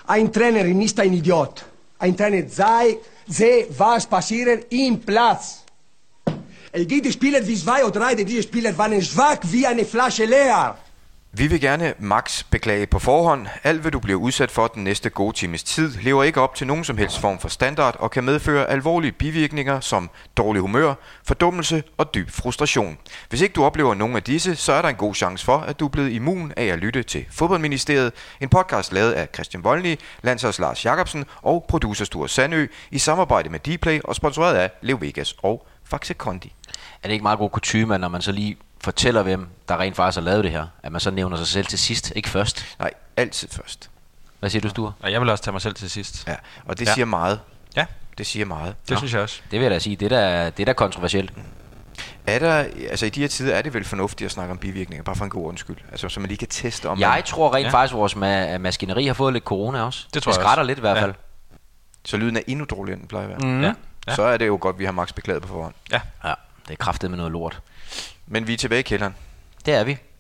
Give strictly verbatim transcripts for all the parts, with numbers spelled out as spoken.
Ein Trainer ist ein Idiot. Ein Trainer sei, sehe, was passiert im Platz. Die Spieler wie zwei oder drei, diese Spieler waren schwach wie eine Flasche leer. Vi vil gerne max beklage på forhånd. Alt hvad du bliver udsat for den næste gode times tid, lever ikke op til nogen som helst form for standard og kan medføre alvorlige bivirkninger som dårlig humør, fordummelse og dyb frustration. Hvis ikke du oplever nogen af disse, så er der en god chance for, at du er blevet immun af at lytte til Fodboldministeriet, en podcast lavet af Christian Voldny, landsholds Lars Jacobsen og producer Sture Sandø i samarbejde med Dplay og sponsoreret af Leo Vegas og Faxe Kondi. Er det ikke meget god kutyme, når man så lige fortæller, hvem der rent faktisk har lavet det her, at man så nævner sig selv til sidst, ikke først? Nej, altid først. Hvad siger du, Sture? Og jeg vil også tage mig selv til sidst. Ja, og det ja. siger meget. Ja. Det siger meget. Det Nå. synes jeg også. Det vil jeg da sige, det er da, da kontroversielt. Mm. Er der, altså i de her tider er det vel fornuftigt at snakke om bivirkninger, bare for en god undskyld, altså så man lige kan teste om. Jeg man... tror rent ja. faktisk, at vores ma- maskineri har fået lidt corona også. Det tror det jeg skrætter også. lidt i hvert fald. Ja. Så lyden er endnu dårligere, end den plejer at være. Mm. Ja. Ja. Så er det jo godt, vi har max beklaget på forhånd. Ja. Ja, det er kraftet med noget lort. Men vi er tilbage i kælderen. Det er vi.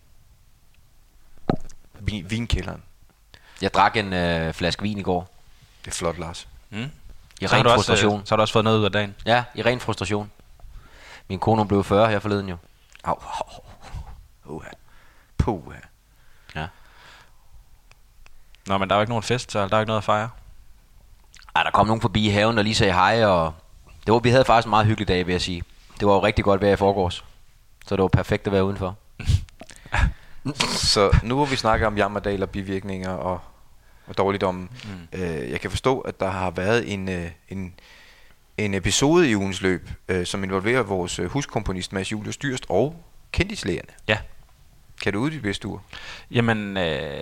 Vin, vinkælderen. Jeg drak en øh, flaske vin i går. Det er flot, Lars. Mm. I Så har ren du også, frustration. øh, så har du også fået noget ud af dagen. Ja, i ren frustration. Min kone blev fyrre her forleden jo. Au, au, au. Puh. Ja. Nå, men der er jo ikke nogen fest, så der er ikke noget at fejre. Ej, der kom nogen forbi i haven og lige sagde hej, og det var, vi havde faktisk en meget hyggelig dag, vil jeg sige. Det var jo rigtig godt vejr i forgårs. Så det var perfekt at være udenfor. Så nu hvor vi snakker om jammerdal og bivirkninger og, og dårligdomme, mm. øh, jeg kan forstå, at der har været en, øh, en, en episode i ugens løb, øh, som involverer vores øh, huskomponist Mads Julius Dyrst og kendislægerne. Ja. Kan du uddybe, hvis du? Jamen, øh,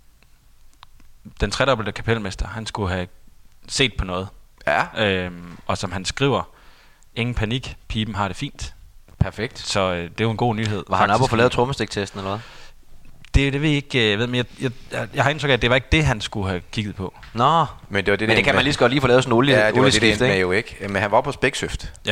den tredobbelte kapelmester, han skulle have set på noget. Ja. Øhm, og som han skriver, ingen panik, piben har det fint. Perfekt. Så øh, det er jo en god nyhed. Var han oppe og få lavet trommestiktesten eller hvad? Det, det ved jeg ikke, jeg ved, men jeg, jeg, jeg, jeg har indtryk af, at det var ikke det, han skulle have kigget på. Nå, Men det, var det, men det kan man lige så godt lige få lavet sådan en olie, ja, det var det, det olieskift, med ikke? jo ikke. Men han var på Spæksøft. Ja.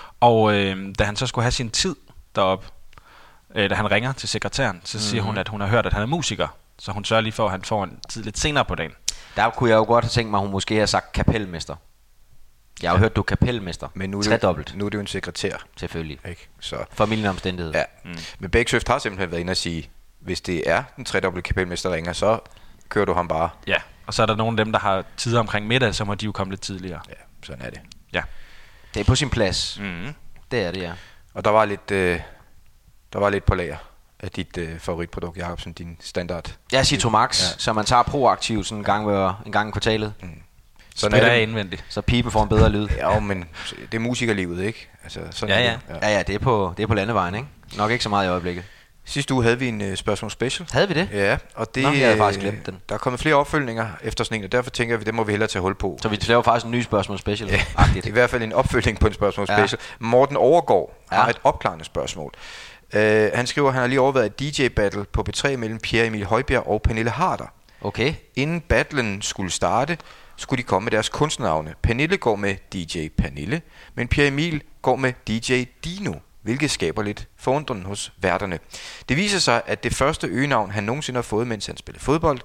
Og øh, da han så skulle have sin tid deroppe, øh, da han ringer til sekretæren, så siger Mhm. hun, at hun har hørt, at han er musiker. Så hun sørger lige for, at han får en tid lidt senere på dagen. Der kunne jeg jo godt have tænkt mig, at hun måske har sagt kapelmester. Jeg har jo hørt, du er kapelmester. Men nu er, det jo, tredobbelt, nu er det jo en sekretær. selvfølgelig. Ikke? Så, Familieomstændighed. ja. Mm. Men Bæksøft har simpelthen været inde og sige, hvis det er den tredobbelte kapelmester, der ringer, så kører du ham bare. Ja. Og så er der nogle af dem, der har tider omkring middag, så må de jo komme lidt tidligere. Ja, sådan er det. Ja. Det er på sin plads. Mm. Det er det, ja. Og der var lidt, øh, der var lidt på lager af dit øh, favoritprodukt, Jacobsen, din standard. Jeg siger Tomax, Ja. ja. Så man tager proaktivt sådan en gang, hver, en gang i kvartalet. Mm. Sådan Spiller er af det. indvendigt. Så piben får en bedre lyd. Ja, men det er musikerlivet, ikke? Altså, sådan Ja, er ja. det. Ja, ja, det er på, det er på landevejen, ikke? Nok ikke så meget i øjeblikket. Sidste uge havde vi en øh, spørgsmål special. Havde vi det? Ja, og det, Nå, jeg havde faktisk øh, glemt den. der er kommet flere opfølgninger efter sådan en, og derfor tænker jeg, at det må vi hellere tage hul på. Så vi laver faktisk en ny spørgsmål special. Ja, Agtigt. det er i hvert fald en opfølgning på en spørgsmål Ja. special. Morten Overgaard Ja. har et opklarende spørgsmål. Uh, han skriver, at han har lige overvejet et D J-battle på P tre mellem Pierre Emil Højbjerg og Pernille Harder. Okay. Inden battlen skulle starte, skulle de komme med deres kunstnernavne. Pernille går med D J Pernille, men Pierre Emil går med D J Dino, hvilket skaber lidt forundring hos værterne. Det viser sig, at det første øgenavn, han nogensinde har fået, mens han spillede fodbold,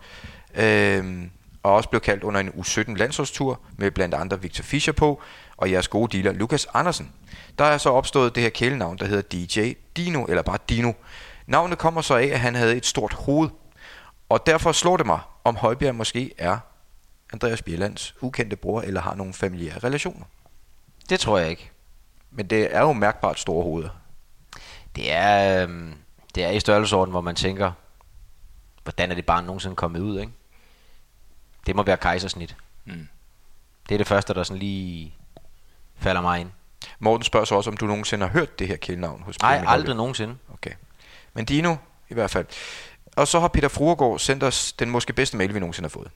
øh, og også blev kaldt under en U sytten landsholdstur med blandt andre Victor Fischer på, og jeres gode dealer Lukas Andersen. Der er så opstået det her kælenavn, der hedder D J Dino, eller bare Dino. Navnet kommer så af, at han havde et stort hoved, og derfor slår det mig, om Højbjerg måske er Andreas Bjellands ukendte bror, eller har nogle familiære relationer. Det tror jeg ikke. Men det er jo mærkbart store hoveder. Det er, øhm, det er i størrelsesorden, hvor man tænker, hvordan er det barn nogensinde kommet ud, ikke? Det må være kejsersnit. Mm. Det er det første, der sådan lige falder mig ind. Morten spørger så også, om du nogensinde har hørt det her kælenavn hos Nej, Emil aldrig Højbjerg. nogensinde. Okay. Men Dino, i hvert fald. Og så har Peter Fruergaard sendt os den måske bedste mail, vi nogensinde har fået.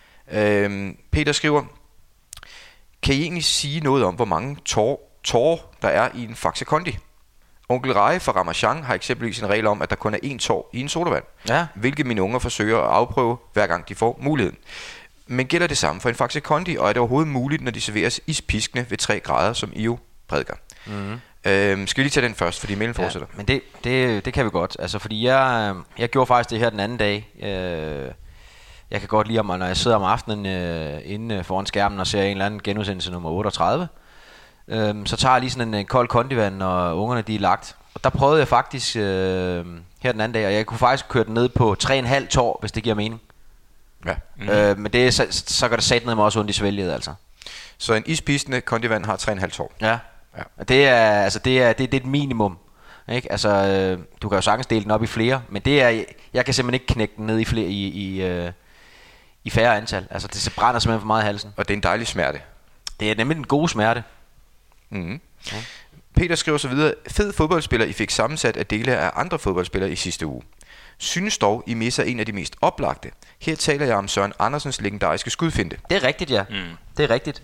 Øhm, Peter skriver, kan I egentlig sige noget om, hvor mange tår, tår der er i en Faxe Kondi? Onkel Reje fra Ramachan har eksempelvis en regel om, at der kun er én tår i en sodavand, Ja. hvilket mine unger forsøger at afprøve, hver gang de får muligheden. Men gælder det samme for en Faxe Kondi, og er det overhovedet muligt, når de serveres ispiskende ved tre grader, som I jo prædiker? Mm-hmm. Øhm, skal vi lige tage den først, fordi mailen fortsætter? Ja, men det, det, det kan vi godt. Altså, fordi jeg, jeg gjorde faktisk det her den anden dag. Øh, Jeg kan godt lide, om, når jeg sidder om aftenen øh, inde foran skærmen og ser en eller anden genudsendelse nummer otteogtredive, øh, så tager jeg lige sådan en, en kold kondivand, når ungerne de er lagt. Og der prøvede jeg faktisk øh, her den anden dag, og jeg kunne faktisk køre den ned på tre komma fem tår, hvis det giver mening. Ja. Mm. Øh, men det, så, så gør det sat ned med også ondt i svælget, altså. Så en ispisende kondivand har tre komma fem tår. Ja. Ja. Og det er, altså, det er, det, det er et minimum. Ikke? Altså, øh, du kan jo sagtens dele den op i flere, men det er, jeg kan simpelthen ikke knække den ned i flere i, i, øh, i færre antal. Altså, det brænder simpelthen for meget i halsen. Og det er en dejlig smerte. Det er nemlig en god smerte. Mm. Ja. Peter skriver så videre: fed fodboldspiller, I fik sammensat af dele af andre fodboldspillere i sidste uge. Synes dog, I misser en af de mest oplagte. Her taler jeg om Søren Andersens legendariske skudfinte. Det er rigtigt, ja. Mm. Det er rigtigt.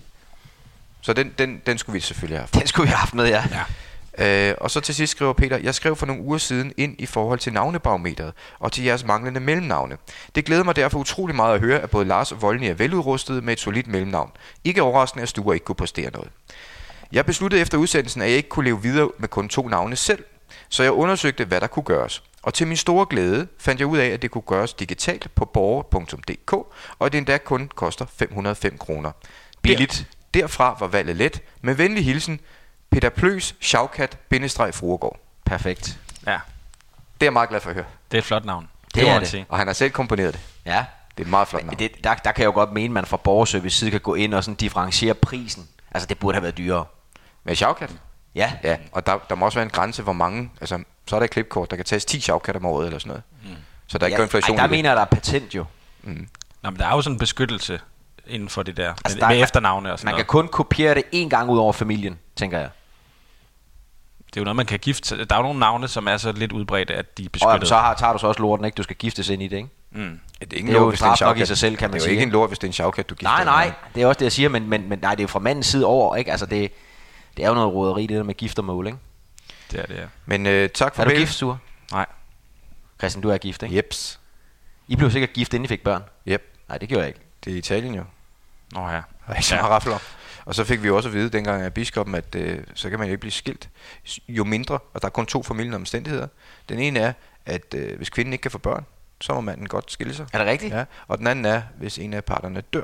Så den, den, den skulle vi selvfølgelig have haft. Den skulle vi have haft med, ja. ja. Øh, og så til sidst skriver Peter: jeg skrev for nogle uger siden ind i forhold til navnebarometeret og til jeres manglende mellemnavne. Det glæder mig derfor utrolig meget at høre, at både Lars og Voldny er veludrustede med et solidt mellemnavn. Ikke overraskende, at Sture ikke kunne præstere noget. Jeg besluttede efter udsendelsen, at jeg ikke kunne leve videre med kun to navne selv, så jeg undersøgte, hvad der kunne gøres. Og til min store glæde fandt jeg ud af, at det kunne gøres digitalt på borger punktum d k, og at det endda kun koster fem hundrede og fem kroner. Billigt. Der, derfra var valget let. Med venlig hilsen, Peter Pløs, Sjavkat-Fruergaard. Perfekt. Ja. Det er jeg meget glad for at høre. Det er et flot navn. Det, det er det. Sige. Og han har selv komponeret det. Ja. Det er et meget flot navn. Det, der, der kan jeg jo godt mene, at man fra borgerservice side kan gå ind og sådan differentiere prisen. Altså, det burde have været dyrere. Med Sjavkat? Ja. Ja, og der, der må også være en grænse, hvor mange, altså, så er der et klipkort, der kan tages ti Sjavkat om året eller sådan noget. Mm. Så der er ikke ja, inflation. Ej, der mener jeg, der er patent jo. Mm. Nå, men der er jo sådan en beskyttelse inden for det der, altså, med, der med er, efternavne og sådan man noget. Man kan kun kopiere det en gang ud over familien, tænker jeg. Det er jo noget, man kan gifte. Der er jo nogle navne, som er så lidt udbredte, at de er Og beskyttet. jamen, så har, tager du så også lorten, ikke? Du skal giftes ind i det, ikke? Mm. Ja, det er ikke det er jo lort, hvis det er en straf nok i Sjavkat. sig selv, kan man det er sige. jo ikke en lort, hvis det er en Sjavkat, du gifter. Nej, nej, det er også det, jeg siger, men, men, men nej, det er jo fra mandens side over, ikke? Altså, det, det er jo noget roderi, det der med gift og mål, ikke? Det er det, ja. Men øh, tak for Er du mail. gift, Sture? Nej. Christian, du er gift, ikke? Jeps. I blev sikkert gift, inden I fik børn? Yep. Nej, det gjorde jeg ikke. Det er Italien jo. Nå ja. Der er ikke så meget rafler om. Og så fik vi også at vide dengang af biskoppen, at øh, så kan man jo ikke blive skilt. Jo mindre, og der er kun to familien omstændigheder. Den ene er, at øh, hvis kvinden ikke kan få børn, så må manden godt skille sig. Er det rigtigt? Ja. Og den anden er, hvis en af parterne dør.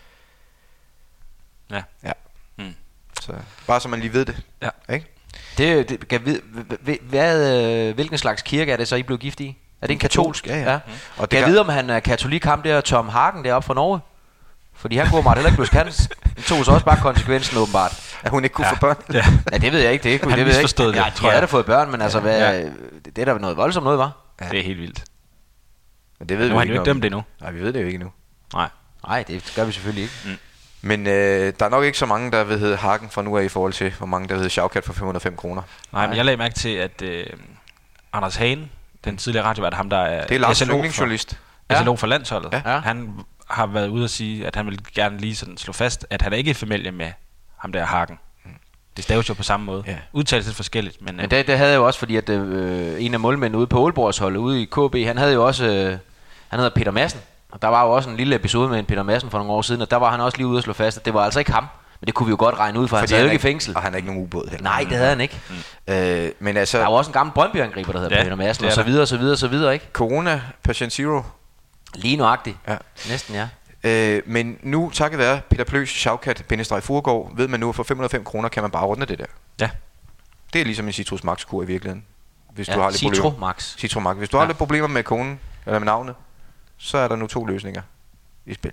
Ja. Ja. Mm. Så bare så man lige ved det. Ja. Ikke? Det, det kan vide, hvad, øh, hvilken slags kirke er det så, I blev gift i? Er det en katolsk? Ja, ja. ja. Mm. Og kan jeg vide, om han er katolik, ham der Tom Hagen deroppe fra Norge? Fordi han kunne meget heller ikke blive hans. Han tog så også bare konsekvensen åbenbart. At hun ikke kunne Ja. få børn. Ja. Ja, det ved jeg ikke. Det, kunne, Han det ved jeg ikke. misforstod det, Ja, tror de jeg. havde da fået børn, men altså, hvad, Ja. det, det er da noget voldsomt noget, var? Ja. Det er helt vildt. Men det ved Nu vi har han jo ikke ikke om. dømt det endnu. Nej, vi ved det jo ikke endnu. Nej. Nej, det gør vi selvfølgelig ikke. Mm. Men øh, der er nok ikke så mange, der vil hedde Hagen fra nu af i forhold til, hvor mange der vil hedde Sjavkat for fem hundrede og fem kroner. Nej, men jeg lagde mærke til, at øh, Anders Hagen, den tidligere radiovært, ham der er Det er Lars S L O yndlingsjournalist. for, S L O for landsholdet, Ja. Ja. han har været ude at sige, at han vil gerne lige sådan slå fast, at han er ikke i familie med ham der Hagen. Det staves jo på samme måde. Ja. Udtales lidt forskelligt, men, Men øh, det, det havde jeg jo også, fordi at øh, en af målmændene ude på Aalborgs hold ude i K B, han havde jo også, øh, han hedder Peter Madsen. Og der var jo også en lille episode med en Peter Madsen for nogle år siden, og der var han også lige ude at slå fast, at det var altså ikke ham. Men det kunne vi jo godt regne ud, for han sad jo ikke i fængsel. Og han er ikke nogen ubåd heller. Nej, det havde han ikke. Mm. Øh, men altså, Der var også en gammel Brøndby-angriber, der hedder Ja, Peter Madsen, det er og så der. videre, og så videre, og så videre, ikke? corona, patient zero. Lige nøjagtigt. Ja. Næsten, ja. Øh, men nu, takket være Peter Pløs, Sjavkat-Fruergaard, ved man nu, at for fem hundrede og fem kroner kan man bare ordne det der. ja. Det er ligesom en Citrus Max-kur i virkeligheden. Hvis ja. du har lidt Citro problemer. Max. Citro Max. Hvis du Ja. har lidt problemer med konen, eller med navnet, så er der nu to løsninger i spil.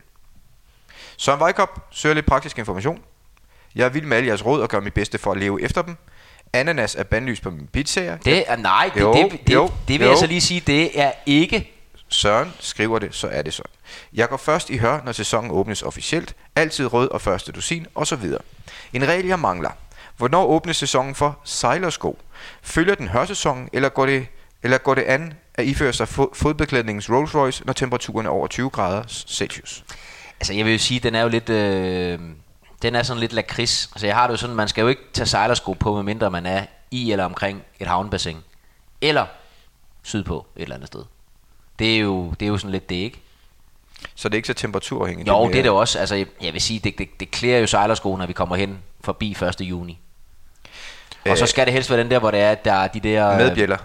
Søren Weikop søger lidt praktisk information. Jeg er vild med alle jeres råd og gør mit bedste for at leve efter dem. Ananas er bandlyst på mine pizzaer. Det er, nej, det, Jo, det, det, jo, det, det vil jo. jeg så lige sige, det er ikke. Søren skriver det, så er det sådan. Jeg går først i hør, når sæsonen åbnes officielt. Altid rød og første dusin, og så videre. En regel, jeg mangler. Hvornår åbnes sæsonen for sejlersko? Følger den hørsæsonen, eller går det, eller går det an at iføre sig fod- fodbeklædningens Rolls Royce, når temperaturen er over tyve grader Celsius? Altså jeg vil jo sige, den er jo lidt, øh, den er sådan lidt lakrids. Altså jeg har det jo sådan, man skal jo ikke tage sejlersko på, medmindre man er i eller omkring et havnebassin. Eller sydpå et eller andet sted. Det er jo, det er jo sådan lidt det, ikke? Så det er ikke så temperaturafhængigt? Jo, mere- det er det også. Altså jeg, jeg vil sige, det, det, det klæder jo sejlersko, når vi kommer hen forbi første juni. Og Øh, så skal det helst være den der, hvor det er, at der er de der... Med bjæller.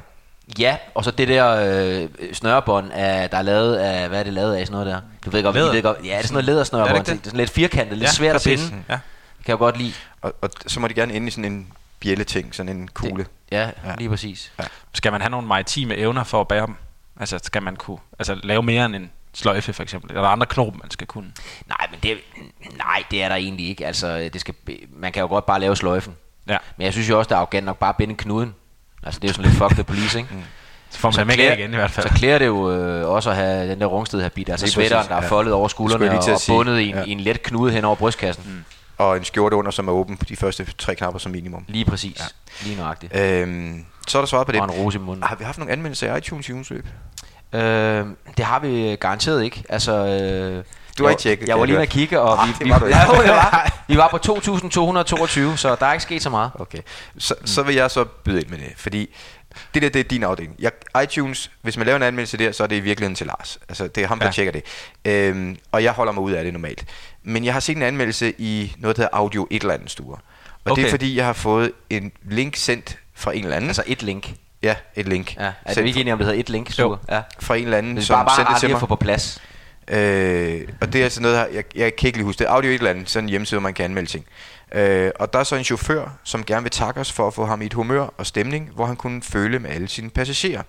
Ja, og så det der øh, snørebånd, af, der er lavet af, hvad er det lavet af, sådan noget der? Du ved godt, Læder. I ved godt, ja, det er sådan noget lædersnørebånd, det, det? det er sådan lidt firkantet, lidt Ja, svært at præcis. finde. Ja. Det kan jeg godt lide. Og, og så må de gerne ende i sådan en bjælleting, sådan en kugle. Det, ja, Ja. ja, lige præcis. Ja. Skal man have nogle maritime evner for at bære dem? Altså skal man kunne altså, lave mere end en sløjfe for eksempel? Eller andre knop, man skal kunne? Nej, men det, nej, det er der egentlig ikke. Altså, det skal, man kan jo godt bare lave sløjfen. Ja. Men jeg synes jo også, det er arrogant nok bare at binde knuden. Altså, det er jo sådan lidt fuck the police, ikke? Mm. Så får man Så dem ikke klæder- af igen i hvert fald. Så klæder det jo øh, også at have den der rungsted habit, altså Lige sweateren, præcis, der er ja. foldet over skuldrene Skulle jeg lige til og, at og sige. bundet i en, Ja. i en let knude hen over brystkassen. Mm. Og en skjorte under, som er åben på de første tre knapper som minimum. Lige præcis. Ja. Ja. Lige nøjagtigt. Øhm, så er der svaret på det. Og en rose i munden. Har vi haft nogle anmeldelser i iTunes i ugens løb? Øh, det har vi garanteret ikke. Altså, øh, Du har jeg, ikke tjekket, Jeg kan var jeg lige høre. med at kigge, og Ah, vi, det vi, var du ikke. ja, jo, det var. vi var på to tusind to hundrede og toogtyve, så der er ikke sket så meget. Okay, så, mm. så vil jeg så byde ind med det, fordi det der, det er din afdeling. Jeg, iTunes, hvis man laver en anmeldelse der, så er det i virkeligheden til Lars. Altså, det er ham, der Ja. tjekker det. Øhm, og jeg holder mig ud af det normalt. Men jeg har set en anmeldelse i noget, der hedder Audio et eller andet stuer. Og Okay. det er fordi, jeg har fået en link sendt fra en eller anden. Altså et link. ja, et link. Ja. Er sendt det ikke enige om, det hedder et link? Jo. Ja. fra en eller anden, Det er som bare, bare sendte det rart til lige mig. at få på plads. Øh, og det er altså noget, her- jeg, jeg kan ikke lige huske det. Audio et eller andet, sådan en hjemmeside, hvor man kan anmelde ting. Øh, og der er så en chauffør, som gerne vil takke os for at få ham i et humør og stemning, hvor han kunne føle med alle sine passagerer.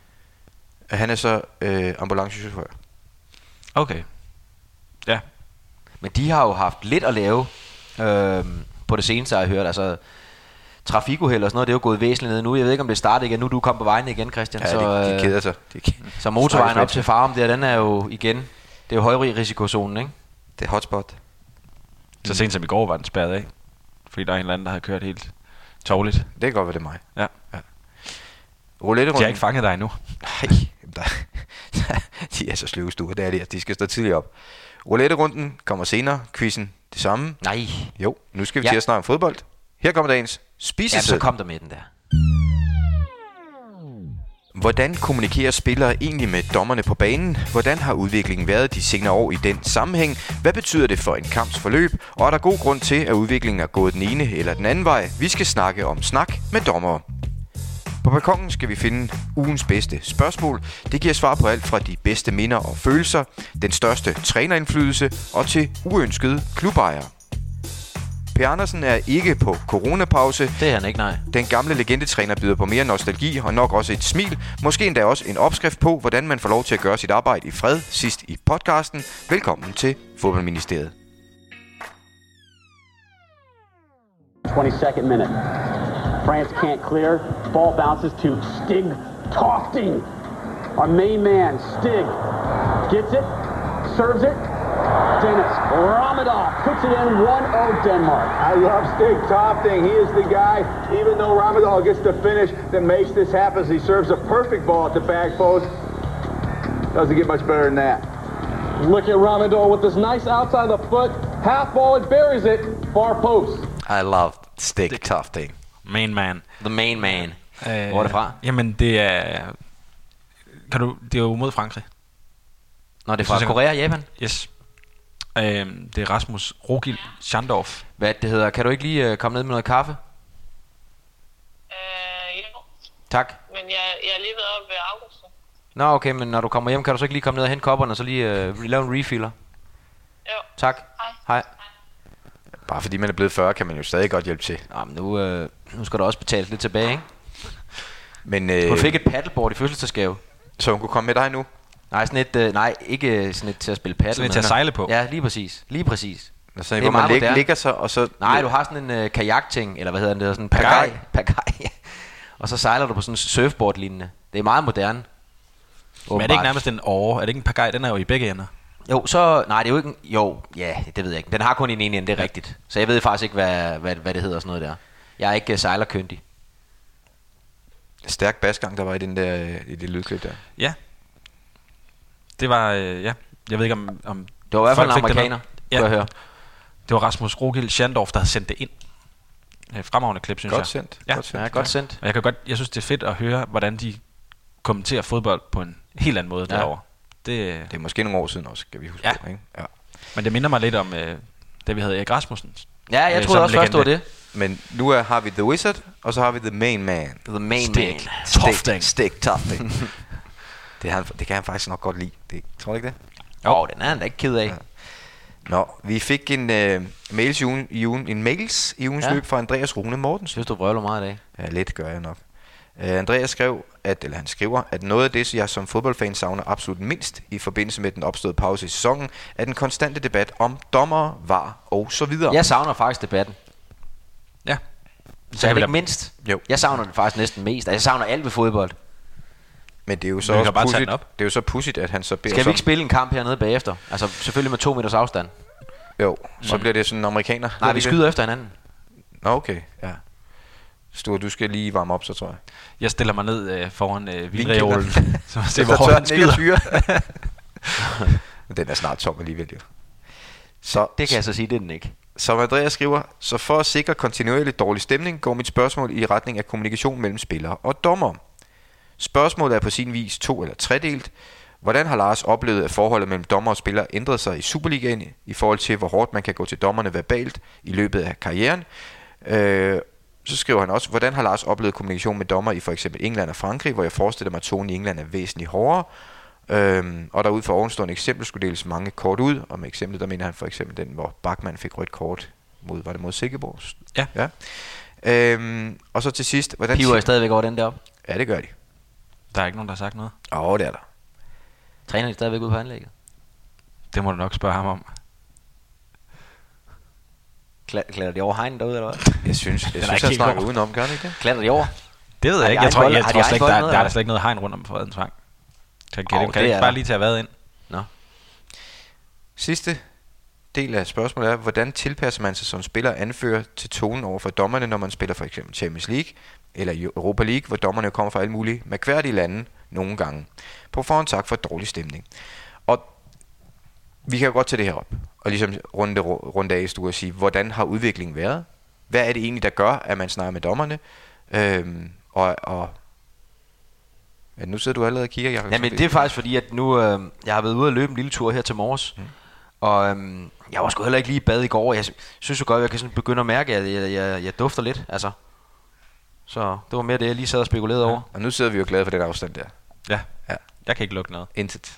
Han er så øh, ambulancechauffør. Okay. Ja. Men de har jo haft lidt at lave øh, på det seneste, har jeg hørt. Altså, trafikuheld og sådan noget, det er jo gået væsentligt ned nu. Jeg ved ikke, om det starter igen. Nu er du kommet på vejen igen, Christian. Ja, så, de, de øh, keder sig. De, så motorvejen Stakkels op til Farum der, den er jo igen, det er jo højrisikozonen, ikke? det er hotspot. Så sent som i går var den spærret af. Fordi der er en eller anden, der havde kørt helt tovligt. Det kan godt være, det er mig. Ja. Roulette De har ikke fanget dig endnu. Nej, jamen der, de er så sløve stuer, det er de. De skal stå tidligt op. Roulette-runden kommer senere. Quizzen det samme. Nej. Jo, nu skal vi Ja. til at snakke om fodbold. Her kommer dagens Ja, spiseseddel. så kom der med den der. Hvordan kommunikerer spillere egentlig med dommerne på banen? Hvordan har udviklingen været de senere år i den sammenhæng? Hvad betyder det for en kamps forløb? Og er der god grund til, at udviklingen er gået den ene eller den anden vej? Vi skal snakke om snak med dommere. På balkongen skal vi finde ugens bedste spørgsmål. Det giver svar på alt fra de bedste minder og følelser, den største trænerindflydelse og til uønskede klubejere. Per Andersen er ikke på coronapause. Det er han ikke, nej. Den gamle legendetræner byder på mere nostalgi og nok også et smil. Måske endda også en opskrift på, hvordan man får lov til at gøre sit arbejde i fred sidst i podcasten. Velkommen til Fodboldministeriet. twenty-second minute. France can't clear. Ball bounces to Stig Tofting. Our main man, Stig, gets it, serves it. Dennis Ramadov puts it in one oh Denmark. I love Stig Tofting. He is the guy, even though Ramadov gets the finish that makes this happen. He serves a perfect ball at the back post. Doesn't get much better than that. Look at Ramadov with this nice outside of the foot. Half ball, it buries it. Far post. I love Stig Tofting. Main man. The main man. Øh, Hvor er det fra? Jamen, det er... Kan du, det er jo mod Frankrig. Nå, det er Synes fra jeg- Korea og Japan. Yes. Øhm, det er Rasmus Rogil Schandorf. Hvad det hedder? Kan du ikke lige uh, komme ned med noget kaffe? Øh, jo, Tak. men jeg, jeg er lige ved op ved Augusten. Nå, okay, men når du kommer hjem, kan du så ikke lige komme ned og hente kopperne, og så lige uh, lave en refiller? Jo. Tak. Hej. Hej. Bare fordi man er blevet fyrre, kan man jo stadig godt hjælpe til. Nå, men nu, øh, nu skal du også betales lidt tilbage, ikke? Men Du øh, fik et paddleboard i fødselsdagsgave. så hun kunne komme med dig nu. Nej, sådan et, øh, nej, ikke sådan et til at spille paddle. Sådan et men til at noget- sejle på. Ja, lige præcis. Lige præcis. Altså, Det er hvor man meget lig, moderne. ligger sig, og så... Nej, du har sådan en øh, kajak-ting, eller hvad hedder den, det hedder sådan en Pagaj. pagaj. Pagaj, ja. Og så sejler du på sådan en surfboard-lignende. Det er meget moderne. Men er det ikke nærmest en åre? Er det ikke en pagaj? Den er jo i begge ender. Jo, så... Nej, det er jo ikke en, Jo, ja, det ved jeg ikke. Den har kun en ene ende, det er rigtigt. Så jeg ved faktisk ikke, hvad, hvad, hvad det hedder sådan noget der. Jeg er ikke uh, sejlerkyndig. Stærk basgang, der var i, den der, øh, i det lydklip der. Ja. Det var... Øh, ja. Jeg ved ikke om... om Det var i hvert fald en folk fik det amerikaner, med. kunne Ja. jeg høre. Det var Rasmus Rogil Schandorf, der havde sendt det ind. Øh, Fremragende klip, synes Godt jeg. sendt. Ja. Godt sendt. Ja, godt sendt. Og jeg kan godt... Jeg synes, det er fedt at høre, hvordan de kommenterer fodbold på en helt anden måde Ja. ja. derovre. Det, Det er måske nogle år siden også, skal vi huske Ja. på, ikke? Ja. men det minder mig lidt om, øh, da vi havde Erik Rasmussen. Ja, jeg øh, troede som også først, det var legende. det. Men nu er, har vi The Wizard, og så har vi The Main Man. The Main Stick. Man. Tofting. Stick Tofting. det, han, det kan han faktisk nok godt lide. Det, tror du ikke det? Åh, oh, den er han da ikke ked af. Ja. Nå, vi fik en øh, mails i ugen, i ugen, en mails i ugens ja. løb fra Andreas Rune Mortensen. Synes du brøler meget i dag? Ja, lidt gør jeg nok. Uh, Andreas skrev, at, eller han skriver, at noget af det, jeg som fodboldfan savner absolut mindst i forbindelse med den opståede pause i sæsonen, er den konstante debat om dommere, var og så videre. Jeg savner faktisk debatten. Ja. Så er det ikke mindst? Jo. Jeg savner det faktisk næsten mest. Altså, jeg savner alt ved fodbold. Men det er jo så Vi også kan bare tage pudsigt, den op. det er jo så pudsigt, at han så beder Skal vi som- ikke spille en kamp hernede bagefter? Altså selvfølgelig med to meters afstand. Jo, så bliver det sådan en amerikaner. Nej, Gør vi det skyder efter hinanden. Nå, okay, ja. Stor, du skal lige varme op, så tror jeg. Jeg stiller mig ned øh, foran øh, Vinkælderen. vinreolen, så jeg ser, Efter hvor tør han den ikke skyder. at syre. Den er snart tom alligevel, jo. Så, Det kan jeg så sige, det er den ikke. Som Andreas skriver, så for at sikre kontinuerlig dårlig stemning, går mit spørgsmål i retning af kommunikation mellem spillere og dommer. Spørgsmålet er på sin vis to- eller tredelt. Hvordan har Lars oplevet, at forholdet mellem dommer og spillere ændret sig i Superligaen i forhold til, hvor hårdt man kan gå til dommerne verbalt i løbet af karrieren? Øh, så skriver han også, hvordan har Lars oplevet kommunikation med dommer i for eksempel England og Frankrig, hvor jeg forestiller mig, at tonen i England er væsentligt hårdere. Øhm, og derud for ovenstående eksempel skulle deles mange kort ud, og med eksemplet der mener han for eksempel den, hvor Bachmann fik rødt kort mod, var det mod Silkeborg? Ja. ja. Øhm, og så til sidst, hvordan... Piver I stadigvæk over den deroppe? Ja, det gør de. Der er ikke nogen, der har sagt noget. Åh, oh, det er der. Træner de stadigvæk ud på anlægget? Det må du nok spørge ham om. Kla- Klatter de over hegnen derude, eller hvad? Jeg synes, jeg er synes ikke han helt snakker god. udenom, gør han ikke det? Klatter de over? Det ved Har jeg de ikke. egen Jeg tror, bold- jeg har de tror egen slet ikke, bold der, med, der er eller? slet ikke noget hegn rundt om Fredens Vang. Kan, kan, Oh, det, kan det det er bare der. lige tage hvad ind? Nå. Sidste del af spørgsmålet er, hvordan tilpasser man sig som spiller anfører til tonen over for dommerne, når man spiller for eksempel Champions League eller Europa League, hvor dommerne kommer fra alle mulige mærkværdige lande nogle gange. På forhånd tak for dårlig stemning. Og vi kan jo godt tage det her op og ligesom runde, runde af i stue og sige, hvordan har udviklingen været? Hvad er det egentlig, der gør, at man snakker med dommerne? Øhm, og, og ja, nu sidder du allerede og kigger, Jacob. Ja, men det er faktisk fordi, at nu øh, jeg har været ude at løbe en lille tur her til morges. Mm. Og øhm, jeg var sgu heller ikke lige i bad i går. Jeg synes jo godt, at jeg kan sådan begynde at mærke, at jeg, jeg, jeg dufter lidt. Altså. Så det var mere det, jeg lige sad og spekulerede over. Og nu sidder vi jo glade for den afstand der. Ja. Ja. Jeg kan ikke lukke noget. Intet.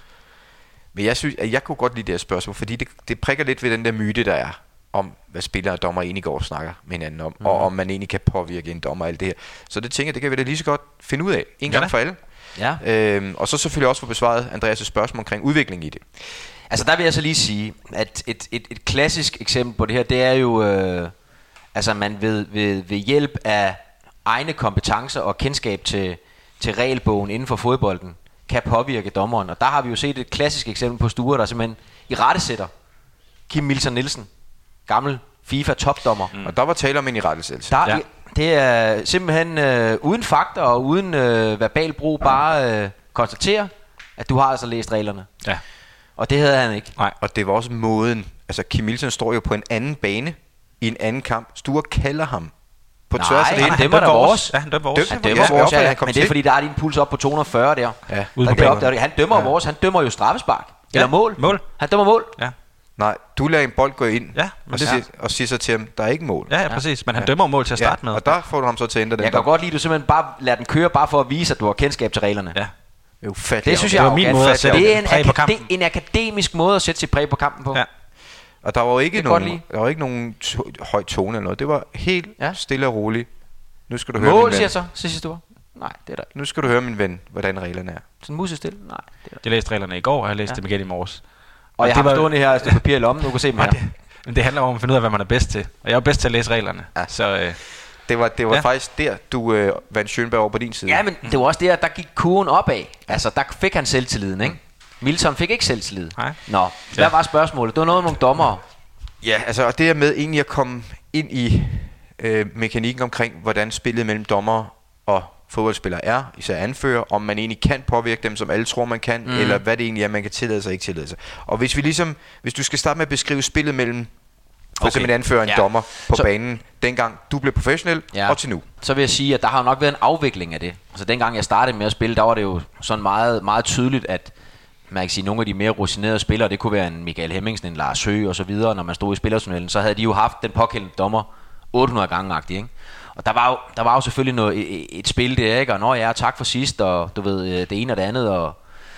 Men jeg synes, at jeg kunne godt lide det her spørgsmål, fordi det, det prikker lidt ved den der myte, der er, om hvad spillere og dommer egentlig går og snakker med hinanden om, mm. og om man egentlig kan påvirke en dommer og alt det her. Så det tænker jeg, det kan vi da lige så godt finde ud af, en Ja gang da. for alle. Ja. Øhm, og så selvfølgelig også få besvaret Andreas' spørgsmål omkring udvikling i det. Altså der vil jeg så lige sige, at et, et, et klassisk eksempel på det her, det er jo, øh, altså man ved, ved, ved hjælp af egne kompetencer og kendskab til, til regelbogen inden for fodbolden, kan påvirke dommeren. Og der har vi jo set et klassisk eksempel på Sture, der simpelthen i rettesætter Kim Milton Nielsen, gammel FIFA-topdommer. Mm. Og der var tale om en i rettesættelse. Der, Ja. ja. Det er simpelthen øh, uden fakta og uden øh, verbal brug, bare øh, konstatere, at du har altså læst reglerne. Ja. Og det havde han ikke. Nej. Og det var også måden. Altså Kim Milton står jo på en anden bane i en anden kamp. Sture kalder ham på Nej, tværs af det han hele. dømmer da vores. Ja, han dømmer vores. Dømte Han Ja, dømmer ja, vores, ja, ja, han kom men det er til. fordi, der er din puls op på to hundrede og fyrre der. Ja. Ude Og på det er op, banen. der, han dømmer ja. vores, han dømmer jo straffespark. Ja, Eller mål. mål. Han dømmer mål. Ja. Nej, du lader en bold gå ind Ja, men og, det- siger, og siger så til ham, der er ikke mål. Ja, ja, præcis. Men han dømmer mål til at starte med. Og der får du ham så til at ændre den. Jeg kan dom. godt lide, at du simpelthen bare lader den køre, bare for at vise, at du har kendskab til reglerne. Ja. Det er ufatteligt. Det synes Det jeg var er min arrogant. måde at sætte Det er en, præg på akade- kampen. en akademisk måde at sætte sit præg på kampen på. Ja. Og der var jo ikke Det kan jeg godt nogen, lide. der var ikke nogen to, høj tone eller noget. Det var helt Ja. ja. stille og roligt. Nu skal du høre Mål, min siger ven. jeg så, så siger du. Nej, det er der ikke. Nu skal du høre min ven, hvordan reglerne er. Sådan musestille? Nej, det er der. Jeg læste reglerne i går, og jeg læste Ja. dem igen i morges. Og jeg det har var- stående her et stykke papir i lommen, du kan se dem her. Og det, men det handler om at finde ud af, hvad man er bedst til. Og jeg er jo bedst til at læse reglerne. Ja. Så øh, Det var, det var Ja. ja. faktisk der, du øh, vandt Schönberg over på din side. Ja, men det var også der, der gik kurven opad. Altså, der fik han selvtilliden, ikke? Milton fik ikke selvtillid. Nej. Nå, hvad Ja. var spørgsmålet? Det var noget om nogle dommere. Ja, altså og det er med egentlig at komme ind i øh, mekanikken omkring, hvordan spillet mellem dommer og fodboldspillere er, især anfører, om man egentlig kan påvirke dem, som alle tror, man kan, mm. eller hvad det egentlig er, man kan tillade sig og ikke tillade sig. Og hvis vi ligesom, hvis du skal starte med at beskrive spillet mellem for Okay. eksempel en anfører og en Ja. dommer på Så- banen, dengang du blev professionel, Ja. og til nu. Så vil jeg sige, at der har jo nok været en afvikling af det. Altså dengang jeg startede med at spille, der var det jo sådan meget, meget tydeligt, at man kan sige, nogle af de mere rutinerede spillere, det kunne være en Michael Hemmingsen, en Lars Høgh og så videre, når man stod i spillertunnelen, så havde de jo haft den pågældende dommer otte hundrede gange-agtigt, ikke? Og der var jo, der var jo selvfølgelig noget, et, et spil der, ikke? Og når jeg ja, tak for sidst, og du ved, det ene og det andet, og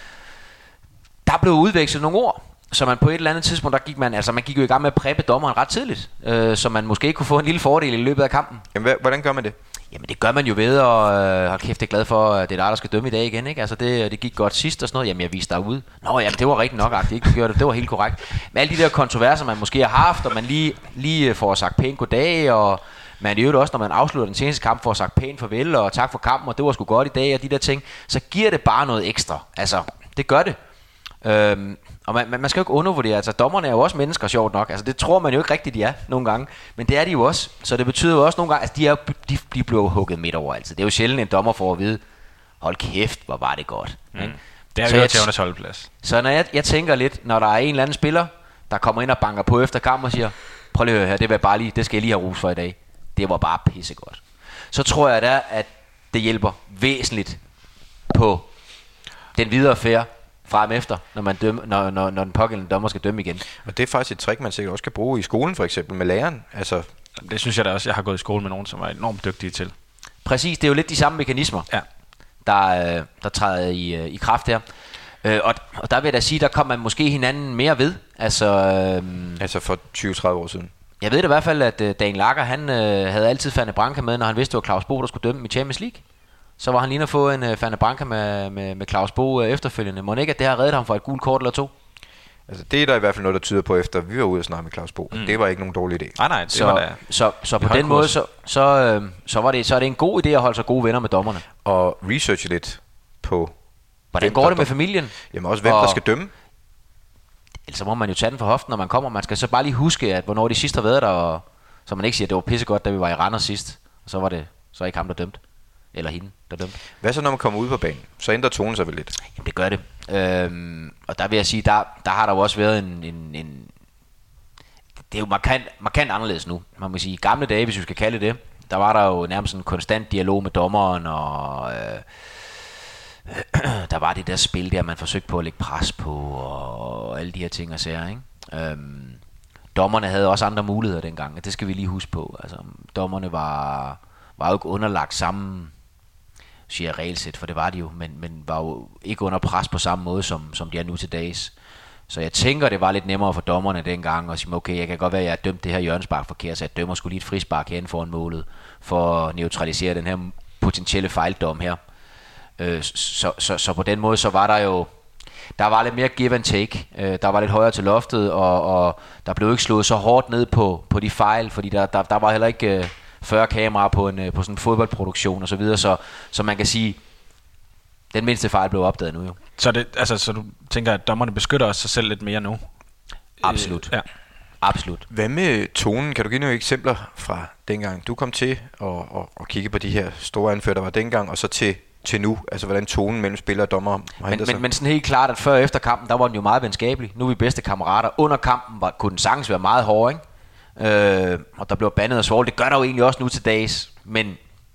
der blev udvekslet nogle ord, så man på et eller andet tidspunkt, der gik man, altså man gik jo i gang med at præppe dommeren ret tidligt, øh, så man måske kunne få en lille fordel i løbet af kampen. Jamen, hvordan gør man det? Jamen det gør man jo ved, og øh, hold kæft, jeg er glad for, at det er dig, der skal dømme i dag igen, ikke? Altså det, det gik godt sidst og sådan noget, jamen jeg viste dig ud. Nå jamen det var rigtigt nok, ikke? Det, gjorde det, det var helt korrekt. Men alle de der kontroverser, man måske har haft, og man lige, lige får sagt pænt goddag, og man i øvrigt også, når man afslutter den seneste kamp, får sagt pænt farvel, og tak for kampen, og det var sgu godt i dag, og de der ting, så giver det bare noget ekstra. Altså, det gør det. Øhm, og man, man skal jo ikke undervurdere, altså dommerne er jo også mennesker, sjovt nok, altså det tror man jo ikke rigtigt, de er nogle gange, men det er de jo også, så det betyder jo også nogle gange, altså de, er, de, de bliver jo hugget midt over altid. Det er jo sjældent en dommer får at vide, hold kæft, hvor var det godt. Mm. Det er jo til under holdeplads. Så når jeg, jeg tænker lidt, når der er en eller anden spiller, der kommer ind og banker på efter kampen og siger, prøv lige at høre her, det vil bare lige, det skal jeg lige have ros for i dag. Det var bare pissegodt. Så tror jeg da, at det hjælper væsentligt på den videre færd frem efter, når, man dømme, når, når, når den pågældende dommer skal dømme igen. Og det er faktisk et trick, man sikkert også kan bruge i skolen, for eksempel med læreren. Altså, det synes jeg da også, jeg har gået i skole med nogen, som er enormt dygtige til. Præcis, det er jo lidt de samme mekanismer, ja. der, der træder i, i kraft her. Og, og der vil jeg da sige, der kom man måske hinanden mere ved. Altså, øhm, altså for tyve til tredive år siden. Jeg ved da i hvert fald, at uh, Dan Lager, han uh, havde altid Fanny Branca med, når han vidste, at Claus Bo, der skulle dømme i Champions League. Så var han lige at få en uh, Fanny Branca med, med, med Claus Bo uh, efterfølgende. Må ikke, at det har reddet ham for et gult kort eller to? Altså, det er der i hvert fald noget, der tyder på, efter vi var ude og snakke med Claus Bo. Mm. Det var ikke nogen dårlig idé. Nej, nej, det så, var da så, så på den måde, så, så, øh, så, var det, så er det en god idé at holde sig gode venner med dommerne. Og researche lidt på... Hvordan går det med familien? Jamen også, hvem og, der skal dømme. Ellers så må man jo tage den for hoften, når man kommer. Man skal så bare lige huske, at hvornår de sidste har været der, og så man ikke siger, at det var pissegodt, da vi var i Randers sidst. Og så var det så ikke ham, der dømte. Eller hende, der dømte. Hvad så, når man kommer ud på banen? Så ændrer tonen sig vel lidt? Jamen, det gør det. Øhm, og der vil jeg sige, der, der har der jo også været en... en, en det er jo markant, markant anderledes nu. Man må sige, i gamle dage, hvis vi skal kalde det, der var der jo nærmest en konstant dialog med dommeren, og... Øh, der var det der spil der, man forsøgte på at lægge pres på, og alle de her ting og sager, ikke? Øhm, dommerne havde også andre muligheder dengang, og det skal vi lige huske på. Altså, dommerne var, var jo ikke underlagt samme, siger jeg regelsæt, for det var de jo, men, men var jo ikke under pres på samme måde, som, som de er nu til dags. Så jeg tænker, det var lidt nemmere for dommerne dengang at sige, okay, jeg kan godt være, at jeg har dømt det her hjørnespark forkert, så jeg dømmer skulle lige et frispark herinde foran målet, for at neutralisere den her potentielle fejldom her. Øh, så, så, så på den måde, så var der jo, der var lidt mere give and take, øh, der var lidt højere til loftet, og, og der blev ikke slået så hårdt ned på, på de fejl, fordi der, der, der var heller ikke øh, fyrre kameraer på, en, på sådan en fodboldproduktion og så videre, så, så man kan sige, den mindste fejl blev opdaget nu jo. Så, det, altså, så du tænker, at dommerne beskytter også sig selv lidt mere nu? Absolut. Øh, ja. Absolut. Hvad med tonen? Kan du give nogle eksempler fra dengang du kom til og, og, og kigge på de her store anfører, der var dengang, og så til til nu, altså hvordan tonen mellem spillere og dommer har men, men, men sådan helt klart, at før og efter kampen, der var den jo meget venskabelig. Nu er vi bedste kammerater. Under kampen var, kunne den sagtens være meget hård, ikke? Øh, og der blev bandet og svovl. Det gør der jo egentlig også nu til dags, men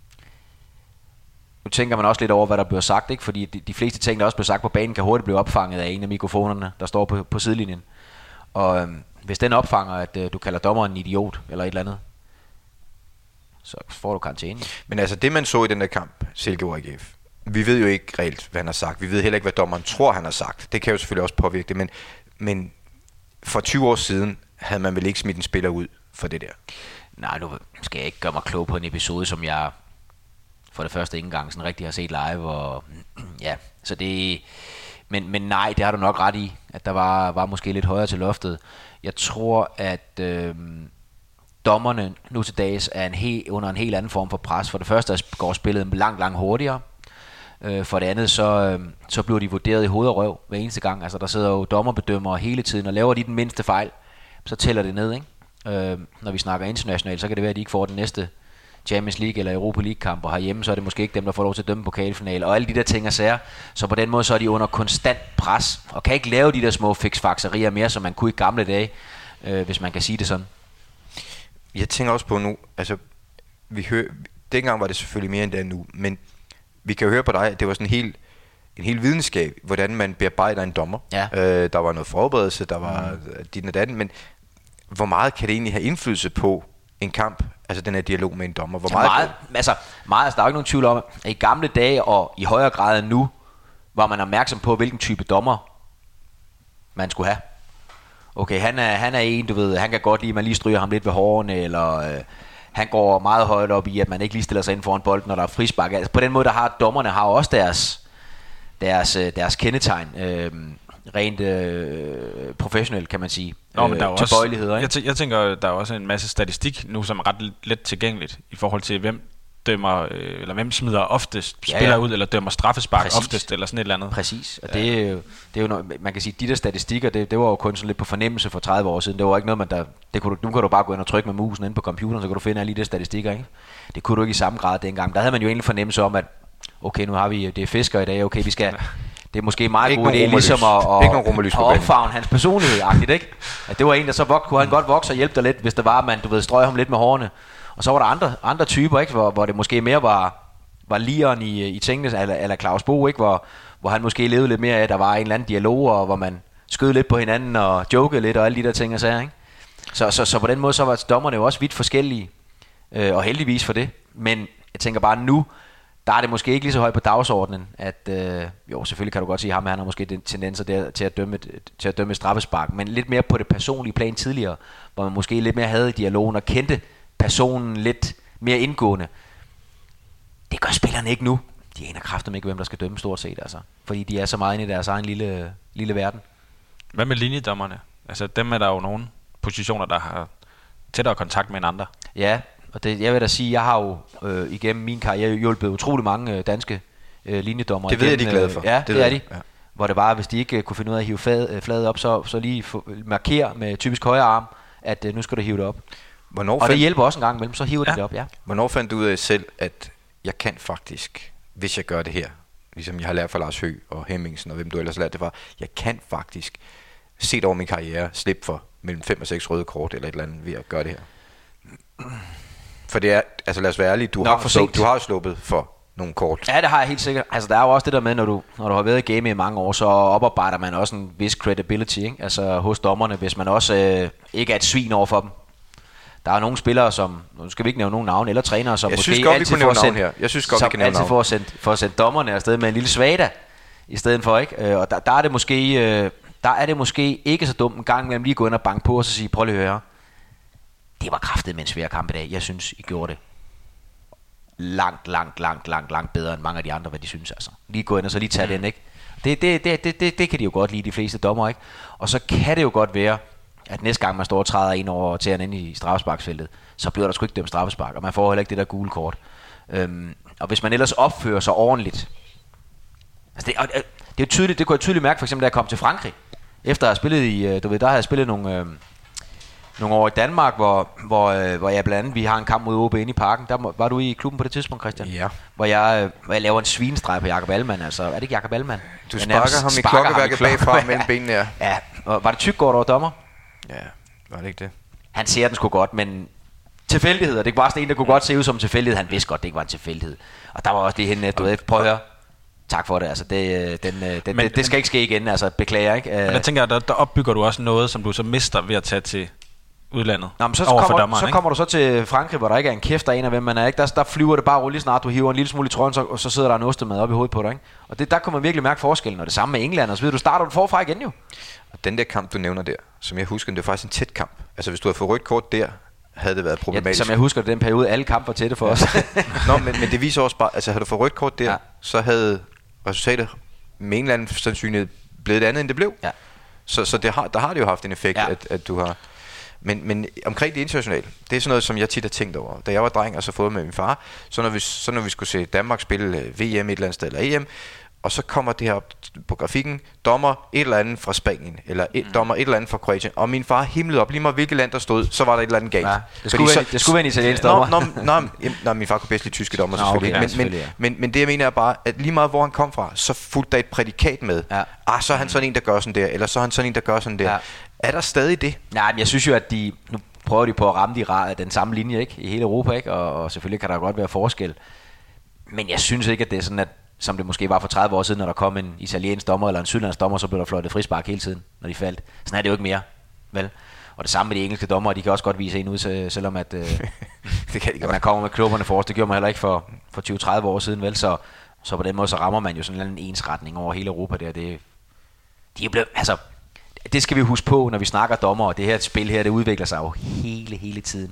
nu tænker man også lidt over, hvad der bliver sagt, ikke? Fordi de, de fleste ting, der også bliver sagt på banen, kan hurtigt blive opfanget af en af mikrofonerne, der står på, på sidelinjen. Og øh, hvis den opfanger, at øh, du kalder dommeren en idiot, eller et eller andet, så får du karantæne. Men altså det, man så i den der kamp, Silkeborg A G F, vi ved jo ikke reelt, hvad han har sagt. Vi ved heller ikke, hvad dommeren tror, han har sagt. Det kan jo selvfølgelig også påvirke det, men, men for tyve år siden havde man vel ikke smidt en spiller ud for det der? Nej, nu skal jeg ikke gøre mig klog på en episode, som jeg for det første ikke engang sådan rigtig har set live. Og, ja, så det, men, men nej, det har du nok ret i, at der var, var måske lidt højere til loftet. Jeg tror, at øh, dommerne nu til dags er en he, under en helt anden form for pres. For det første går spillet langt, langt hurtigere. For det andet, så, så bliver de vurderet i hoved og røv hver eneste gang. Altså der sidder jo dommerbedømmere hele tiden, og laver de den mindste fejl, så tæller det ned, ikke? Øh, når vi snakker internationalt, så kan det være, at de ikke får den næste Champions League eller Europa League kamp, og herhjemme, så er det måske ikke dem, der får lov til at dømme pokalfinale, og alle de der ting og sager. Så på den måde, så er de under konstant pres, og kan ikke lave de der små fiksfakserier mere, som man kunne i gamle dage, øh, hvis man kan sige det sådan. Jeg tænker også på nu, altså, vi hører, dengang var det selvfølgelig mere end det nu, men vi kan jo høre på dig, at det var sådan en hel, en hel videnskab, hvordan man bearbejder en dommer. Ja. Øh, der var noget forberedelse, der var mm. dit og datten, men hvor meget kan det egentlig have indflydelse på en kamp, Altså den her dialog med en dommer. Hvor meget, meget, meget altså, meget, altså, der er jo ikke nogen tvivl om, at i gamle dage og i højere grad end nu, var man opmærksom på, hvilken type dommer man skulle have. Okay, han er, han er en, du ved, han kan godt lide, at man lige stryger ham lidt ved hårene, eller øh, han går meget højt op i, at man ikke lige stiller sig ind foran bolden, når der er frispark. Altså, på den måde, der har dommerne har også deres, deres, deres kendetegn, øh, rent øh, professionelt, kan man sige. Nå, men der er øh, også, tilbøjeligheder, ikke? jeg, t- jeg tænker, der er også en masse statistik nu, som er ret let tilgængeligt, i forhold til, hvem dømmer, øh, eller hvem smider oftest Ja, spiller ja. ud, eller dømmer straffespark Præcis. oftest, eller sådan et eller andet. Præcis, og det, er jo, det er jo noget, man kan sige, de der statistikker, det, det var jo kun sådan lidt på fornemmelse for tredive år siden. Det var ikke noget, man der, det kunne du, nu kan du bare gå ind og trykke med musen inde på computeren, så kan du finde alle de der statistikker, ikke? Det kunne du ikke i samme grad dengang. Der havde man jo egentlig fornemmelse om, at okay, nu har vi, det er fisker i dag, okay, vi skal, det er måske meget Ikke god idé nogen ligesom at, romerlys. Ikke nogen romerlys at, på at banen. omfavne hans personlighed-agtigt, ikke? At det var en, der så vok, kunne han godt vokse og hjælpe dig lidt, hvis der var, man, du ved, strøg ham lidt med hårene. Og så var der andre, andre typer, ikke? Hvor, hvor det måske mere var, var lieren i, i tingene, eller, eller Claus Bo, ikke? Hvor, hvor han måske levede lidt mere af, at der var en eller anden dialog, og hvor man skød lidt på hinanden og jokede lidt og alle de der ting og sager, ikke? Så, så, så på den måde så var dommerne jo også vidt forskellige, øh, og heldigvis for det. Men jeg tænker bare nu, der er det måske ikke lige så højt på dagsordenen, at øh, jo, selvfølgelig kan du godt sige, at ham han har måske den tendenser der, til at dømme til at dømme straffespark, men lidt mere på det personlige plan tidligere, hvor man måske lidt mere havde dialogen og kendte personen lidt mere indgående. Det gør spillerne ikke nu. De aner kraftigt ikke, hvem der skal dømme stort set, altså. Fordi de er så meget inde i deres egen lille, lille verden. Hvad med linjedommerne? Altså dem er der jo nogle positioner, der har tættere kontakt med en andre. Ja, og det, jeg vil da sige, jeg har jo øh, igennem min karriere hjulpet utrolig mange øh, danske øh, linjedommer. Det ved jeg, igennem, de er glade for. Øh, ja, det, det, det er de. Ja. Hvor det var, hvis de ikke øh, kunne finde ud af at hive fad, øh, fladet op, så, så lige få, markere med typisk højre arm, at øh, nu skal du hive det op. Hvornår Og det fandt, hjælper også en gang imellem, så hiver de Ja. det op, ja. hvornår fandt du ud af selv, at jeg kan faktisk, hvis jeg gør det her, ligesom jeg har lært fra Lars Høgh og Hemmingsen og hvem du ellers har lært det fra, jeg kan faktisk, set over min karriere, slippe for mellem fem og seks røde kort eller et eller andet ved at gøre det her. For det er, altså lad os være ærlige, du, Nok har, for sluppet, sent. du har jo sluppet for nogle kort. Ja, det har jeg helt sikkert. Altså, der er jo også det der med, når du, når du har været i game i mange år, så oparbejder man også en vis credibility, ikke? Altså hos dommerne, hvis man også øh, ikke er et svin over for dem. Der er nogle spillere, som, nu skal vi ikke nævne nogen navn, eller trænere, som Jeg måske synes godt, vi altid kunne får nævne sendt, navn her. Jeg synes godt, vi som kan nævne altid navn. får sendt, får sendt dommerne afsted med en lille svada, i stedet for, ikke? Øh, og der, der er det måske, øh, der er det måske ikke så dumt en gang imellem lige gå ind og banke på og så sige, prøv lige at høre, det var kraftigt med en svær kamp i dag. Jeg synes, I gjorde det langt, langt, langt, langt, langt bedre end mange af de andre, hvad de synes, altså. Lige gå ind og så lige tage mm. den, ikke? Det, det, det, det, det, det kan de jo godt lide, de fleste dommer, ikke? Og så kan det jo godt være, at næste gang man står og træder en over til han ind i straffesparksfeltet, så bliver der sgu ikke dømt straffespark, og man får heller ikke det der gule kort. Øhm, og hvis man ellers opfører sig ordentligt, altså det, og, det er jo tydeligt, det kunne jeg tydeligt mærke, for eksempel da jeg kom til Frankrig, efter at have spillet i, du ved, der har jeg spillet nogle, øh, nogle år i Danmark, hvor, hvor, øh, hvor jeg blandt andet, vi har en kamp mod O B inde i parken, der må, var du i klubben på det tidspunkt, Christian? Ja. Hvor jeg, øh, hvor jeg laver en svinestreg på Jakob Allmann, altså, er det ikke Jakob Allmann? Du Jeg sparker nærmest ham i sparker klokkeværket ham i bagfra klokke- mellem benene, ja. Ja, og var det Tyggaard, der var dommer? Ja, var det ikke det? Han ser den sgu godt, men tilfældigheder, det var også en, der kunne godt se ud som en tilfældighed. Han vidste godt, det ikke var en tilfældighed. Og der var også det henne, du ved, prøv at høre. Tak for det, altså det, den, den, Men- det, det skal ikke ske igen, altså beklager, ikke? Men der tænker jeg, der, der opbygger du også noget, som du så mister ved at tage til udlandet. Nå, men så, over for kommer, dommeren, så ikke? kommer du så til Frankrig, hvor der ikke er en kæft, der er en af hvem man er, ikke? Der, der flyver det bare roligt snart, du hiver en lille smule i trøjen, så, og så sidder der en ostemad op i hovedet på dig, ikke? Og det, der kan man virkelig mærke forskellen, og det samme med England, og så videre. Du starter du forfra igen jo. Og den der kamp, du nævner der, som jeg husker, det var faktisk en tæt kamp. Altså hvis du havde fået rødt kort der, havde det været Ja, problematisk. som jeg husker, den periode, alle kampe var tætte for os. Nå, men, men det viser også bare, altså havde du fået rødt kort der, Ja. ja. så havde resultatet med en eller anden sandsynlighed blevet det andet, end det blev. Ja. Så, så det har, der har det jo haft en effekt, Ja. ja. at, at du har... Men, men omkring det internationale, det er sådan noget, som jeg tit har tænkt over. Da jeg var dreng og så fået med min far, så når vi, så når vi skulle se Danmark spille V M et eller andet sted, eller E M, og så kommer det her på grafikken, dommer et eller andet fra Spanien, eller et, mm. dommer et eller andet fra Kroatien, og min far himlede op, lige meget hvilket land der stod, så var der et eller andet galt. Ja, det skulle være- det skulle være en italiensk Nå, dommer. Nå, nå, nå, jamen, nå, min far kunne bedst lide tyske dommer, Nå, selvfølgelig. okay, ja, men, selvfølgelig, ja. men, men, men det jeg mener er bare, at lige meget hvor han kom fra, så fulgte der et prædikat med. Ja. Ah, så er han sådan en, der gør sådan der, eller så er han sådan en, der gør sådan der. Ja. Er der stadig det? Nej, men jeg synes jo, at de... Nu prøver de på at ramme de, ra- den samme linje, ikke? I hele Europa, ikke? Og, og selvfølgelig kan der godt være forskel. Men jeg synes ikke, at det er sådan, at som det måske var for tredive år siden, når der kom en italiensk dommer eller en sydlandsk dommer, så blev der fløjtet frispark hele tiden, når de faldt. Sådan er det jo ikke mere, vel? Og det samme med de engelske dommer, de kan også godt vise en ud, så- selvom at... Øh, Det kan de godt. Man kommer med klubberne for os. Det gjorde man heller ikke for, for tyve til tredive år siden, vel? Så, så på den måde, så rammer man jo sådan en ensretning over hele Europa der. Det, de er blevet, altså, det skal vi huske på, når vi snakker dommer, og det her spil her, det udvikler sig jo hele, hele tiden.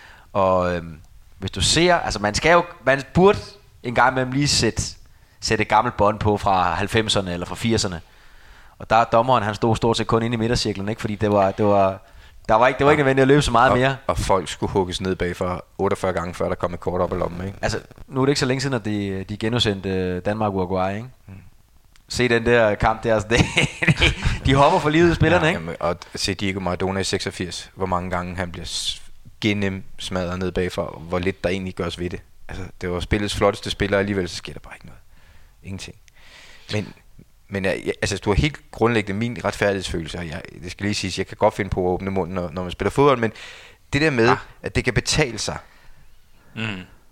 Og øhm, hvis du ser, altså man skal jo, man burde en gang imellem lige sætte, sætte et gammelt bånd på fra halvfemserne eller fra firserne. Og der er dommeren, han stod stort set kun inde i midtercirklen, ikke? Fordi det var, det var, der var ikke, det var ikke nødvendigt at løbe så meget og, mere. Og folk skulle hugges ned bagfra otteogfyrre gange, før der kom et kort op i lommen, ikke? Altså, nu er det ikke så længe siden, at de, de genudsendte Danmark-Uruguay, ikke? Mm. Se den der kamp der, altså det, de hopper for livet, spillerne, ja, ikke? Jamen, og se Diego Maradona i seksogfirs, hvor mange gange han bliver gennemsmadret ned bagfra, og hvor lidt der egentlig gørs ved det. Altså, det var spillets flotteste spiller, og alligevel så sker der bare ikke noget. Ingenting. Men, men jeg, altså, du har helt grundlæggende min retfærdighedsfølelse, og jeg, det skal lige sige, jeg kan godt finde på at åbne munden, når, når man spiller fodbold, men det der med, ja. at det kan betale sig, mm.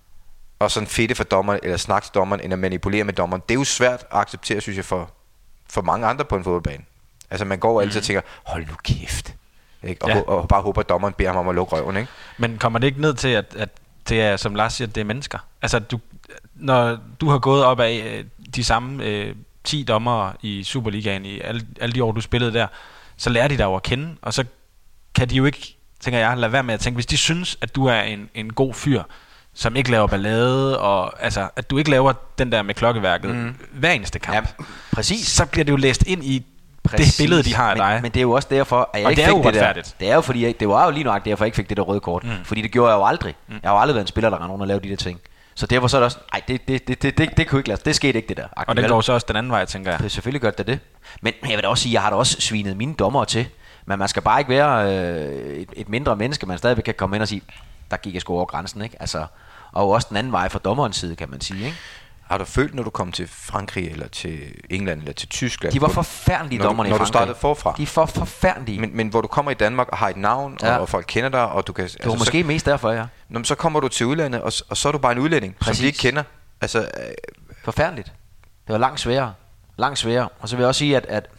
og sådan fedte for dommeren, eller snakke til dommeren, end at manipulere med dommeren, det er jo svært at acceptere, synes jeg, for, for mange andre på en fodboldbane. Altså, man går altid mm. og tænker, hold nu kæft, ikke? Og, ja. og, og bare håber, at dommeren beder ham om at lukke røven, ikke? Men kommer det ikke ned til, at, at det er, som Lars siger, det er mennesker? Altså, du, når du har gået op af øh, de samme øh, ti dommere i Superligaen i alle, alle de år, du spillede der, så lærer de dig jo at kende, og så kan de jo ikke, tænker jeg, lade være med at tænke, hvis de synes, at du er en, en god fyr, som ikke laver ballade, og altså, at du ikke laver den der med klokkeværket mm. hver eneste kamp, ja, præcis. Så bliver det jo læst ind i præcis. Det billede, de har af men, dig. Men det er jo også derfor, at jeg og ikke det fik det der. Det er jo fordi, jeg, det var jo lige nok derfor, jeg ikke fik det der røde kort. Mm. Fordi det gjorde jeg jo aldrig. Mm. Jeg har jo aldrig været en spiller, der rendte rundt og lavede de der ting. Så derfor så er det også, nej, det, det, det, det, det, det kunne ikke lade. Det skete ikke, det der. Og det går så også den anden vej, tænker jeg. Det selvfølgelig gør det det. Men jeg vil da også sige, jeg har da også svinet mine dommere til. Men man skal bare ikke være øh, et, et mindre menneske, man stadigvæk kan komme ind og sige, der gik jeg sgu over grænsen, ikke? Altså, og også den anden vej fra dommerens side, kan man sige, ikke? Har du følt, når du kom til Frankrig, eller til England, eller til Tyskland? De var forfærdelige, dommerne i Når Frankrig. du startede forfra? De er for forfærdelige. Men, men hvor du kommer i Danmark og har et navn, ja. og, og folk kender dig, og du kan... Det var altså, måske så, mest derfor, ja. Når, så kommer du til udlandet, og, og så er du bare en udlænding, præcis. Som de ikke kender. Altså, øh, forfærdeligt. Det var langt sværere. Langt sværere. Og så vil jeg også sige, at, at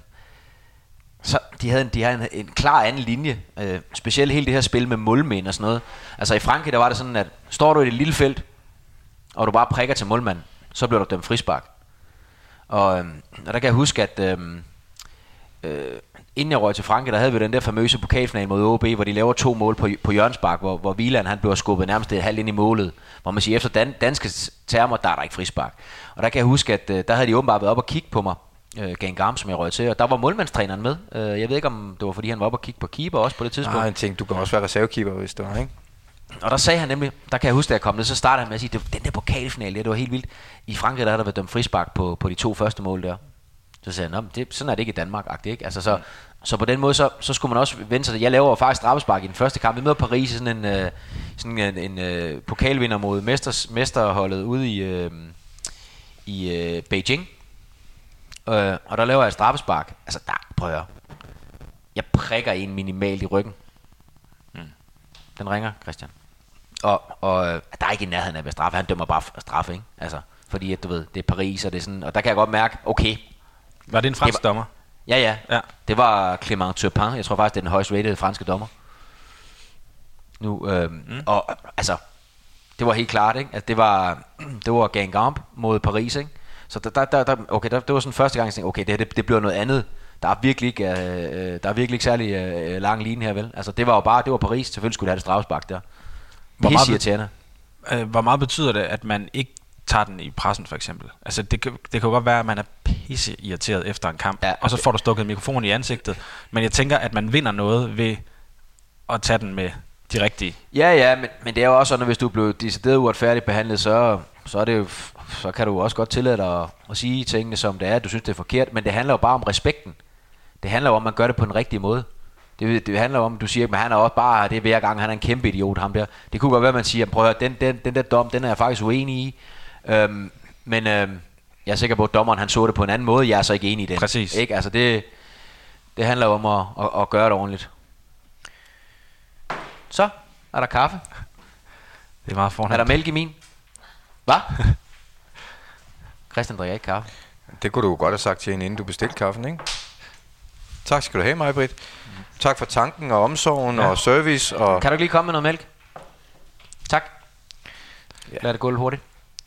så de havde en, de havde en, en klar anden linje. Øh, specielt hele det her spil med målmænd og sådan noget. Altså i Frankrig, der var det sådan, at står du i et lille felt, og du bare prikker til målmanden, så bliver du dømt frispark. Og, øhm, og der kan jeg huske, at øhm, øh, inden jeg røg til Frankrig, der havde vi den der famøse pokalfinal mod O B, hvor de laver to mål på, på hjørnespark, hvor, hvor Wieland han blev skubbet nærmest et halvt ind i målet. Hvor man siger, efter dan, danske termer, der er der ikke frispark. Og der kan jeg huske, at øh, der havde de åbenbart været op og kigge på mig, øh, Gangam, som jeg røg til, og der var målmandstræneren med. Øh, jeg ved ikke, om det var fordi han var op og kigge på keeper også på det tidspunkt. Nej, jeg tænkte, du kan også være reservekeeper, hvis det var, ikke? Og der sagde han nemlig, der kan jeg huske, da jeg kom ned, så startede han med at sige, det, den der pokalfinale, det var helt vildt. I Frankrig, der havde der været dømt frispark på, på de to første mål der. Så sagde han, det, sådan er det ikke i Danmark-agtigt, ikke? Altså, så, mm. så på den måde, så, så skulle man også vende sig. Jeg laver faktisk straffespark i den første kamp. Vi møder Paris i sådan en, øh, sådan en, en øh, pokalvinder mod mesters, mesterholdet ude i, øh, i øh, Beijing. Øh, og der laver jeg et straffespark. Altså, der prøver jeg. Jeg prikker en minimalt i ryggen. Mm. Den ringer, Christian. Og, og der er ikke i nærheden af at straffe. Han dømmer bare straffe, ikke? Altså, fordi at, du ved, det er Paris, og det er sådan, og der kan jeg godt mærke, okay. Var det en fransk var, dommer? Ja, ja, ja. Det var Clément Turpin. Jeg tror faktisk, det er den højst rated franske dommer. Nu, øhm, mm. og altså, det var helt klart, ikke? At det var, det var Gangam mod Paris, ikke? Så der, der, der, okay, der, det var sådan første gang, jeg tænkte, okay, det, det, det bliver noget andet. Der er virkelig ikke, øh, der er virkelig ikke særlig øh, lang linje her, vel? Altså, det var jo bare, det var Paris. Selvfølgelig skulle det have det straffespark der. Hvor meget, øh, hvor meget betyder det, at man ikke tager den i pressen, for eksempel? Altså, det, det kan jo godt være, at man er pisse irriteret efter en kamp, ja, og så får du stukket mikrofonen i ansigtet. Men jeg tænker, at man vinder noget ved at tage den med de rigtige. Ja, ja, men, men det er jo også sådan, at hvis du blev decideret uretfærdigt behandlet, så, så, er det jo, så kan du jo også godt tillade dig at, at sige tingene, som det er, at du synes, det er forkert. Men det handler jo bare om respekten. Det handler jo om, at man gør det på den rigtige måde. Det, det handler om, du siger, at han er også bare, det er hver gang, han er en kæmpe idiot, ham der. Det kunne godt være, at man siger, prøv at høre, den, den, den der dom, den er jeg faktisk uenig i. Øhm, men øhm, jeg er sikker på, at dommeren, han så det på en anden måde, jeg er så ikke enig i den. Præcis. Ikke? Altså det, det handler om at, at, at gøre det ordentligt. Så er der kaffe. Det er meget fornemt. Er der mælk i min? Hvad? Christian drikker ikke kaffe. Det kunne du godt have sagt til hende, inden du bestilte kaffen, ikke? Tak skal du have, Maj-Britt. Tak for tanken og omsorgen, ja, og service. Og kan du ikke lige komme med noget mælk? Tak. Ja. Lad det gå lidt hurtigt.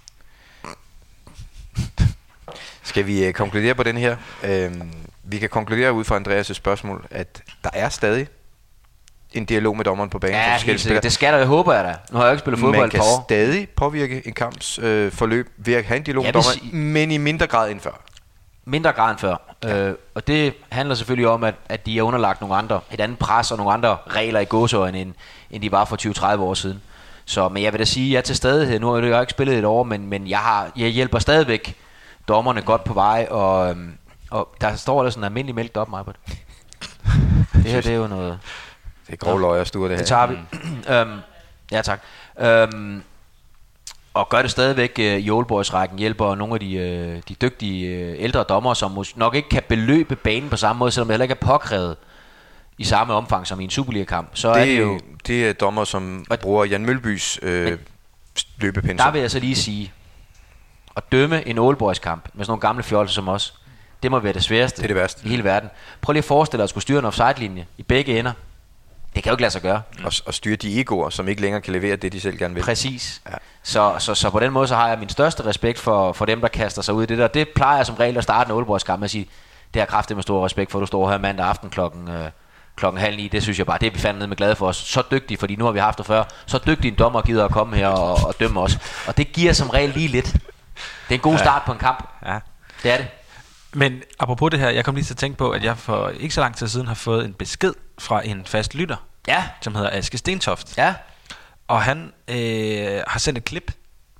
Skal vi uh, konkludere på den her? Uh, vi kan konkludere ud fra Andreas' spørgsmål, at der er stadig en dialog med dommeren på banen. Ja, helt sikkert. Det skal der, jeg håber jeg da. Nu har jeg ikke spillet fodbold Man kan på år. stadig påvirke en kamps øh, forløb ved at have en dialog med dommeren, sige, men i mindre grad end før. Mindre grad end før. Ja. Øh, og det handler selvfølgelig om, at, at de er underlagt nogle andre, et andet pres og nogle andre regler i gåseøjne, end, end de var for tyve til tredive år siden. Så, men jeg vil da sige, at jeg er til stadighed. Nu har jeg ikke spillet et år, men, men jeg, har, jeg hjælper stadigvæk dommerne godt på vej, og, og der står der sådan en almindelig mælk op, Majbert. Det her, det er jo noget... Det er grov løjerstuer, det her. Det tager vi. øhm, ja, tak. Øhm, og gør det stadigvæk øh, i oldboys-rækken, hjælper nogle af de, øh, de dygtige øh, ældre dommere, som mås- nok ikke kan beløbe banen på samme måde, selvom det heller ikke er påkrævet i samme omfang som i en Superliga-kamp. Så det, er det jo... Det er dommer, som bruger Jan Mølbys øh, løbepensel. Der vil jeg så lige sige, at dømme en oldboys-kamp med sådan nogle gamle fjolser som os, det må være det sværeste det er det værste. i hele verden. Prøv lige at forestille dig at skulle styre en offside-linje i begge ender. Det kan jo ikke lade sig gøre. Og, og styre de egoer, som ikke længere kan levere det, de selv gerne vil. Præcis. Ja. Så, så, så på den måde så har jeg min største respekt for, for dem, der kaster sig ud i det der. Det plejer jeg som regel at starte en oldboys-kamp med at sige, det har kraftigt med stor respekt for, at du står her mandag aften klokken, øh, klokken halv ni. Det synes jeg bare, det er vi fandme ned med glade for os. Så dygtige, fordi nu har vi haft det før. Så dygtig en dommer gider at komme her og, og dømme os. Og det giver som regel lige lidt. Det er en god start på en kamp. Ja. Det er det. Men apropos det her, jeg kom lige til at tænke på, at jeg for ikke så lang tid siden har fået en besked fra en fast lytter, ja, som hedder Aske Stentoft. Ja. Og han øh, har sendt et klip,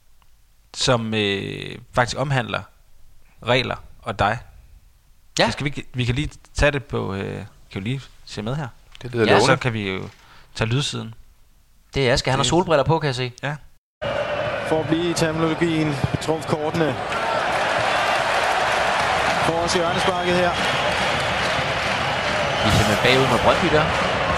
som øh, faktisk omhandler regler og dig. Ja. Så skal vi, vi kan lige tage det på, øh, kan vi lige se med her. Det lyder ja, lovende. så kan vi jo tage lydsiden. Det er Aske, han har solbriller på, kan jeg se. Ja. For at blive i terminologien, trumfkortene. For os i hjørnesparket her. Vi er simpelthen bagud med Brøndby der.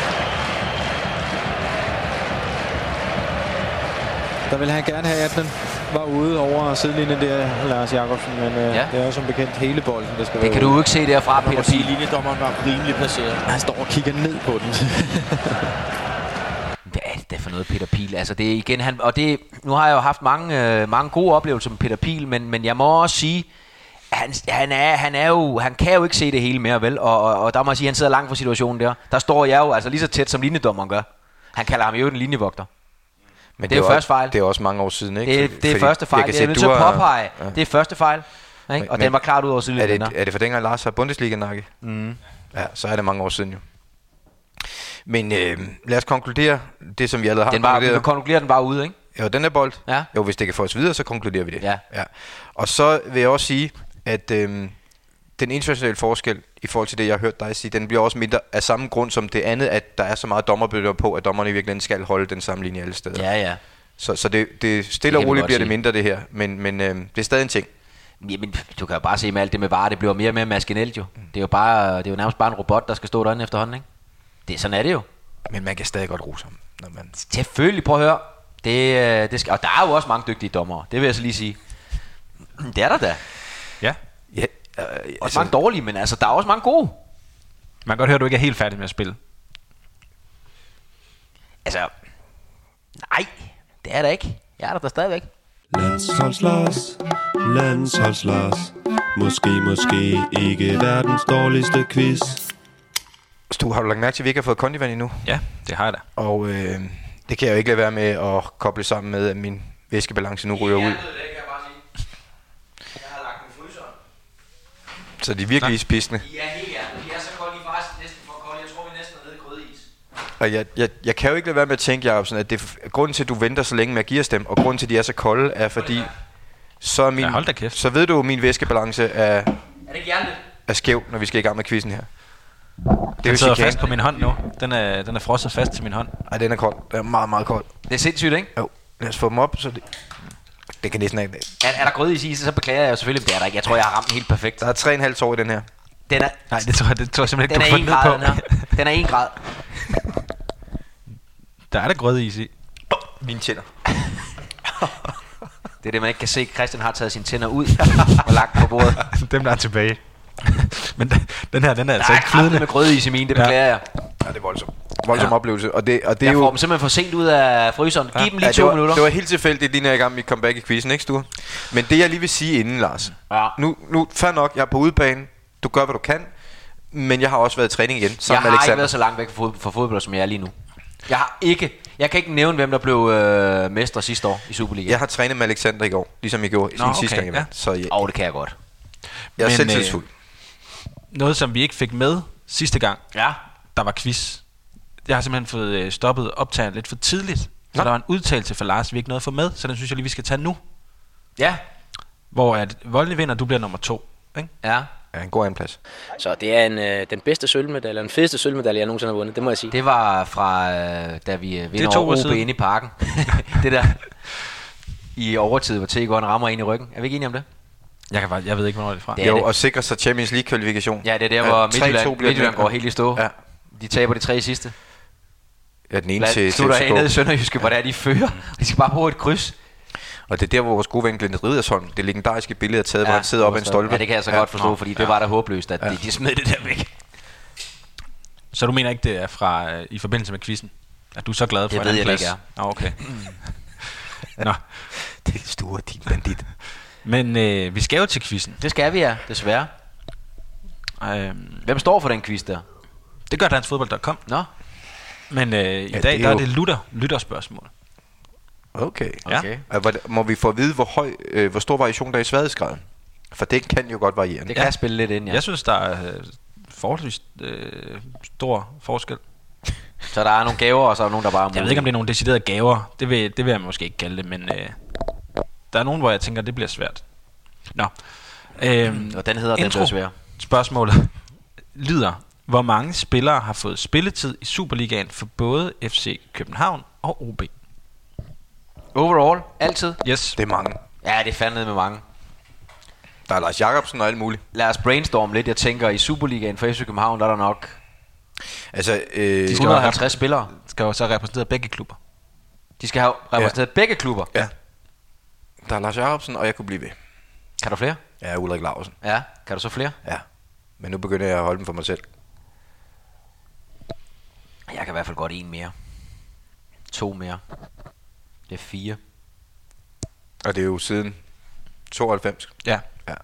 Der vil han gerne have, at den var ude over sidelinjen der, Lars Jacobsen, men øh, ja. det er jo som bekendt hele bolden, der skal det være kan ude. Du jo ikke se derfra, Peter Pihl. Linjedommeren var rimelig placeret. Han står og kigger ned på den. Hvad er det der for noget, Peter Pihl? Altså det er igen, han, og det, nu har jeg jo haft mange, øh, mange gode oplevelser med Peter Pihl, men, men jeg må også sige, han, han, er, han, er jo, han kan jo ikke se det hele mere, vel? Og, og, og der må jeg sige, han sidder langt fra situationen der. Der står jeg jo altså lige så tæt, som linjedommeren gør. Han kalder ham jo en linjevogter. Men det er jo første fejl. Det er også mange år siden, ikke? Det, det er første fejl. Det er nødt til at påpege. Ja. Det er første fejl. Ikke? Og men, den var klart ud over siden. Er det, er det for dengang Lars har Bundesliga-nakke? Mm. Ja, så er det mange år siden jo. Men øh, lad os konkludere det, som vi allerede har den var, konkluderet. Vi konkluderer den bare ude, ikke? Jo, den er bold. Ja. Jo, hvis det kan få os videre, så konkluderer vi det. Ja. Ja. Og så vil jeg også sige, at øh, den internationale forskel i forhold til det, jeg har hørt dig sige, den bliver også mindre af samme grund som det andet, at der er så meget dommerbøtter på, at dommerne i virkeligheden skal holde den samme linje alle steder. Ja, ja. Så, så det, det stille og roligt bliver det mindre det her, men, men øh, det er stadig en ting. Jamen, du kan jo bare se med alt det med varer, det bliver mere og mere maskinelt jo. Det er jo bare, det er jo nærmest bare en robot, der skal stå derinde efterhånden, ikke? Det, sådan er det jo. Men man kan stadig godt rose ham, når man... Selvfølgelig, prøv at høre. Det, det skal, og der er jo også mange dygtige dommere, det vil jeg så lige sige. Det er der da. Ja. Ja, øh, også altså, mange dårlige, men altså, der er også mange gode. Man kan godt høre, at du ikke er helt færdig med at spille. Altså, nej, det er der ikke. Jeg er der, der stadigvæk. Landsholds Lars, Landsholds Lars. Måske, måske ikke verdens dårligste quiz. Stu, har du lagt mærke til, at vi ikke har fået kondivand endnu? Ja, det har jeg da. Og øh, det kan jeg jo ikke lade være med at koble sammen med, at min væskebalance nu ryger ud. Jeg ved det, kan jeg bare sige. Jeg har lagt den i fryseren. Så de er virkelig ispidsende. De er helt hjertet. De er så kolde, de er faktisk næsten for kolde. Jeg tror, vi næsten er nede i grødeis. Og jeg, jeg, jeg kan jo ikke lade være med at tænke, Jacobsen, at det, grunden til, at du venter så længe med at give os dem, og grunden til, at de er så kolde, er fordi, så, er min, ja, hold da kæft. så ved du, at min væskebalance er, er, det ikke hjertet? er skæv, når vi skal i gang med quizzen her. Det den sidder fast på min hånd nu. Den er, den er frosset fast til min hånd. Ej, den er kold. Den er meget, meget kold. Det er sindssygt, ikke? Jo, lad os få dem op, så det... Det kan næsten ikke... Er, er der grødeis i, så beklager jeg jo selvfølgelig, det er der ikke. Jeg tror, jeg har ramt den helt perfekt. Der er tre komma fem tår i den her. Den er... Nej, det tror jeg, det tror jeg simpelthen ikke, du får ned på. Den er, den er en grad. Der er der grødeis i. Oh, mine tænder. Det er det, man ikke kan se. Christian har taget sine tænder ud og lagt på bordet. Dem der er tilbage. Men den, den her, den er der altså er ikke flydende. med grødeis i min, det beklager ja. jeg. Ja, det er voldsomt. voldsom ja. oplevelse. Og det, og det jeg er får jo... dem simpelthen for sent ud af fryseren. Giv ja. dem lige ja, to det var, minutter. Det var helt tilfældigt, lige når jeg er i gang med comeback i quizzen, ikke Sture? Men det jeg lige vil sige inden, Lars. Ja. Nu, nu, fair nok, jeg er på udebane. Du gør, hvad du kan. Men jeg har også været i træning igen. Jeg har Alexander. ikke været så langt væk fra fodbold, fra fodbold, som jeg er lige nu. Jeg har ikke... Jeg kan ikke nævne, hvem der blev øh, mestre sidste år i Superligaen. Jeg har trænet med Alexander i går, ligesom jeg gjorde i sin okay, sidste gang. Ja. Så jeg, oh, det kan jeg godt. Jeg er Men, selvtidsfuld. Øh, noget, som vi ikke fik med sidste gang, ja. der var quiz. Jeg har simpelthen fået øh, stoppet optaget lidt for tidligt. Så Nå. der var en udtalelse for Lars, vi ikke nåede at få med. Så den synes jeg lige, vi skal tage nu. Ja. Hvor at Voldny vinder, du bliver nummer to. Ikke? Ja. Ja, en god andenplads. Så det er en, øh, den bedste sølvmedalje, den fedeste sølvmedalje, jeg nogensinde har vundet, det må jeg sige. Det var fra, øh, da vi øh, vinder over O B inde i parken. Det der i overtid, hvor Tegården rammer ind i ryggen. Er vi ikke enige om det? Jeg, kan bare, jeg ved ikke, hvornår det er fra. Det er jo, det. Og sikre sig Champions League-kvalifikation. Ja, det er der, hvor ja, Midtjylland, Midtjylland går helt i stå. Ja. De taber de tre sidste. Ja, den ene til slutter af nede i Sønderjyske, hvor der er de fører. De skal bare bruge et kryds. Og det er der, hvor vores gode ven Glenn Riddersholm, det legendariske billede er taget, ja, hvor han sidder oppe i en stolpe. Ja, det kan jeg så ja. godt forstå, fordi ja. det var da håbløst, at ja. de, de smed det der væk. Så du mener ikke, det er fra uh, i forbindelse med quizzen? At du er så glad for det en ved plads? Jeg ikke er. Ah, okay. Nå. Det er store, din bandit. Men øh, vi skal jo til quizzen. Det skal vi, ja, desværre. Øhm, Hvem står for den quiz der? Det gør danskfodbold punktum com. Nå. Men øh, i ja, dag det er der jo... er det lytter, lytterspørgsmål. Okay. okay. Ja. Må vi få at vide, hvor, høj, øh, hvor stor variation der er i sværhedsgraden? For det kan jo godt variere. Det kan ja. spille lidt ind, ja. Jeg synes, der er øh, forholdsvis øh, stor forskel. Så der er nogle gaver, og så er der nogen, der bare... Jeg ved ikke, om det er nogle deciderede gaver. Det vil, det vil jeg måske ikke kalde det, men øh, der er nogen, hvor jeg tænker, det bliver svært. Nå. Øhm, og den hedder, den bliver svær. Spørgsmålet lyder: hvor mange spillere har fået spilletid i Superligaen for både F C København og O B? Overall? Altid? Yes. Det er mange. Ja, det er fandme med mange. Der er Lars Jacobsen og alt muligt. Lad os brainstorme lidt. Jeg tænker, i Superligaen for F C København, der er der nok... Altså, øh, de skal have halvtreds spillere. Skal jo så repræsentere begge klubber. De skal have repræsenteret ja. begge klubber? Ja. Der er Lars Jacobsen, og jeg kunne blive ved. Kan du flere? Ja, Ulrik Lausen. Ja, kan du så flere? Ja. Men nu begynder jeg at holde dem for mig selv. Jeg kan i hvert fald godt en mere. To mere. Det er fire. Og det er jo siden tooghalvfems. Ja. Ja.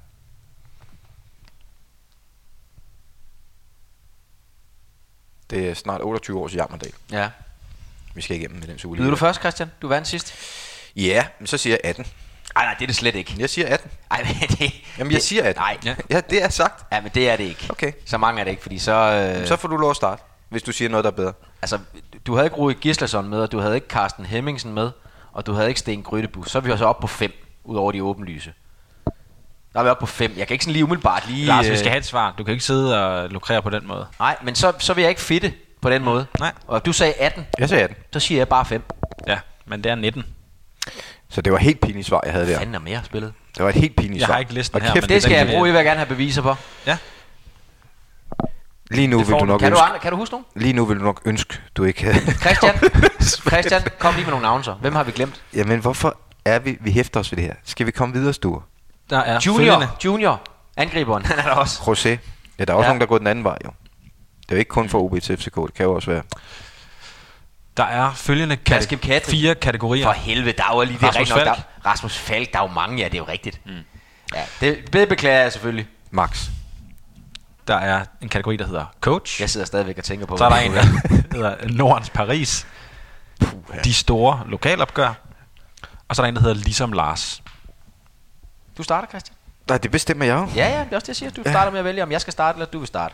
Det er snart otteogtyve års jammerdal. Ja. Vi skal igennem med den Superliga. Byder du først, Christian? Du vandt sidst. Ja, men så siger jeg atten. Nej, nej, det er det slet ikke. Jeg siger atten. Ej, men det... Jamen, jeg siger atten. Nej. Ja. ja, det er sagt. Ja, men det er det ikke. Okay. Så mange er det ikke, fordi så... Øh... Så får du lov at starte, hvis du siger noget, der er bedre. Altså, du havde ikke Rui Gislason med, og du havde ikke Carsten Hemmingsen med, og du havde ikke Sten Grydebus. Så er vi også oppe på fem, ud over de åbenlyse. Der er vi oppe på fem. Jeg kan ikke sådan lige umiddelbart lige... Lars, vi skal have et svar. Du kan ikke sidde og lukrere på den måde. Nej, men så, så vil jeg ikke fitte på den måde. Nej. Og du sagde atten. Jeg sagde atten. Så siger jeg bare fem. Ja, men det er nitten. Så det var helt pinligt svar, jeg havde der. Hvad fanden er mere spillet? Det var et helt pinligt svar. Jeg har ikke listen her. Kæft, men det skal jeg bruge, jeg vil gerne have beviser på. Ja. Lige nu vil du nok kan ønske... Du andre, kan du huske nogen? Lige nu vil du nok ønske, du ikke havde... Christian, Christian, kom lige med nogle navne så. Hvem har vi glemt? Jamen, hvorfor er vi... Vi hæfter os ved det her. Skal vi komme videre, Sture? Der er Junior, følgende. Junior. Angriberen, han er der også. José. Ja, der er også ja. nogen, der går den anden vej, jo. Det er jo ikke kun for O B til F C K, det kan jo også være. Der er følgende kate- fire kategorier. For helvede, der er jo lige det Rasmus rigtigt. Falk. Der, Rasmus Falk, der er jo mange, ja, det er jo rigtigt. Mm. Ja, det, det beklager jeg selvfølgelig. Max. Der er en kategori, der hedder coach. Jeg sidder stadigvæk og tænker på. Så er der en, der hedder Nordens Paris. Puh, ja. De store lokalopgør. Og så er der en, der hedder Ligesom Lars. Du starter, Christian. Nej, det bestemmer jeg jo. Ja, ja, det er også det, jeg siger. Du ja. starter med at vælge, om jeg skal starte, eller du vil starte.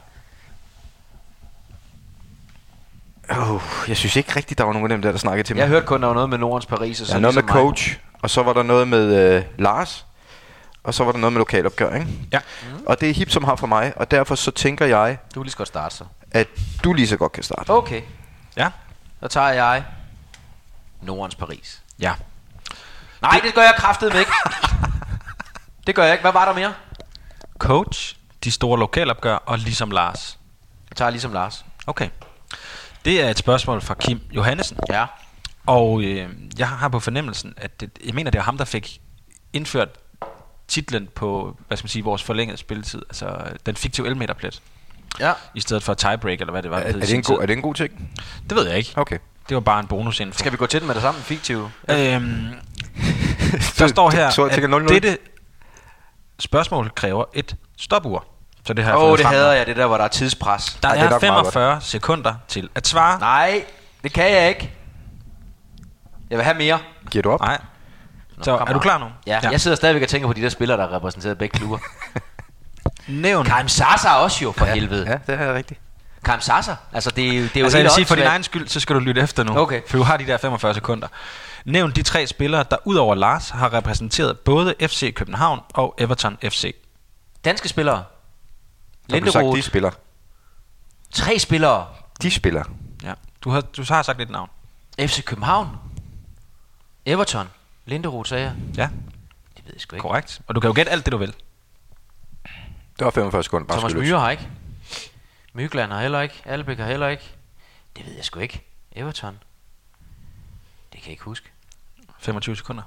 Oh, jeg synes ikke rigtigt, der var nogen af dem der, der snakkede til mig. Jeg hørte kun, der var noget med Nordens Paris. Og så ja, noget med ligesom coach, mig. Og så var der noget med øh, Lars, og så var der noget med lokalopgør, ikke? Ja. Mm. Og det er hip som har for mig, og derfor så tænker jeg... Du vil lige så godt starte så. At du lige så godt kan starte. Okay. Ja. Så tager jeg Nordens Paris. Ja. Nej, det, det gør jeg kraftedeme ikke. Det gør jeg ikke. Hvad var der mere? Coach, de store lokalopgør og Ligesom Lars. Jeg tager Ligesom Lars. Okay. Det er et spørgsmål fra Kim Johannesen. Ja. Og øh, jeg har på fornemmelsen, at det, jeg mener, det er ham, der fik indført titlen på, hvad skal man sige, vores forlængede spilletid. Altså den fiktive elmeterplet. Ja. I stedet for tiebreak, eller hvad det var. Er, det er, det en god, er det en god ting? Det ved jeg ikke. Okay. Det var bare en bonusinfo. Skal vi gå til den med det samme fiktive? Øhm, der står her, at dette spørgsmål kræver et stopur. Så det her Åh, oh, det hader jeg, det der, hvor der er tidspres. Der Ej, er, er femogfyrre sekunder til at svare. Nej, det kan jeg ikke. Jeg vil have mere. Giver du op? Nej. Så er du klar nu? Ja, ja, jeg sidder stadigvæk og tænker på de der spillere, der repræsenterer begge klubber. Nævn. Karim Sasa også jo, for ja, helvede. Ja, det er rigtigt. Karim Sasa, altså det er jo, det er jo altså, jeg vil sige, for din åndssvagt. egen skyld, så skal du lytte efter nu. Okay. For du har de der femogfyrre sekunder. Nævn de tre spillere, der udover Lars har repræsenteret både F C København og Everton F C. Danske spillere. Linderoth. De spiller. Tre spillere. De spiller. Ja. Du har, du har sagt lidt navn. F C København. Everton. Linderoth, sagde jeg. Ja. Det ved jeg sgu ikke. Korrekt. Og du kan jo gætte alt det, du vil. Det var femogfyrre sekunder. Thomas Myhre har ikke. Mykland har heller ikke. Albæk har heller ikke. Det ved jeg sgu ikke. Everton. Det kan jeg ikke huske. femogtyve sekunder.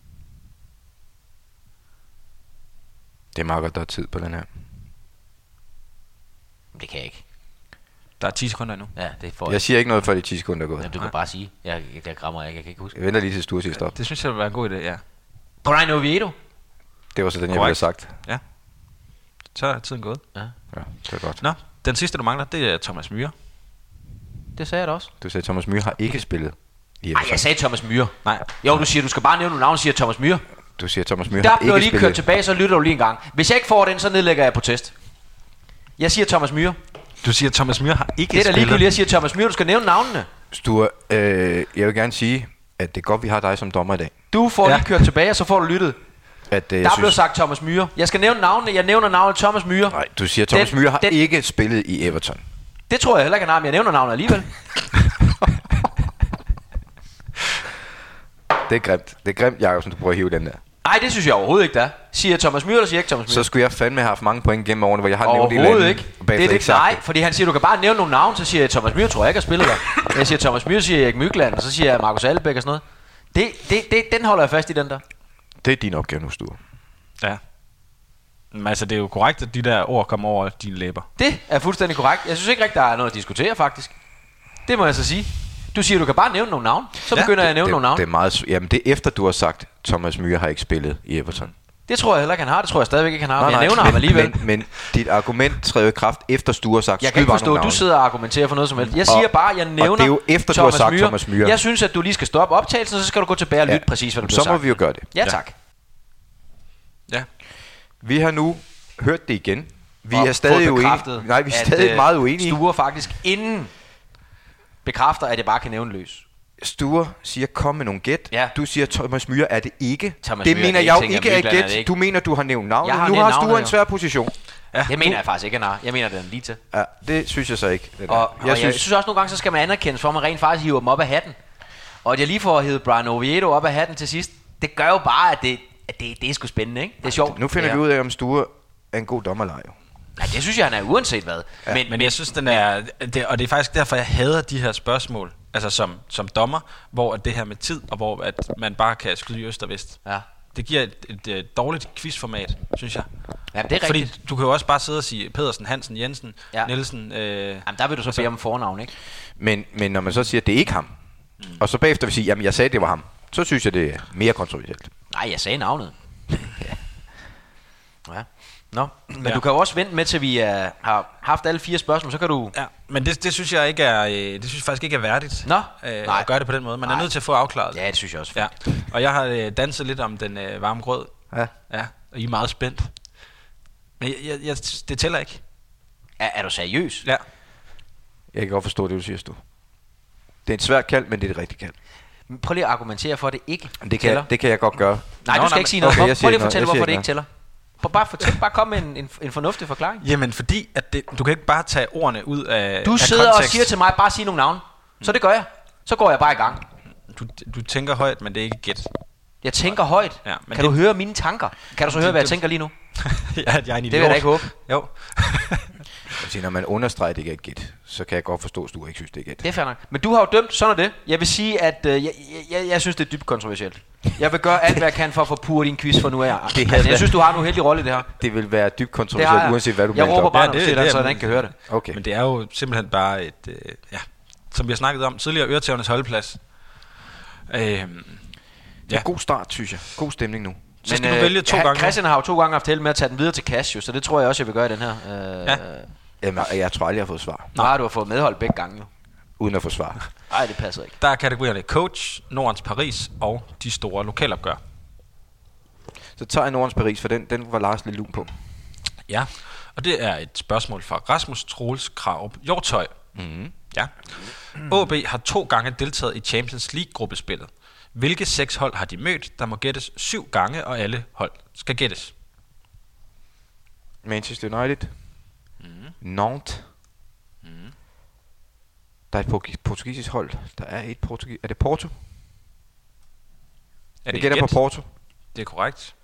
Det er meget godt, der er tid på den her. Det kan jeg ikke. Der er ti sekunder endnu. Ja, det får jeg. Jeg siger ikke noget, før de ti sekunder er gået. Jamen, du kan bare sige. Jeg, jeg, jeg grammer ikke. Jeg kan ikke huske. Jeg venter lige til Sture siger stop. Det synes jeg vil være en god idé, ja. Brian Oviedo. Det var så den, jeg ville have sagt. Ja. Så er tiden gået. Ja. Ja, det er godt. Nå, den sidste, du mangler, det er Thomas Myhre. Det sagde jeg da også. Du sagde, at Thomas Myhre har ikke spillet. Nej, jeg sagde Thomas Myhre. Nej. Jo, du siger, du skal bare nævne nogle navn, siger Thomas Myhre. Du siger, Thomas Myhre der har ikke spillet. Der bliver lige kørt tilbage, så lytter du lige en gang. Hvis jeg ikke får den, så nedlægger jeg protest. Jeg siger Thomas Myhre. Du siger, Thomas Myhre har ikke spillet. Det er da ligegyldigt, jeg siger Thomas Myhre, du skal nævne navnene. Sture, øh, jeg vil gerne sige, at det er godt, vi har dig som dommer i dag. Du får ja. lige kørt tilbage, og så får du lyttet. At, øh, der synes... blev sagt Thomas Myhre. Jeg skal nævne navnene, jeg nævner navnet Thomas Myhre. Nej, du siger, Thomas den, Myhre har den... ikke spillet i Everton. Det tror jeg heller ikke, han har, men jeg nævner navnet alligevel. Det er grimt. Det er grimt, Jakobsen, du prøver at hive den der. Nej, det synes jeg overhovedet ikke, der. Siger Thomas Myhre, eller siger ikke Thomas Myhre? Så skulle jeg fandme have haft mange point gennem årene, hvor jeg har nævnt det. Overhovedet ikke. Det er det, nej, fordi han siger, du kan bare nævne nogle navn, så siger jeg, Thomas Myhre tror jeg ikke har spillet der. Jeg siger Thomas Myhre, siger Erik Mykland, og så siger jeg Markus Albæk og sådan noget. Det, det, det, den holder jeg fast i, den der. Det er din opgave nu, Sture. Ja. Men altså, det er jo korrekt, at de der ord kommer over dine læber. Det er fuldstændig korrekt. Jeg synes ikke rigtig, der er noget at diskutere, faktisk. Det må jeg så sige. Du siger, du kan bare nævne nogle navn. Så ja, begynder jeg at nævne det, nogle navn. Det er meget, jamen, det er efter, du har sagt, Thomas Myhre har ikke spillet i Everton. Det tror jeg heller ikke, han har. Det tror jeg stadigvæk ikke, han har. Nej, men jeg nej, nævner men, ham alligevel. Men, men dit argument træder i kraft, efter Sture har sagt, jeg kan ikke forstå, at du sidder og argumenterer for noget som helst. Jeg siger og, bare, at jeg nævner og det er jo efter, Thomas du har sagt Myhre. Thomas Myhre. Jeg synes, at du lige skal stoppe optagelsen, og så skal du gå tilbage og lytte ja. præcis, hvad du bliver sagt. Så må vi jo gøre det. Ja, tak. Ja. Vi har nu hørt det igen. Vi og er stadig uenige. Nej, vi er at, stadig meget uenige. Sture faktisk inden bekræfter, at det bare kan nævne løs. Sture siger, kom med nogle gæt. Ja. Du siger, Thomas Myhre er det ikke. Thomas det Myhre, mener det jeg jo ikke ikke er et gæt. Du mener, du har nævnt navnet. Har nu har Sture en svær position. Ja. Det mener jeg faktisk ikke, han har. Jeg mener, det er lige til. Ja, det synes jeg så ikke. Det og, og jeg, synes, jeg synes også nogle gange, så skal man anerkendes for, at man rent faktisk hiver dem op af hatten. Og at jeg lige får hævet Brian Oviedo op af hatten til sidst, det gør jo bare, at det, at det, det er sgu spændende, ikke? Det er sjovt. Nu finder ja. vi ud af, om Sture er en god dommerleje. Ja, det synes jeg, han er uanset hvad. Ja, men, men jeg synes, den er... Det, og det er faktisk derfor, jeg hader de her spørgsmål. Altså som, som dommer, hvor det her med tid, og hvor at man bare kan skyde i øst og vest. Ja. Det giver et, et, et dårligt quizformat, synes jeg. Ja, det er Fordi rigtigt. du kan jo også bare sidde og sige Pedersen, Hansen, Jensen, ja. Nielsen. Øh, jamen, der vil du så bede om fornavn, ikke? Men, men når man så siger, at det er ikke ham, mm. og så bagefter vil sige, jamen jeg sagde, det var ham, så synes jeg, det er mere kontroversielt. Nej, jeg sagde navnet. ja. ja. Nå, men ja. du kan jo også vente med til vi uh, har haft alle fire spørgsmål, så kan du... Ja, men det, det synes jeg ikke er, det synes jeg faktisk ikke er værdigt. Nå, øh, at gøre det på den måde. Man Nej. er nødt til at få afklaret. Ja, det synes jeg også. Ja. Og jeg har øh, danset lidt om den øh, varme grød. Ja. Ja, og I er meget spændt. Men jeg, jeg, jeg, det tæller ikke. Er, er du seriøs? Ja. Jeg kan godt forstå det, du siger, Stu. Det er et svært kald, men det er et rigtigt kald. Prøv lige at argumentere for, at det ikke det kan, jeg, det kan jeg godt gøre. Nej, Nå, du skal nej, ikke sige noget. Okay, Prøv lige at fortælle, hvorfor ikke det ikke tæller. Bare fortæl, bare kom med en, en, en fornuftig forklaring. Jamen, fordi at det, du kan ikke bare tage ordene ud af Du af sidder kontekst. og siger til mig, bare sig nogle navne. Så det gør jeg. Så går jeg bare i gang. Du, du tænker højt, men det er ikke gæt. Jeg tænker højt. Ja, men kan det, du høre mine tanker? Kan du så høre, hvad jeg tænker lige nu? ja, at jeg er en idiot. Det vil jeg da ikke håbe. Jo. Altså, når man understreger, det ikke er et gæt, så kan jeg godt forstå, at du ikke synes, det er et gæt. Det er fair nok. Men du har jo dømt, sådan er det. Jeg vil sige, at øh, jeg, jeg, jeg synes, det er dybt kontroversielt. Jeg vil gøre alt, hvad jeg kan for at få pur din quiz for nu af. Det altså, jeg synes, du har en uheldig rolle i det her. Det vil være dybt kontroversielt, uanset hvad du mener. Jeg råber bare, ja, det, det, det, det, det, så den ikke kan høre det. Okay. Men det er jo simpelthen bare et, øh, ja, som vi har snakket om tidligere, øretævernes holdeplads. Øh, det er ja. God start, synes jeg. God stemning nu. Så Men skal du øh, vælge to gange. Christian har jo to gange haft held med at tage den videre til Casio, så det tror jeg også, jeg vil gøre i den her. Øh, ja. Jamen, jeg tror aldrig, jeg har fået svar. Nej, du har fået medhold begge gange jo. Uden at få svar. Nej, det passer ikke. Der er kategorierne Coach, Nordens Paris og de store lokalopgør. Så tager jeg Nordens Paris, for den, den var Lars lidt lun på. Ja, og det er et spørgsmål fra Rasmus Troels Krarup Hjortøj. Mm-hmm. Ja. O B har to gange deltaget i Champions League-gruppespillet. Hvilke seks hold har de mødt? Der må gættes syv gange, og alle hold skal gættes. Manchester United. Mm. Nantes. Mm. Der er et portugisisk hold. Der er et portugis. Er det Porto? Er det jeg gætter på Porto. Det er korrekt.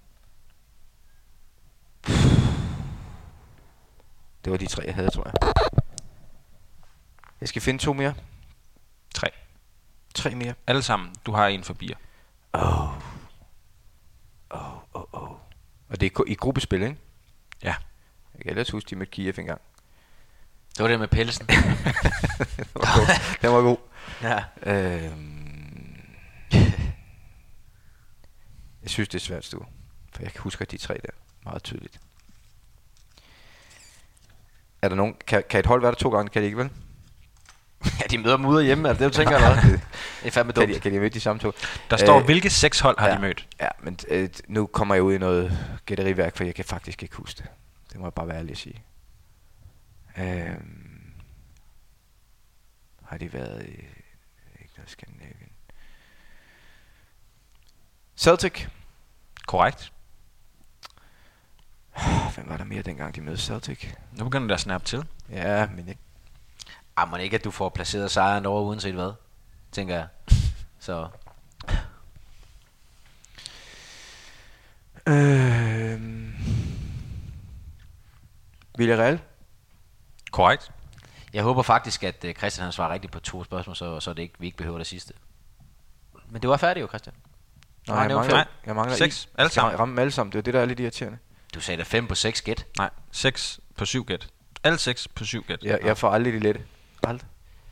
Det var de tre, jeg havde, tror jeg. Jeg skal finde to mere. Tre. Tre mere. Alle sammen. Du har en for bier. Åh. Åh, åh, åh. Og det er i gruppespil, ikke? Ja. Jeg kan ellers huske, de med Kiev engang. Det var det med pelsen. Den var god. Den var god. Ja. Øhm. Jeg synes, det er svært, Stue. For jeg kan huske de tre der meget tydeligt. Er der nogen... Kan, kan et hold være der to gange? Kan de ikke, vel? Ja, de møder mudder hjemme, altså det du tænker jeg noget. Det er fandme dumt. Kan de, kan de møde de samme to? Der står, øh, hvilke seks hold har ja, de mødt? Ja, men øh, nu kommer jeg ud i noget gætteriværk, for jeg kan faktisk ikke huske det. Det må jeg bare være ærlig at sige. Øhm, har de været i... Ikke noget Skandinavien. Celtic. Korrekt. Hvem var der mere dengang, de mødte Celtic? Nu begynder der at snappe til. Ja, men ikke... Ej, men ikke, at du får placeret sejren over uanset hvad, tænker jeg. Så... Øhm... Villarreal. Korrekt. Jeg håber faktisk, at uh, Christian han svarer rigtigt på to spørgsmål, så, så det ikke, vi ikke behøver det sidste. Men det var færdigt jo, Christian. Nej, jeg mangler, Nej, jeg mangler seks. I. Alle sammen. Jeg ramme dem alle sammen. Det er det, der er lidt irriterende. Du sagde da fem på seks gæt. Nej, seks på syv gæt. Alle seks på syv gæt. Jeg, jeg får aldrig de lette. Aldrig.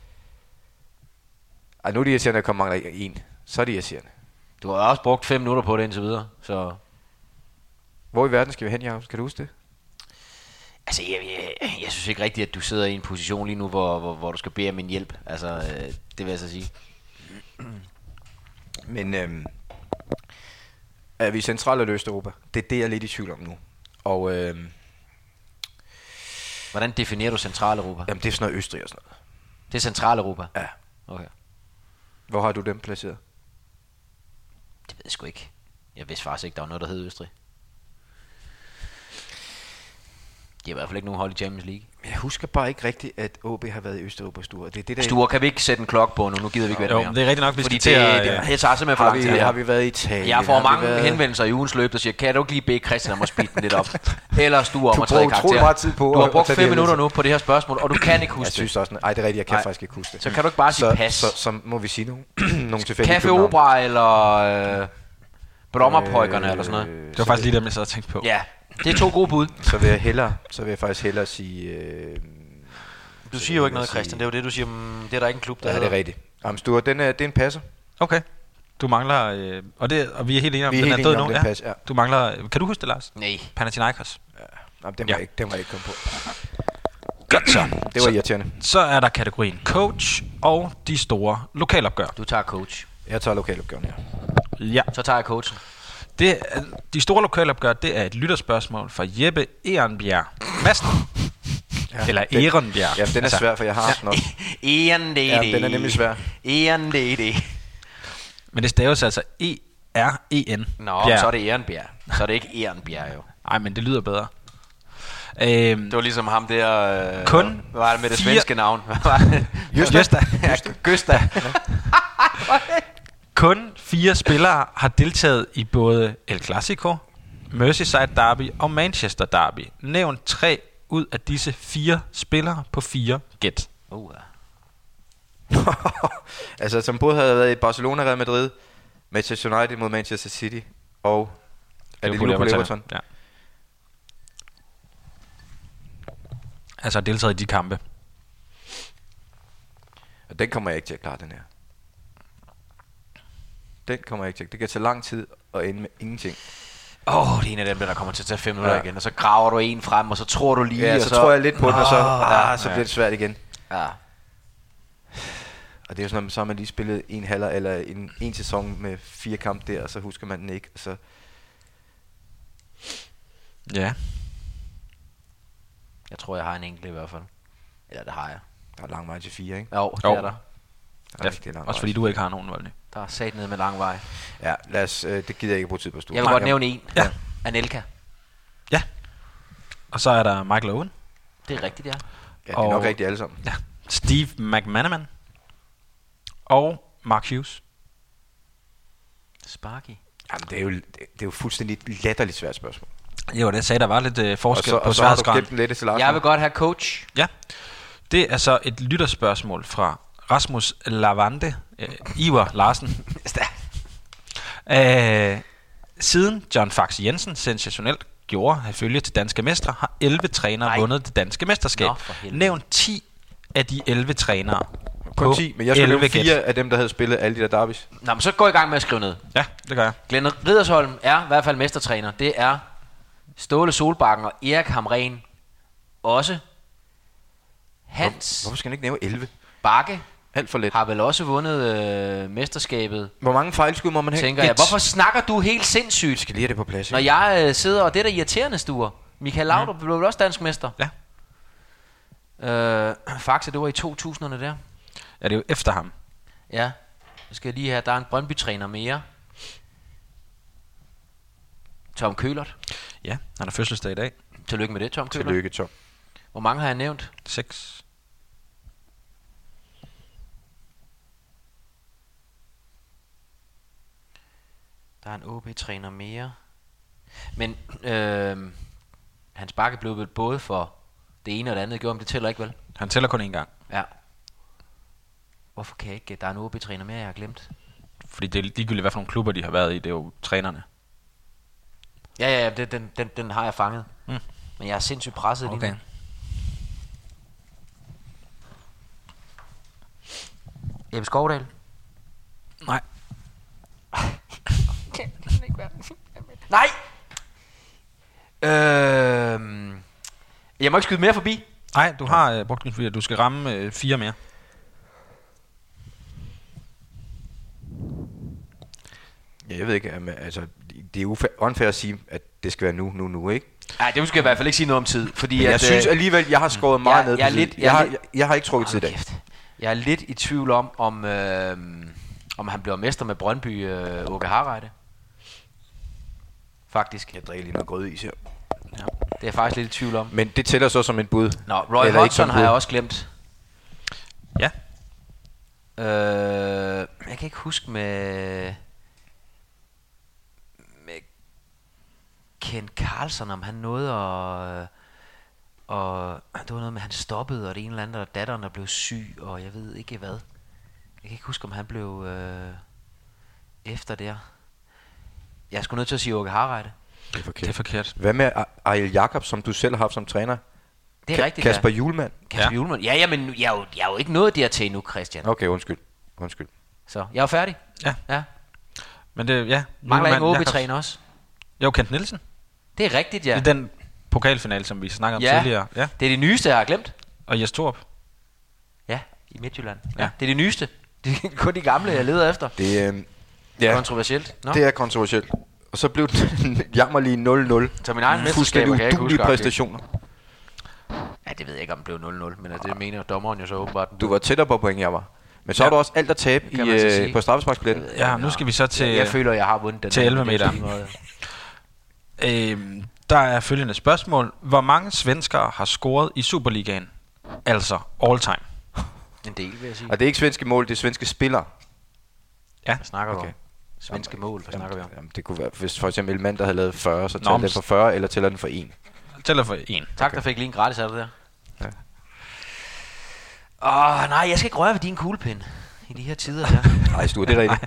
Ej, nu er det irriterende, at jeg kommer mangler en. Så er det irriterende. Du har også brugt fem minutter på det indtil videre, så... Hvor i verden skal vi hen, Jacob? Skal du huske det? Altså, jeg, jeg, jeg synes ikke rigtigt, at du sidder i en position lige nu, hvor, hvor, hvor du skal bede om min hjælp. Altså, øh, det vil jeg så sige. Men øhm, er vi centralt eller Østeuropa? Det er det, jeg er lidt i tvivl om nu. Og øhm, hvordan definerer du Centraleuropa? Jamen, det er sådan noget Østrig og sådan noget. Det er Centraleuropa? Ja. Okay. Hvor har du dem placeret? Det ved jeg sgu ikke. Jeg vidste faktisk ikke, der var noget, der hed Østrig. De har i hvert fald ikke nogen hold i Champions League. Jeg husker bare ikke rigtigt, at O B har været i Østeuropa Sture. Det er det der. Sture, kan vi ikke sætte en klokke på nu? Nu gider vi ikke være mere. Jo, det er rigtigt nok, vi Fordi skal det, til det, det, det tager simpelthen for lang tid. Har vi været i Italien? Jeg får mange været... henvendelser i ugens løb, der siger, kan du ikke lige bede Christian om at speede den lidt op? Eller Sture om du at træde karakter. Meget tid på du har brugt fem minutter lidt. nu på det her spørgsmål, og du kan ikke huske jeg det. synes også, nej, det er rigtigt, jeg kan Ej. faktisk ikke huske det. Så kan du ikke bare sige så, pas. Så, så, så må vi sige nogle, nogle tilfældige Café Opera eller øh, Brommerpøjkerne øh, eller sådan noget. Det var faktisk lige dem, jeg sad og tænkte på. Ja, det er to gode bud. Så vil jeg hellere, så vil jeg faktisk hellere sige... Øh, du siger jo ikke noget, Christian. Det er jo det, du siger. Mm, det er der ikke en klub, der ja, det er rigtigt. Jamen, Sture, den er, det er en passer. Okay. Du mangler... Øh, og, det, og vi er helt enige om, vi er den helt er død om, nu. Ja. Pas, ja. Du mangler... Kan du huske det, Lars? Nej. Panathinaikos. Ja. Jamen, den var, ja. ikke, den var jeg ikke kommet på. Godt så. Det var så, irriterende. Så er der kategorien coach og de store lokalopgør. Du tager coach. Jeg tager lokalopgøren, ja. Ja. Så tager jeg coachen. Det, de store lokalopgør, det er et lytterspørgsmål fra Jeppe Ehrenbjerg Madsen. Ja, Eller Ehrenbjerg. Ja, den er altså, svær, for jeg har den også. Ehrenbjerg. Ja, den er nemlig svær. Ehrenbjerg. Men det staves altså E R E N. Nå, Bjerg. Så er det Ehrenbjerg. Så er det ikke Ehrenbjerg, jo. Nej, men det lyder bedre. Øhm, det var ligesom ham der... Øh, kun hvad var det med det fire... svenske navn? Gösta. Ja, Gösta. Kun fire spillere har deltaget i både El Clasico, Merseyside Derby og Manchester Derby. Nævn tre ud af disse fire spillere på fire gæt. Uh, ja. Altså, som både havde været i Barcelona, Real Madrid, Manchester United mod Manchester City, og er det Liverpool Everton? Ja. Altså deltaget i de kampe. Og den kommer jeg ikke til at klare, den her. Den kommer jeg ikke til. Det kan tage lang tid og ende med ingenting. Åh, oh, det er en af dem, der kommer til at tage fem minutter ja. igen. Og så graver du en frem, og så tror du lige... Ja, og så, så tror jeg lidt på den, og så, ah, ah, så bliver det svært igen. Ja. Og det er jo sådan, så har man lige spillet en halv eller en, en sæson med fire kampe der, og så husker man den ikke. Og så ja. Jeg tror, jeg har en enkelt i hvert fald. Eller det har jeg. Der er lang vej til fire, ikke? Jo, det jo. er der. Ja, ja, også fordi du ikke har nogen, Voldny. Der er sat ned med lang vej. Ja, lad os, øh, det gider jeg ikke bruge tid på studiet. Jeg vil godt nævne en. Ja. Anelka. Ja. Og så er der Michael Owen. Det er rigtigt, ja. Ja, det er nok rigtigt alle sammen. Ja. Steve McManaman. Og Mark Hughes. Sparky. Jamen, det er jo, det, det er jo fuldstændig et latterligt svært spørgsmål. Jo, det sagde, der var lidt øh, forskel og så, på og så har du sværhedsgraden. gemt den lette til Lars. Jeg vil godt have coach. Ja. Det er så et lytterspørgsmål fra Rasmus Lavande, øh, Ivar Larsen. Æh, siden John Faxe Jensen sensationelt gjorde at følge til danske mestre, har elleve trænere Nej. vundet det danske mesterskab. Nå, nævn ti af de elleve trænere. Kun ti, men jeg skulle nævne fire af dem, der havde spillet alle de der derbys. Nå, men så går jeg i gang med at skrive ned. Ja, det gør jeg. Glenn Riddersholm er i hvert fald mestertræner. Det er Ståle Solbakken og Erik Hamren også. Hans Hvor, Hvorfor skal han ikke nævne elleve? Bakke alt for let. Har vel også vundet øh, mesterskabet. Hvor mange fejlskud må man have? Tænker jeg. Hvorfor snakker du helt sindssygt? Skal lige have det på plads. Når jeg øh, sidder, og det er der irriterende stuer. Michael Laudrup blev vel også dansk mester. Ja. Øh, Faxe, det var i to tusinderne der. Ja, det er jo efter ham. Ja. Så skal jeg lige have, der er en Brøndby-træner mere. Tom Køhlert. Ja, han har fødselsdag i dag. Tillykke med det, Tom Køhlert. Tillykke, Tom. Hvor mange har jeg nævnt? Seks. Der er en O B-træner mere. Men øh, Hans Bakke blev vel både for det ene og det andet gjort, men det tæller ikke vel? Han tæller kun én gang. Ja. Hvorfor kan jeg ikke? Der er en O B-træner mere, jeg har glemt. Fordi det er ligegyldigt, hvad for nogle klubber de har været i. Det er jo trænerne. Ja, ja, ja, det, den, den, den har jeg fanget. Mm. Men jeg er sindssygt presset okay. lige nu. Ebbe Skovdal? Nej. Kan det ikke være? Nej! Øh, jeg må ikke skyde mere forbi. Nej, du har øh, brugt den, fordi du skal ramme øh, fire mere. Ja, jeg ved ikke, altså, det er ufa- unfair at sige, at det skal være nu, nu, nu, ikke? Nej, det skal jeg i hvert fald ikke sige noget om tid, fordi men jeg at, synes alligevel, jeg har skåret meget jeg, ned jeg, på lidt, jeg, jeg, har, lidt, jeg, jeg har ikke trukket tid i dag. Kæft. Jeg er lidt i tvivl om, om, øh, om han bliver mester med Brøndby øh, Åke Harreide. Faktisk. Jeg drikker lige noget grød is her. Ja, det er jeg faktisk lidt i tvivl om. Men det tæller så som et bud. Nå, Roy Hodgson har jeg også glemt. Ja. Øh, jeg kan ikke huske med... med Ken Carlson, om han nåede at... Og det var noget med, at han stoppede, og det ene eller andet, og datteren der blev syg, og jeg ved ikke hvad. Jeg kan ikke huske, om han blev øh, efter der. Jeg er sgu nødt til at sige Åke Harreide. Det er forkert. Det er forkert. Hvad med Ariel Jakob, som du selv har haft som træner? Det er Ka- rigtigt, Kasper ja. Hjulmand. Kasper ja. Hjulmand. Ja, ja, men jeg er, jo, jeg er jo ikke nået dertil nu, Christian. Okay, undskyld. Undskyld. Så, jeg er færdig. Ja. Ja. Men det, ja. Mangler ikke O B-træner også? Jo, Kent Nielsen. Det er rigtigt, ja. I den pokalfinale, som vi snakkede om ja. tidligere. Ja, det er det nyeste, jeg har glemt. Og Jes Torup. Ja, i Midtjylland. Ja. Ja. Det er det nyeste. Det er kun de gamle, jeg leder efter. Det, øh, ja. Kontroversielt. Nå. Det er kontroversielt. Og så blev det jammerlige nul nul. Så min egen mm. mesterskaber kan jeg ikke huske. præstationer. Ja, det ved jeg ikke, om det blev nul nul, men det mener dommeren jo så åbenbart. Du var tættere på point, jeg var. Men så ja. har du også alt at tabe i, øh, på straffesparksbilletten. Ja, nu skal vi så til... Jeg, jeg føler, jeg har vundet den. Til elleve meter. øhm, der er følgende spørgsmål. Hvor mange svenskere har scoret i Superligaen? Altså all time. En del, vil jeg sige. Og det er ikke svenske mål, det er svenske spillere. Ja. Hvad snakker okay. du om? Svenske mål, hvad snakker vi om? Jamen, det kunne være, hvis for eksempel en mand, der havde lavet fyrre, så tæller den for fyrre, eller tæller den for en. tæller for en. Tak, okay. Der fik lige en gratis af det der. Ja. Åh, oh, nej, jeg skal ikke røre ved din kuglepind i de her tider her. Nej, Sture, det er rigtigt.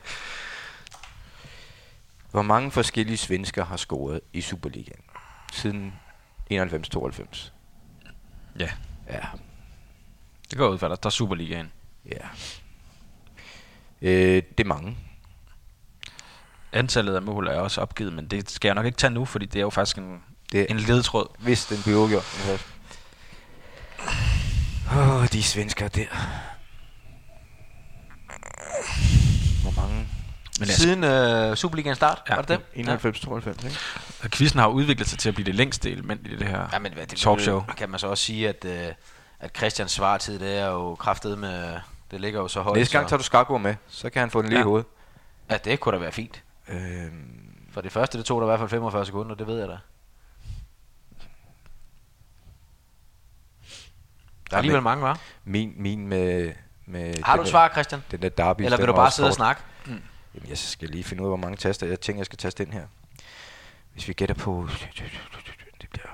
Hvor mange forskellige svensker har scoret i Superligaen siden enoghalvfems tooghalvfems? Ja. Ja. Det går ud for, at der er Superligaen. Ja. Øh, det er mange. Antallet af mål er også opgivet, men det skal jeg nok ikke tage nu, fordi det er jo faktisk en, det en ledetråd. Hvis den bliver udgjort. Åh, oh, de svensker der. Hvor mange? Men siden øh, Superligaen start, ja. Var det det? enoghalvfems tooghalvfems, ikke? Og quizzen har udviklet sig til at blive det længste element i det her ja, men, det, talkshow. Det kan man så også sige, at, øh, at Christians svartid, det er jo kraftet med, det ligger jo så højt. Næste gang tager du Skargaard med, så kan han få den lige ja. i hovedet. Ja, det kunne da være fint. Øhm. For det første, det tog der i hvert fald femogfyrre sekunder, det ved jeg da. Der er alligevel mange, hva'? Min, min med... med har du et svar, Christian? Den der derby. Eller vil du bare sidde og snakke? Mm. Jamen, jeg skal lige finde ud af, hvor mange taster. Jeg tænker, jeg skal taste den her. Hvis vi gætter på... Det bliver...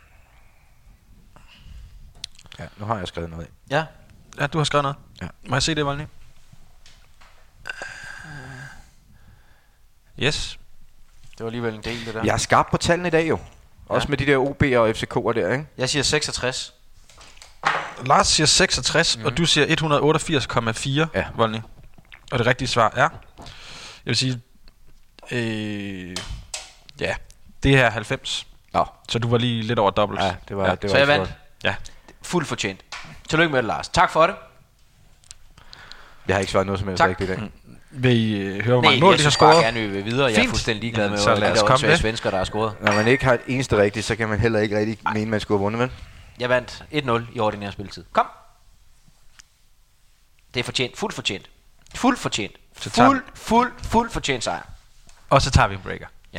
Ja, nu har jeg skrevet noget. Ja. Ja, du har skrevet noget. Ja. Må jeg se det, Volny? Yes. Det var alligevel en del, det der. Jeg er skarp på tallene i dag jo. Også ja. Med de der O B og F C K'er der, ikke? Jeg siger seksogtres. Lars siger seksogtres, mm-hmm. og du siger et hundrede og otteogfirs komma fire, ja. Volny. Og det rigtige svar er... Jeg vil sige... Øh, ja, det er halvfems. Nå. Så du var lige lidt over dobbelt. Ja, det var... Ja. Det var så jeg vandt? Ja. Fuldt fortjent. Tillykke med det, Lars. Tak for det. Jeg har ikke svaret noget som helst rigtigt i dag. Vil I øh, høre, hvor mange mål de har scoret? Nej, jeg synes bare gerne vil videre. Fint. Jeg er fuldstændig ligeglad med, hvor de der svensker, der har scoret. Når man ikke har et eneste rigtigt, så kan man heller ikke rigtig mene, man skulle have vundet, vel? Jeg vandt et nul i ordinær spilletid. Kom. Det er fortjent. Fuldt fortjent. Fuldt fortjent. Fuld, fuld, fuld fortjent sejr. Og så tager vi en breaker. Ja.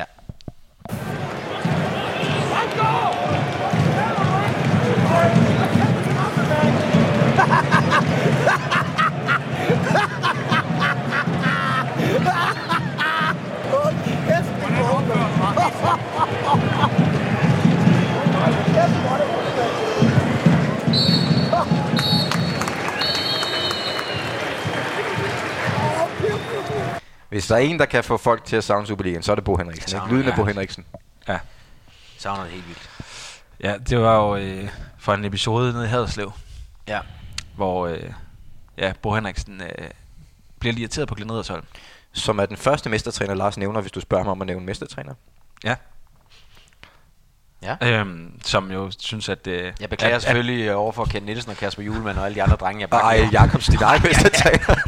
Hvis der er en, der kan få folk til at savne Superligaen, så er det Bo Henriksen. Lyden af Bo Henriksen. Ja. Savner det helt vildt. Ja, det var jo øh, fra en episode nede i Haderslev. Ja. Hvor øh, ja, Bo Henriksen øh, bliver lige irriteret på Glenn Edersholm. Som er den første mestertræner, Lars nævner, hvis du spørger mig om at nævne mestertræner. Ja. Ja. Øhm, som jo synes, at... Øh, jeg beklager at, selvfølgelig at, over for Ken Nielsen og Kasper Hjulmand og alle de andre drenge, jeg bare... Ej, Jakobs, din egen mestertræner.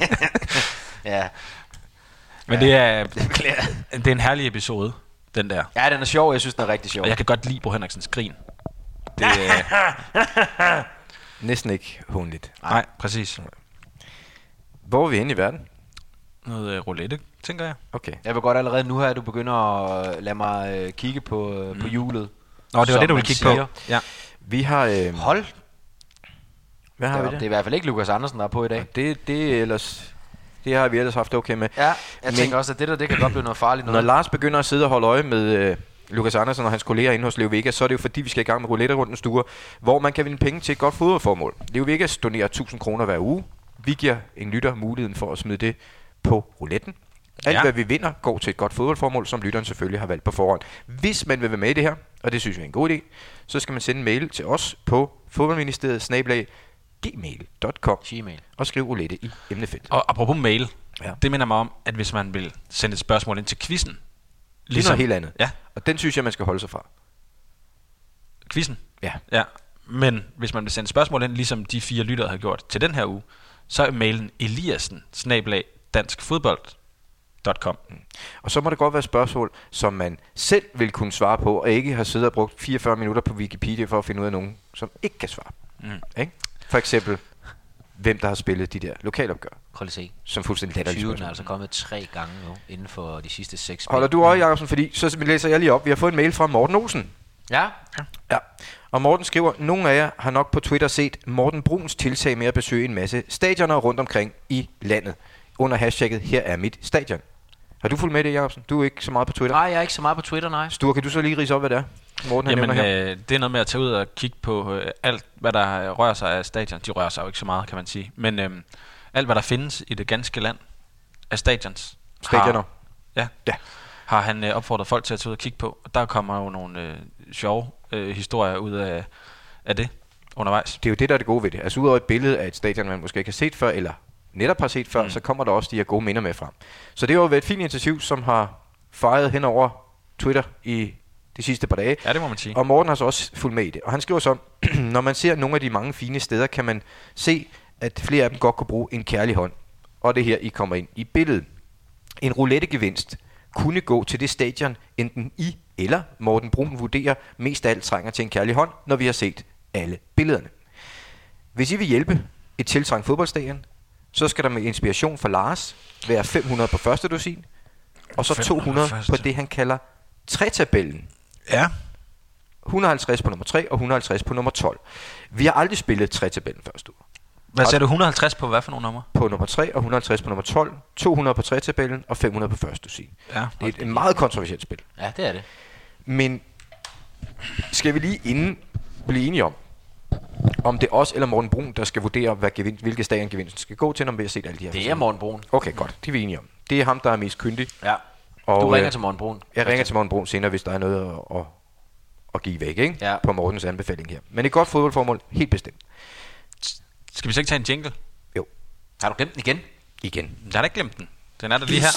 Ja. Men det er, det er en herlig episode, den der. Ja, den er sjov. Jeg synes, den er rigtig sjov. Og jeg kan godt lide Bo Henriksens grin. Det er... Næsten ikke håndligt. Nej, præcis. Hvor er vi henne i verden? Noget uh, roulette, tænker jeg. Okay. Jeg vil godt allerede nu her, at du begynder at lade mig uh, kigge på, uh, mm. på hjulet. Nå, det var det, du ville kigge siger. på. Ja. Vi har... Øh, Hold. Hvad har det, vi der? Det er i hvert fald ikke Lukas Andersen, der er på i dag. Ja, det, det er ellers... Det har vi ellers haft okay med. Ja, jeg Men, tænker også, at det der, det kan godt blive noget farligt. Noget. Når Lars begynder at sidde og holde øje med øh, Lukas Andersen og hans kolleger inde hos Leo Vegas, så er det jo fordi, vi skal i gang med roulette-runden stuer, hvor man kan vinde penge til et godt fodboldformål. Leo Vegas donerer tusind kroner hver uge. Vi giver en lytter muligheden for at smide det på rouletten. Alt ja. Hvad vi vinder går til et godt fodboldformål, som lytteren selvfølgelig har valgt på forhånd. Hvis man vil være med i det her, og det synes jeg er en god idé, så skal man sende en mail til os på fodboldministeriet snabel-a gmail punktum com Gmail. og skrive roulette i emnefeltet. Og apropos mail, ja. Det minder mig om, at hvis man vil sende et spørgsmål ind til quizzen, det er noget helt andet. Ja. Og den synes jeg, man skal holde sig fra. Quizzen? Ja. Ja. Men hvis man vil sende spørgsmål ind, ligesom de fire lyttere har gjort til den her uge, så er mailen eliassen snabel-a danskfodbold punktum com. Mm. Og så må det godt være spørgsmål, som man selv vil kunne svare på, og ikke har siddet og brugt fireogfyrre minutter på Wikipedia for at finde ud af nogen, som ikke kan svare. Mm. Ikke? For eksempel, hvem der har spillet de der lokalopgør. Prøv lige at se. Som fuldstændig latterligt spørgsmål. tyverne er altså kommet tre gange nu, inden for de sidste seks spil. Holder du øje, Jakobsen, fordi så læser jeg lige op. Vi har fået en mail fra Morten Olsen. Ja. Ja. Og Morten skriver, nogle af jer har nok på Twitter set Morten Bruns tiltag med at besøge en masse stadioner rundt omkring i landet. Under hashtagget, her er mit stadion. Har du fulgt med det, Jakobsen? Du er ikke så meget på Twitter? Nej, jeg er ikke så meget på Twitter, nej. Sture, kan du så lige ridse op, hvad det er? Morten, han Jamen, her? øh, det er noget med at tage ud og kigge på øh, alt, hvad der rører sig af stadion. De rører sig jo ikke så meget, kan man sige. Men øh, alt, hvad der findes i det ganske land af stadions. Stadioner? Har, ja, ja. Har han øh, opfordret folk til at tage ud og kigge på. Og der kommer jo nogle øh, sjove øh, historier ud af, af det undervejs. Det er jo det, der er det gode ved det. Altså udover et billede af et stadion, man måske ikke har set før, eller netop har set før, mm. så kommer der også de her gode minder med frem. Så det har jo været et fint initiativ, som har fejret hen over Twitter i de sidste par dage. Ja, det må man sige. Og Morten har så også fulgt med i det. Og han skriver så, når man ser nogle af de mange fine steder, kan man se, at flere af dem godt kunne bruge en kærlig hånd. Og det her, I kommer ind i billedet. En roulettegevinst kunne gå til det stadion, enten I eller Morten Brun vurderer mest af alt trænger til en kærlig hånd, når vi har set alle billederne. Hvis I vil hjælpe et tiltrængt fodboldstadion, så skal der med inspiration fra Lars være fem hundrede på første dusin, og så to hundrede på det, han kalder tre-tabellen. Ja. et hundrede og halvtreds på nummer tre og et hundrede og halvtreds på nummer tolv. Vi har aldrig spillet tre-tabellen første uge. Hvad sagde du? et hundrede og halvtreds på hvad for nogle numre? På nummer tre og et hundrede og halvtreds på nummer tolv, to hundrede på tre-tabellen og fem hundrede på første dusin. Ja. Det er et, et meget kontroversielt spil. Ja, det er det. Men skal vi lige inden blive enige om, om det er os eller Morten Brun, der skal vurdere, hvad gevinst, hvilke stadion gevinsten skal gå til, når vi har set alle de her. Det er Morten Brun. Okay, godt. Det er vi enige om. Det er ham, der er mest kyndig. Ja. Og, du ringer øh, til Morten Brun. Jeg ringer til Morten Brun senere, hvis der er noget at, at, at give væk, ikke? Ja. På Mortens anbefaling her. Men et godt fodboldformål, helt bestemt. Skal vi så ikke tage en jingle? Jo. Har du glemt den igen? Igen. Jeg har da ikke glemt den. Den er der lige her.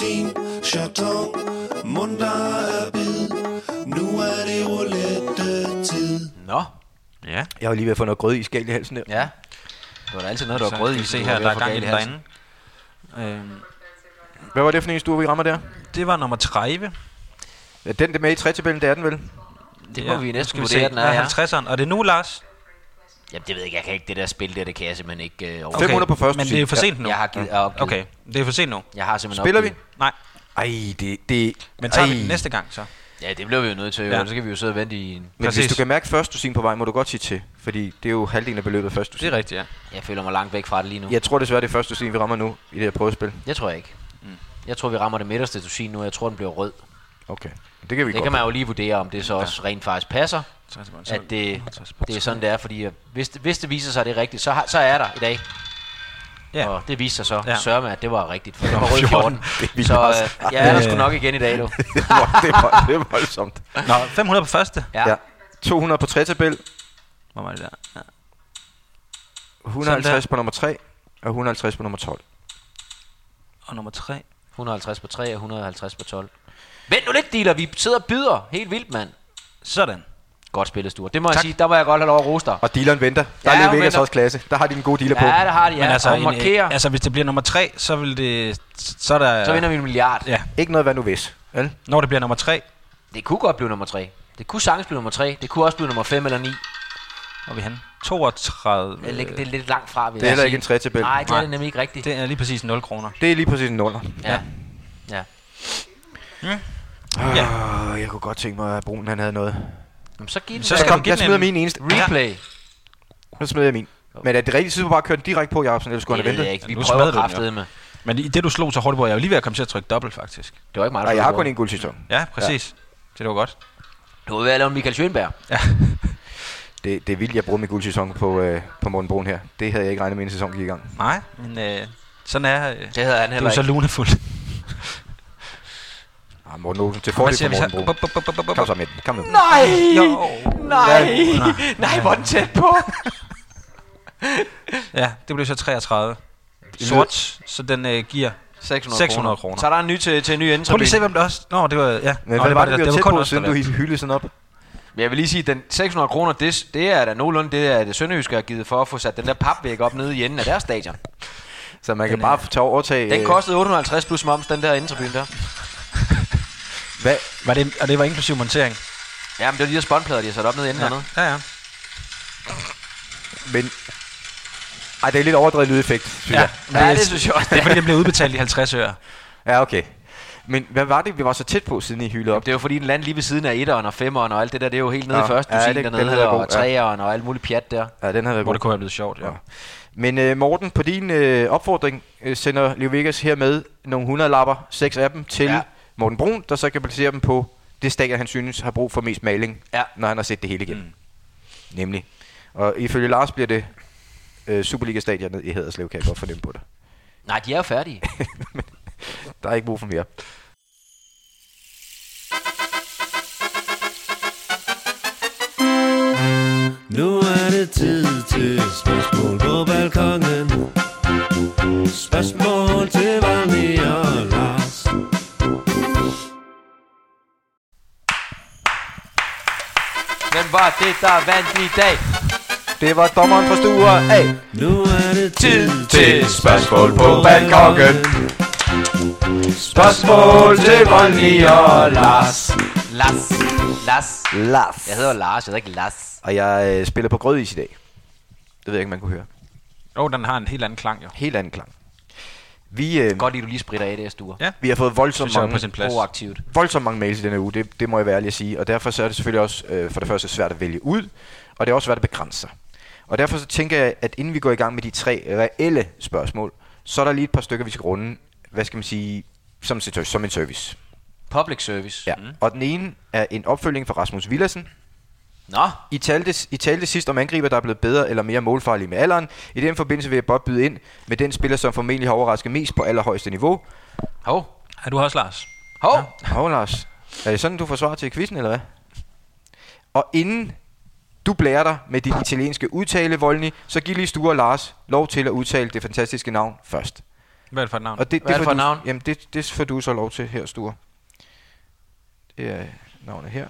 Nu er det roulette-tid. Nå. Ja. Jeg var lige ved at få noget grød i skæld i halsen der. Ja. Det var da altid noget, der var grød i. Se her, der er gang i den derinde. Øhm. Hvad var det for en stue, vi rammer der? Det var nummer tredive. Ja, den der med i tre-tabellen, det er den vel? Det må ja, vi næsten vurdere, den er, ja. halvtredseren. Og det er nu, Lars? Jamen, det ved jeg ikke. Jeg kan ikke det der spil der, det kan jeg simpelthen ikke uh, okay. fem hundrede på første. Men det er for sent nu. Jeg har givet, ja. Okay, det er for sent nu. Jeg har simpelthen Spiller opgivet. vi? Nej. Ej, det... det Men tager ej. vi den næste gang så? Ja, det bliver vi jo nødt til. Ja. Så skal vi jo sidde og vente i en... Men Præcis. Hvis du kan mærke første dusin på vej, må du godt sige til. Fordi det er jo halvdelen af beløbet første dusin. Det er rigtigt, ja. Jeg føler mig langt væk fra det lige nu. Jeg tror desværre, det er første dusin, vi rammer nu i det her prøvespil. Jeg tror jeg ikke. Mm. Jeg tror, vi rammer det midterste dusin nu, og jeg tror, den bliver rød. Okay. Det kan vi det godt. kan man jo lige vurdere, om det så også ja. rent faktisk passer. At det, det er sådan, det er. Fordi hvis det, hvis det viser sig, at det er rigtigt, så, har, så er der i dag. Ja. Og det viste sig så, ja. sørme, at det var rigtigt. For det var rød fjorten. Så øh, jeg er der sgu nok igen i dag, du. det, var, det, var, det var voldsomt. Nå, fem hundrede på første. Ja. ja. to hundrede på tre-tabel. Hvor var det der? Ja. et hundrede og halvtreds på nummer tre og et hundrede og halvtreds på nummer tolv. Og nummer tre. et hundrede og halvtreds på tre og et hundrede og halvtreds på tolv. Vent nu lidt, dealer. Vi sidder og byder. Helt vildt, mand. Sådan. Godt spillet, Stuart. Det må tak. Jeg sige. Der var jeg godt have lov at rose dig. Og dealeren venter. Der ja, er Vegas også klasse. Der har de en god dealer ja, på. Ja, der har de. Ja. Men altså, og markerer. En, altså, hvis det bliver nummer tre, så vil det... Så, er der, så vinder vi en milliard. Ja. Ikke noget, hvad nu hvis. Vel? Når det bliver nummer tre. Det kunne godt blive nummer tre. Det kunne sagtens blive nummer tre. Det kunne også blive nummer fem eller ni. Hvor er vi henne? toogtredive. Det er, lidt, det er lidt langt fra, vil det er heller ikke en tre-tabel. Nej, det er det nemlig ikke rigtigt. Det er lige præcis nul kroner. Det er lige præcis en nuller. Ja. Ja. Hmm. Uh, ja. Jeg kunne godt tænke mig, at Brun han havde noget. Jamen, så giv den. Så skal jeg, jeg smider min eneste. Replay. Nu smider jeg min. Men er det rigtigt, så du bare køre den direkte på, Jacobsen, eller skulle han have ventet? Vi prøver kraftedet med. Men det du slog så hurtigt på, jeg var lige ved at komme til at trykke dobbelt, faktisk. Det var ikke meget. Nej, jeg har kun en guldsæson. Ja, præcis. Ja. Det var godt. Du var ved at lave Michael Schönberg. Ja. det, det er vildt, jeg bruger min guldsæson på, øh, på Morten Brun her. Det havde jeg ikke regnet med, en sæson gik i gang. Nej, men øh, sådan er øh, det havde han heller ikke. Det er jo så lunefuldt. Ah, Morten Olsen til fordel for Morten Brun. Kom så med den. Kom nu. Nej! Nej! Nej, hvor den tæt på. Ja, det blev så treogtredive. Sort, så den øh, giver seks hundrede kroner. Så er der en ny til, til en ny ende. Prøv lige se, hvem det også... Nå, det var... Ja. Men Nå, hvad det var det, det, det, det var kun siden du hyldede sådan op? Jeg vil lige sige, at den seks hundrede kroner, det, det er da nogenlunde det, er det Sønderjyske har givet for at få sat den der papvæg op nede i enden af deres stadion. Så man kan den, bare tage overtage... Den kostede otte hundrede og halvtreds plus moms, den der indtribune der. Hvad? Var det, og det var inklusiv montering? Ja, men det var de der spåndplader, de har sat op nede i enden ja. dernede. Ja, ja. Men... Ej, det er lidt overdrevet lydeffekt, synes ja. jeg. Ja, det synes jeg også. Det er fordi, det blev udbetalt i halvtreds øre. Ja, okay. Men hvad var det, vi var så tæt på, siden I hyldede op? Det er jo fordi, den land lige ved siden af etteren og femeren og alt det der, det er jo helt nede ja. i første ja, dusin dernede, og treeren og alt muligt pjat der. Ja, den havde været Hvor det kunne have blevet sjovt, ja. ja. Men øh, Morten, på din øh, opfordring øh, sender Leo Vegas hermed nogle hundrede lapper, seks af dem, til ja. Morten Brun, der så kan placere dem på det stadion, han synes har brug for mest maling, ja. når han har set det hele igennem. Mm. Nemlig. Og ifølge Lars bliver det øh, Superliga-stadionet i Haderslev, kan jeg godt fornemme på det. Nej, de er jo færdige. Der er ikke brug for mere. Nu er det tid til spørgsmål på balkongen. Spørgsmål til Valmi og Lars. Hvem var det, der vandt i dag? Det var dommeren fra Sture A. Nu er det tid til spørgsmål på balkongen. Spørgsmål til Valmi og Lars. Lars. Lars. Lars. Jeg hedder Lars, jeg hedder ikke Lars. Og jeg øh, spiller på grødis i dag. Det ved jeg ikke, man kunne høre. Jo, oh, den har en helt anden klang, jo. Helt anden klang. Vi, øh, godt lide, du lige spritter af det, Sture. Ja. Vi har fået voldsomt mange, proaktivt. voldsomt mange mails i denne uge, det, det må jeg være ærlig at sige. Og derfor så er det selvfølgelig også øh, for det første svært at vælge ud, og det er også svært at begrænse sig. Og derfor så tænker jeg, at inden vi går i gang med de tre reelle spørgsmål, så er der lige et par stykker, vi skal runde, hvad skal man sige, som, som en service. Public service. Ja. Mm. Og den ene er en opfølging fra Rasmus Villadsen. Nå. I talte, I talte sidst om angriber, der er blevet bedre eller mere målfarlige med alderen. I den forbindelse vil jeg bare byde ind med den spiller, som formentlig har overrasket mest på allerhøjeste niveau. Hov. Er du også, Lars? Hov. Ja. Hov, Lars. Er det sådan, du får svar til quizzen, eller hvad? Og inden du blærer dig med dit italienske udtale, Volny, så giv lige Sture og Lars lov til at udtale det fantastiske navn først. Hvad er det for et navn? Og det, Hvad det er det for et du, navn? Jamen, det, det får du så lov til her, Sture. Det er navnet her.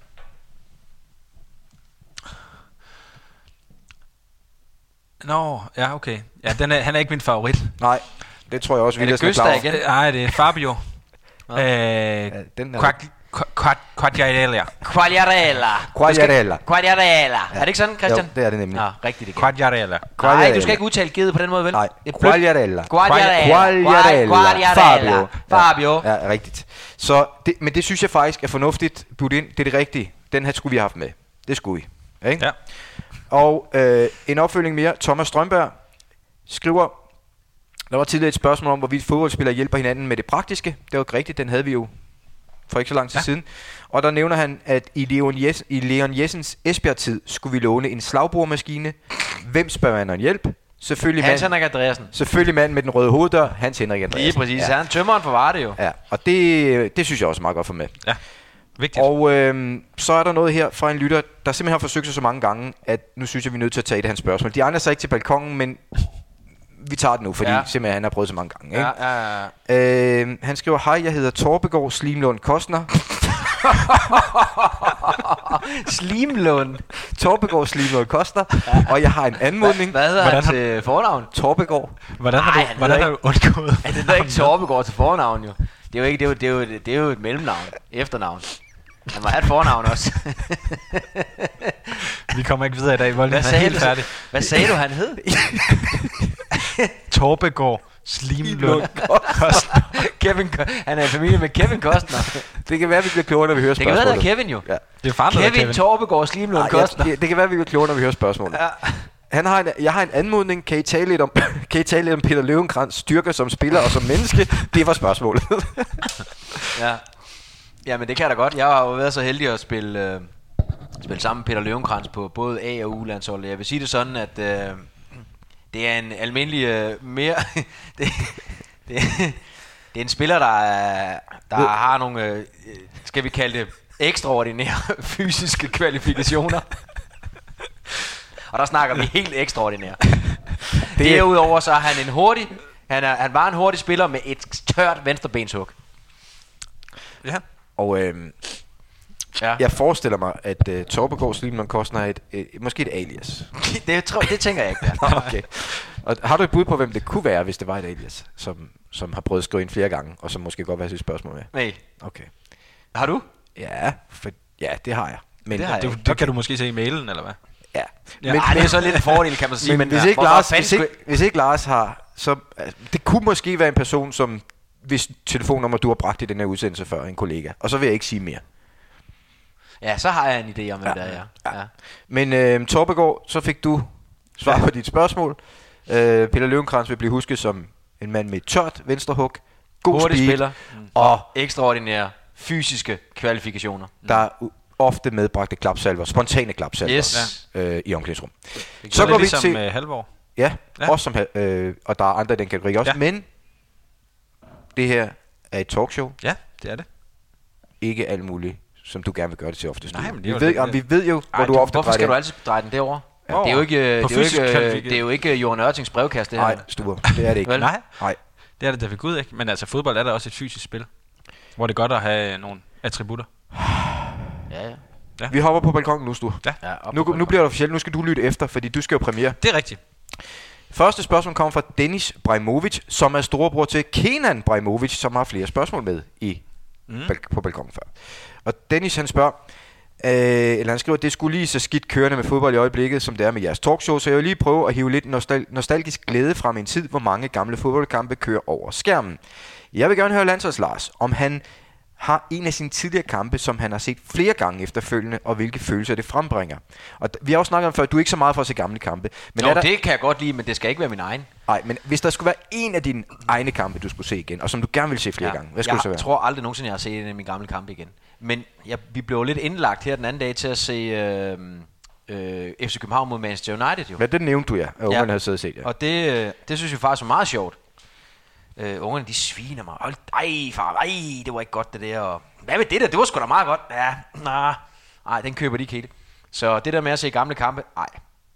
Nå, ja, okay. Ja, den er, han er ikke min favorit. Nej, det tror jeg også, vi er klar igen. Nej, det er Fabio. øh, ja, den Quagliarella. Quagliarella. Quagliarella. Quagliarella. Ja. Er det ikke sådan, Christian? Jo, det er det nemlig. Ja, rigtigt igen. Quagliarella. Nej, du skal ikke udtale givet på den måde, vel? Nej, Quagliarella. Quagliarella. Quagliarella. Fabio. Fabio. Ja, ja, rigtigt. Så det, men det synes jeg faktisk er fornuftigt budt ind. Det er det rigtige. Den her skulle vi have haft med. Det skulle vi. Ikke? Ja. Og øh, en opfølging mere. Thomas Strømberg skriver, der var tidligere et spørgsmål om, hvorvidt fodboldspillere hjælper hinanden med det praktiske. Det var ikke rigtigt, den havde vi jo for ikke så lang tid ja. siden. Og der nævner han, at i Leon, Jes- i Leon Jessens Esbjerg-tid skulle vi låne en slagboremaskine. Hvem spørger han om hjælp? Selvfølgelig Hans mand, Henrik Andreasen. Selvfølgelig mand med den røde hoveddør, Hans Henrik Andreasen. Lige præcis, ja. Han tømmeren for Varde jo. Ja, og det, det synes jeg også meget godt for med. Ja, vigtigt. Og øh, så er der noget her fra en lytter, der simpelthen har forsøgt sig så mange gange, at nu synes jeg, vi er nødt til at tage det hans spørgsmål. De andre er så ikke til balkongen, men vi tager det nu, fordi ja. simpelthen han har prøvet så mange gange. Ikke? Ja, ja, ja. Øh, han skriver, hej, jeg hedder Torbegaard Slimlund Kostner. Slimlund? Torbegaard Slimlund Kostner. Ja. Og jeg har en anmodning. Hvad hedder hvordan han til fornavn? Torbegaard. Hvordan har Ej, du, hvordan har du undgået? Ja, det er ikke Torbegaard til fornavn, jo. Det er jo, ikke, det er jo, det er jo, det er jo et mellemnavn, efternavn. Han må have et fornavn også. Vi kommer ikke videre i dag. Hvad sagde, helt færdig. Hvad sagde du, han hed? Torbegaard Slimlund Kostner. Kevin, han er i familie med Kevin Kostner. Det kan være, at vi bliver klogere, når vi hører spørgsmålet. Det kan være, der er Kevin jo. Ja. Det er faren, Kevin, Kevin Torbegaard Slimlund Kostner. Ja, det kan være, at vi bliver klogere, når vi hører spørgsmålet. Ja. Han har en, jeg har en anmodning. Kan I tale lidt om, kan I tale lidt om Peter Løvenkrantz styrker som spiller og som menneske? Det var spørgsmålet. Ja. Ja, men det kan jeg da godt. Jeg har jo været så heldig at spille, øh, spille sammen med Peter Løvenkrantz på både A- og U-landsholdet. Jeg vil sige det sådan, at øh, det er en almindelig øh, mere... det, det, det er en spiller, der, er, der har nogle, øh, skal vi kalde det, ekstraordinære fysiske kvalifikationer. Og der snakker vi helt ekstraordinære. Derudover så er han en hurtig, han, er, han var en hurtig spiller med et tørt venstrebenshug. Ja. Og øh, ja. jeg forestiller mig, at uh, Torbegaard Slimlund Kostner er et, et, måske et alias. det, tror, det tænker jeg ikke, der. Nå, okay. Og har du et bud på, hvem det kunne være, hvis det var et alias, som, som har prøvet at skrive ind flere gange, og som måske godt vil have sit spørgsmål med? Nej. Okay. Har du? Ja, for, ja det har jeg. Men det, har jeg det, det okay. Kan du måske se i mailen, eller hvad? Ja. ja. Men, Ej, det er så lidt en fordel, kan man sige. Men, men hvis, ja, ikke Lars, hvis, ikke, hvis ikke Lars har, så altså, det kunne måske være en person, som hvis telefonnummer du har bragt i den her udsendelse før, en kollega. Og så vil jeg ikke sige mere. Ja, så har jeg en idé om, hvad ja, det er, ja. ja. Men øh, Torbegaard, så fik du svar ja. på dit spørgsmål. Øh, Peter Løvenkrantz vil blive husket som en mand med et tørt venstrehug, god hurtig speed, spiller mm. og ekstraordinær fysiske kvalifikationer. Der er u- ofte medbragte klapsalver, spontane klapsalver Yes. øh, i omklædningsrum. Så går vi ligesom til halvår. Ja, Ja. også som øh, og der er andre i den kategori også, Ja. men det her er et talkshow. Ja, det er det. Ikke alt muligt, som du gerne vil gøre det til oftest. Nej, men det vi er jo ved, det, om det. vi ved jo, hvor Ej, du du, ofte hvorfor drejer skal det. du altid dreje den derover? Ja. Det er jo ikke, På det er jo fysisk ikke, kvalifikation. det er jo ikke Johan Ørtings brevkast, det her. Nej, Sture, det er det ikke. Vel? Nej, Nej. det er det da ved Gud ikke. Men altså, fodbold er da også et fysisk spil, hvor det er godt at have nogle attributter. Ja, ja. Ja. Vi hopper på balkonen nu, Sture. Ja. ja op Nu, på nu bliver det officielt. Nu skal du lytte efter, fordi du skal jo premiere. Det er rigtigt. Første spørgsmål kommer fra Dennis Brajmovic, som er storebror til Kenan Brajmovic, som har flere spørgsmål med i Mm. bal- på balkonen før. Og Dennis han spørger, øh, eller han skriver, det skulle lige så skidt kørende med fodbold i øjeblikket, som det er med jeres talkshow, så jeg vil lige prøve at hive lidt nostal- nostalgisk glæde fra min tid, hvor mange gamle fodboldkampe kører over skærmen. Jeg vil gerne høre Landsholds Lars, om han har en af sine tidligere kampe, som han har set flere gange efterfølgende, og hvilke følelser det frembringer. Og d- vi har også snakket om før, at du er ikke så meget for at se gamle kampe. Men Nå, er der... det kan jeg godt lide, men det skal ikke være min egen. Nej, men hvis der skulle være en af dine egne kampe, du skulle se igen, og som du gerne vil se flere ja. gange, hvad skulle jeg det så være? Jeg tror aldrig nogensinde, jeg har set en af mine gamle kampe igen. Men jeg, vi blev lidt indlagt her den anden dag til at se øh, øh, F C København mod Manchester United. Jo. Hvad det nævnte du, ja, at ungerne Ja. havde siddet og set, ja. Og det, øh, det synes jeg faktisk var meget sjovt. Øh, ungerne, de sviner mig. Hold, ej, far, ej, det var ikke godt det der. Og, hvad med det der? Det var sgu da meget godt. Ja, nej, nej, den køber de ikke helt. Så det der med at se gamle kampe, nej,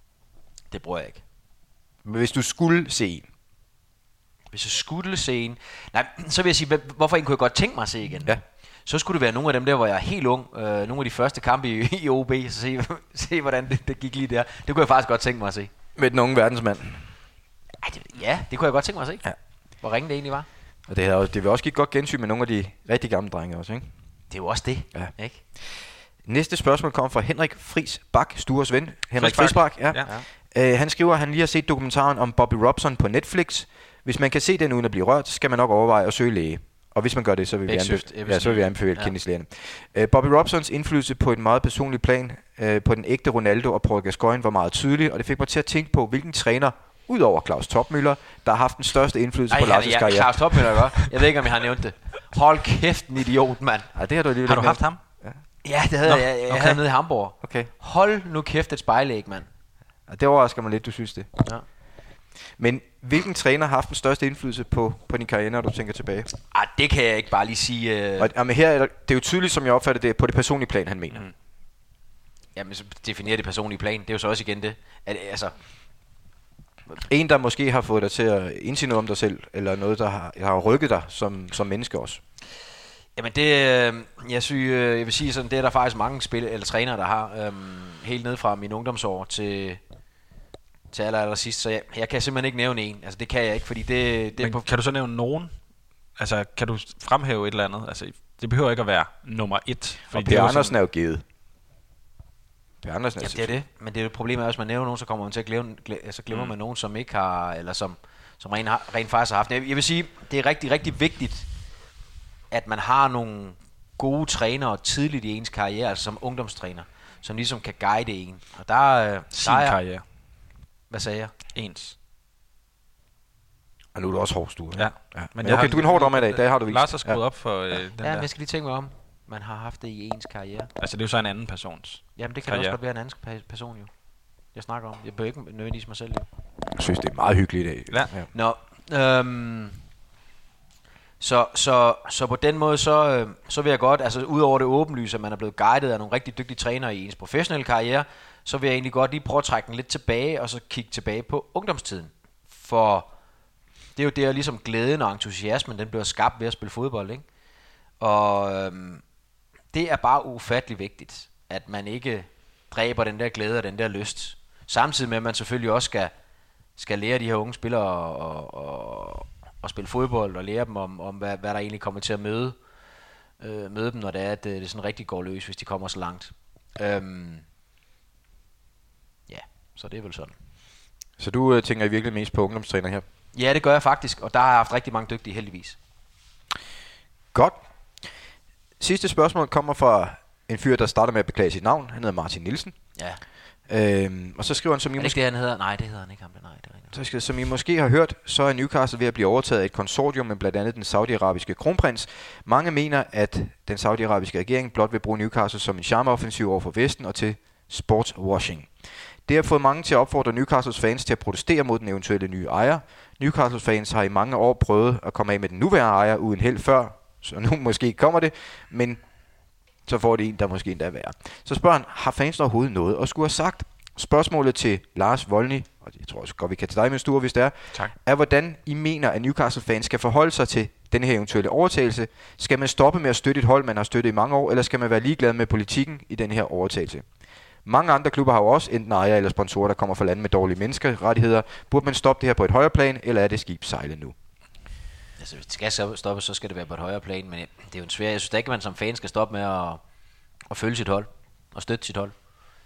det bruger jeg ikke. Men hvis du skulle se en, Hvis jeg skulle se en, nej, så vil jeg sige, hvad- hvorfor en kunne jeg godt tænke mig at se igen? Ja. Så skulle det være nogle af dem der, hvor jeg er helt ung. Øh, nogle af de første kampe i, i O B, så se, se hvordan det, det gik lige der. Det kunne jeg faktisk godt tænke mig at se. med den unge verdensmand, Ej, det, ja, det kunne jeg godt tænke mig at se. Ja. Hvor ringe det egentlig var. og det, havde, det vil også give et godt gensyn med nogle af de rigtig gamle drenge også, ikke? Det er jo også det, Ja. ikke? Næste spørgsmål kommer fra Henrik Friis Bak, Stures ven. Henrik Friis Friis Bak, ja. Ja. ja. Uh, han skriver, at han lige har set dokumentaren om Bobby Robson på Netflix. Hvis man kan se den uden at blive rørt, skal man nok overveje at søge læge. Og hvis man gør det, så vil vi, Vægtsøft, anbefale, ja, så vil vi anbefale ja. kendislægerne. Uh, Bobby Robsons indflydelse på et meget personligt plan uh, på den ægte Ronaldo og Paul Gascoigne var meget tydelig, og det fik mig til at tænke på, hvilken træner, udover Claus Topmøller, der har haft den største indflydelse Ej, på han, Lars' ja, karriere. Claus Topmøller, godt. Jeg ved ikke, om jeg har nævnt det. Hold kæft, en idiot, mand. Ja, det har du alligevel Har du ikke haft nævnt. ham? Ja, det havde Nå, jeg. Jeg, jeg okay. havde nede i Hamburg. Okay. Hold nu kæft et spejlæg, mand. Ja, det overrasker mig lidt, du synes det. Ja. Men hvilken træner har haft den største indflydelse på, på din karriere, når du tænker tilbage? Ej, det kan jeg ikke bare lige sige. Øh... Og, og men her er der, det er jo tydeligt, som jeg opfatter det, på det personlige plan, han mener. Mm. Jamen, så definerer det personlige plan. Det er jo så også igen det. At, altså, En, der måske har fået dig til at indse noget om dig selv, eller noget, der har, har rykket dig som, som menneske også. Jamen det, øh, jeg, synes, øh, jeg vil sige sådan, det er der faktisk mange spil eller trænere, der har. Øh, helt ned fra min ungdomsår til, til aller, aller sidst. Så jeg, jeg kan simpelthen ikke nævne en. Altså det kan jeg ikke, fordi det, det Men er på... kan du så nævne nogen? Altså, kan du fremhæve et eller andet? Altså, det behøver ikke at være nummer et. Og det er Per jo Andersen sådan- er jo givet. Per Andersen er Jamen det er det. Men det er jo problemet, at hvis man nævner nogen, så kommer man til at glemme, glemme, så glemmer mm. man nogen, som ikke har, eller som, som rent, har, rent faktisk har haft. Jeg, jeg vil sige, det er rigtig, rigtig vigtigt, at man har nogle gode trænere tidligt i ens karriere, altså som ungdomstræner, som ligesom kan guide en. Og der, øh, Sin der er, karriere. Hvad sagde jeg? Ens. Og nu er du også hård, Stue. Ja. ja. Men Men jeg okay, har- du er en hård dommer i dag, det har du vist. Lars har skruet ja. op for øh, den Ja, der. men jeg skal lige tænke mig om. Man har haft det i ens karriere. Altså, det er jo så en anden persons. Jamen det kan karriere. også godt være en anden pe- person jo. Jeg snakker om. Jeg behøver ikke nødvendigvis mig selv jo. Jeg synes, det er meget hyggeligt i dag. Ja. ja. Nå, øhm, så, så, så på den måde, så, øh, så vil jeg godt, altså udover det åbenlyse, at man er blevet guidet af nogle rigtig dygtige trænere i ens professionelle karriere, så vil jeg egentlig godt lige prøve at trække den lidt tilbage, og så kigge tilbage på ungdomstiden. For det er jo der ligesom glæden og entusiasmen, den bliver skabt ved at spille fodbold, ikke? Og øhm, det er bare ufattelig vigtigt, at man ikke dræber den der glæde og den der lyst. Samtidig med, at man selvfølgelig også skal, skal lære de her unge spillere og, og, og spille fodbold, og lære dem om, om hvad, hvad der egentlig kommer til at møde, øh, møde dem, når det er, at det, det sådan rigtig går løs, hvis de kommer så langt. Øhm, ja, så det er vel sådan. Så du øh, tænker i virkelig mest på ungdomstræner her? Ja, det gør jeg faktisk, og der har jeg haft rigtig mange dygtige, heldigvis. Godt. Sidste spørgsmål kommer fra en fyr, der starter med at beklage sit navn. Han hedder Martin Nielsen. Ja. Øhm, og så skriver han, som I er det måske... ikke det, han hedder? Nej, det hedder han ikke ham. Nej, det er rigtigt. Så skal, som I måske har hørt, så er Newcastle ved at blive overtaget af et konsortium med blandt andet den saudiarabiske kronprins. Mange mener, at den saudiarabiske regering blot vil bruge Newcastle som en charmeoffensiv over for Vesten og til sportswashing. Det har fået mange til at opfordre Newcastles fans til at protestere mod den eventuelle nye ejer. Newcastles fans har i mange år prøvet at komme af med den nuværende ejer uden held før, så nu måske kommer det, men så får det en, der måske endda er værre. Så spørger han, har fans overhovedet noget at skulle have sagt? Spørgsmålet til Lars Volny, og jeg tror også godt, vi kan til dig med Sture, hvis det er, tak. er, hvordan I mener, at Newcastle-fans skal forholde sig til den her eventuelle overtagelse. Skal man stoppe med at støtte et hold, man har støttet i mange år, eller skal man være ligeglad med politikken i den her overtagelse? Mange andre klubber har jo også enten ejere eller sponsorer, der kommer fra lande med dårlige menneskerettigheder. Burde man stoppe det her på et højere plan, eller er det skib sejlet nu? Altså, hvis det skal stoppe, så skal det være på et højere plan, men det er jo en svær... Jeg synes da ikke, at man som fan skal stoppe med at, at følge sit hold og støtte sit hold.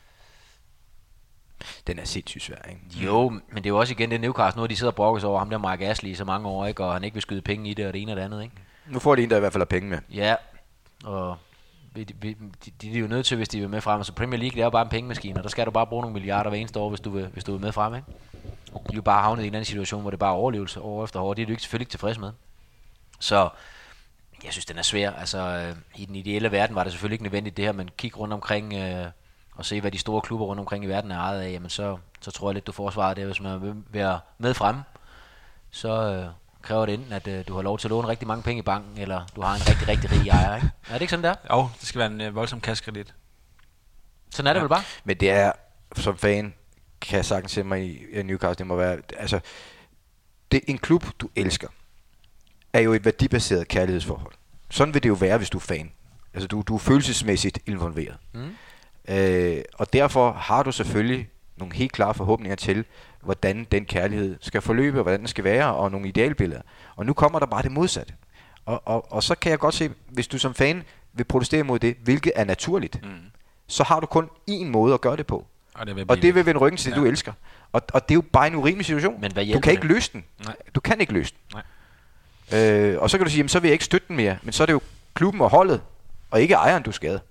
Den er sindssygt svær, ikke? Jo, men det er jo også igen det Newcastle. Nu har de siddet og brokkes over ham der Mark Ashley i så mange år, ikke? Og han ikke vil skyde penge i det og det ene og det andet, ikke? Nu får de en, der i hvert fald har penge med. Ja, og de, de, de, de er jo nødt til, hvis de vil med frem. Altså Premier League, det er jo bare en pengemaskine, og der skal du bare bruge nogle milliarder hver eneste år, hvis du vil, hvis du vil med frem, ikke? De er jo bare havnet i en anden situation, hvor det bare er overlevelse år efter år. Det er du ikke, selvfølgelig ikke tilfreds med. Så jeg synes, den er svær. Altså, øh, i den ideelle verden var det selvfølgelig ikke nødvendigt det her, men kig rundt omkring øh, og se, hvad de store klubber rundt omkring i verden er ejet af, jamen så, så tror jeg lidt, du får svaret der. Hvis man vil være med fremme, så øh, kræver det enten, at øh, du har lov til at låne rigtig mange penge i banken, eller du har en rigtig, rigtig rig ejer, ikke? Er det ikke sådan der? Jo, det skal være en øh, voldsom kassekredit. Sådan er det ja. vel bare? Men det er, som fan, kan jeg sagtens se mig i Newcastle, det må være, altså, det er en klub, du elsker, er jo et værdibaseret kærlighedsforhold. Sådan vil det jo være, hvis du er fan. Altså, du, du er følelsesmæssigt involveret. Mm. Øh, og derfor har du selvfølgelig nogle helt klare forhåbninger til, hvordan den kærlighed skal forløbe, og hvordan den skal være, og nogle idealbilleder. Og nu kommer der bare det modsatte. Og, og, og så kan jeg godt se, hvis du som fan vil protestere mod det, hvilket er naturligt, mm. så har du kun én måde at gøre det på. Og det vil, og det vil vende ryggen til det, ja. du elsker. Og, og det er jo bare en urimelig situation. Men du kan ikke det? løse den. Nej. Du kan ikke løse den. Nej. Øh, og så kan du sige, jamen, så vil jeg ikke støtte den mere. Men så er det jo klubben og holdet, og ikke ejeren, du skader.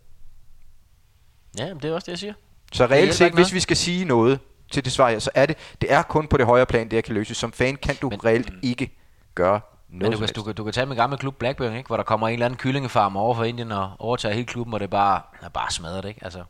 Ja, men det er også det, jeg siger. Så reelt set, hvis vi skal sige noget til det svar, så er det, det er kun på det højere plan, det jeg kan løse. Som fan kan du men, reelt ikke gøre noget. Men du, du, du, du kan tage med gamle klub Blackburn, ikke? Hvor der kommer en eller anden kyllingefarm over for Indien og overtager hele klubben, og det er bare, er bare smadret, ikke? Altså,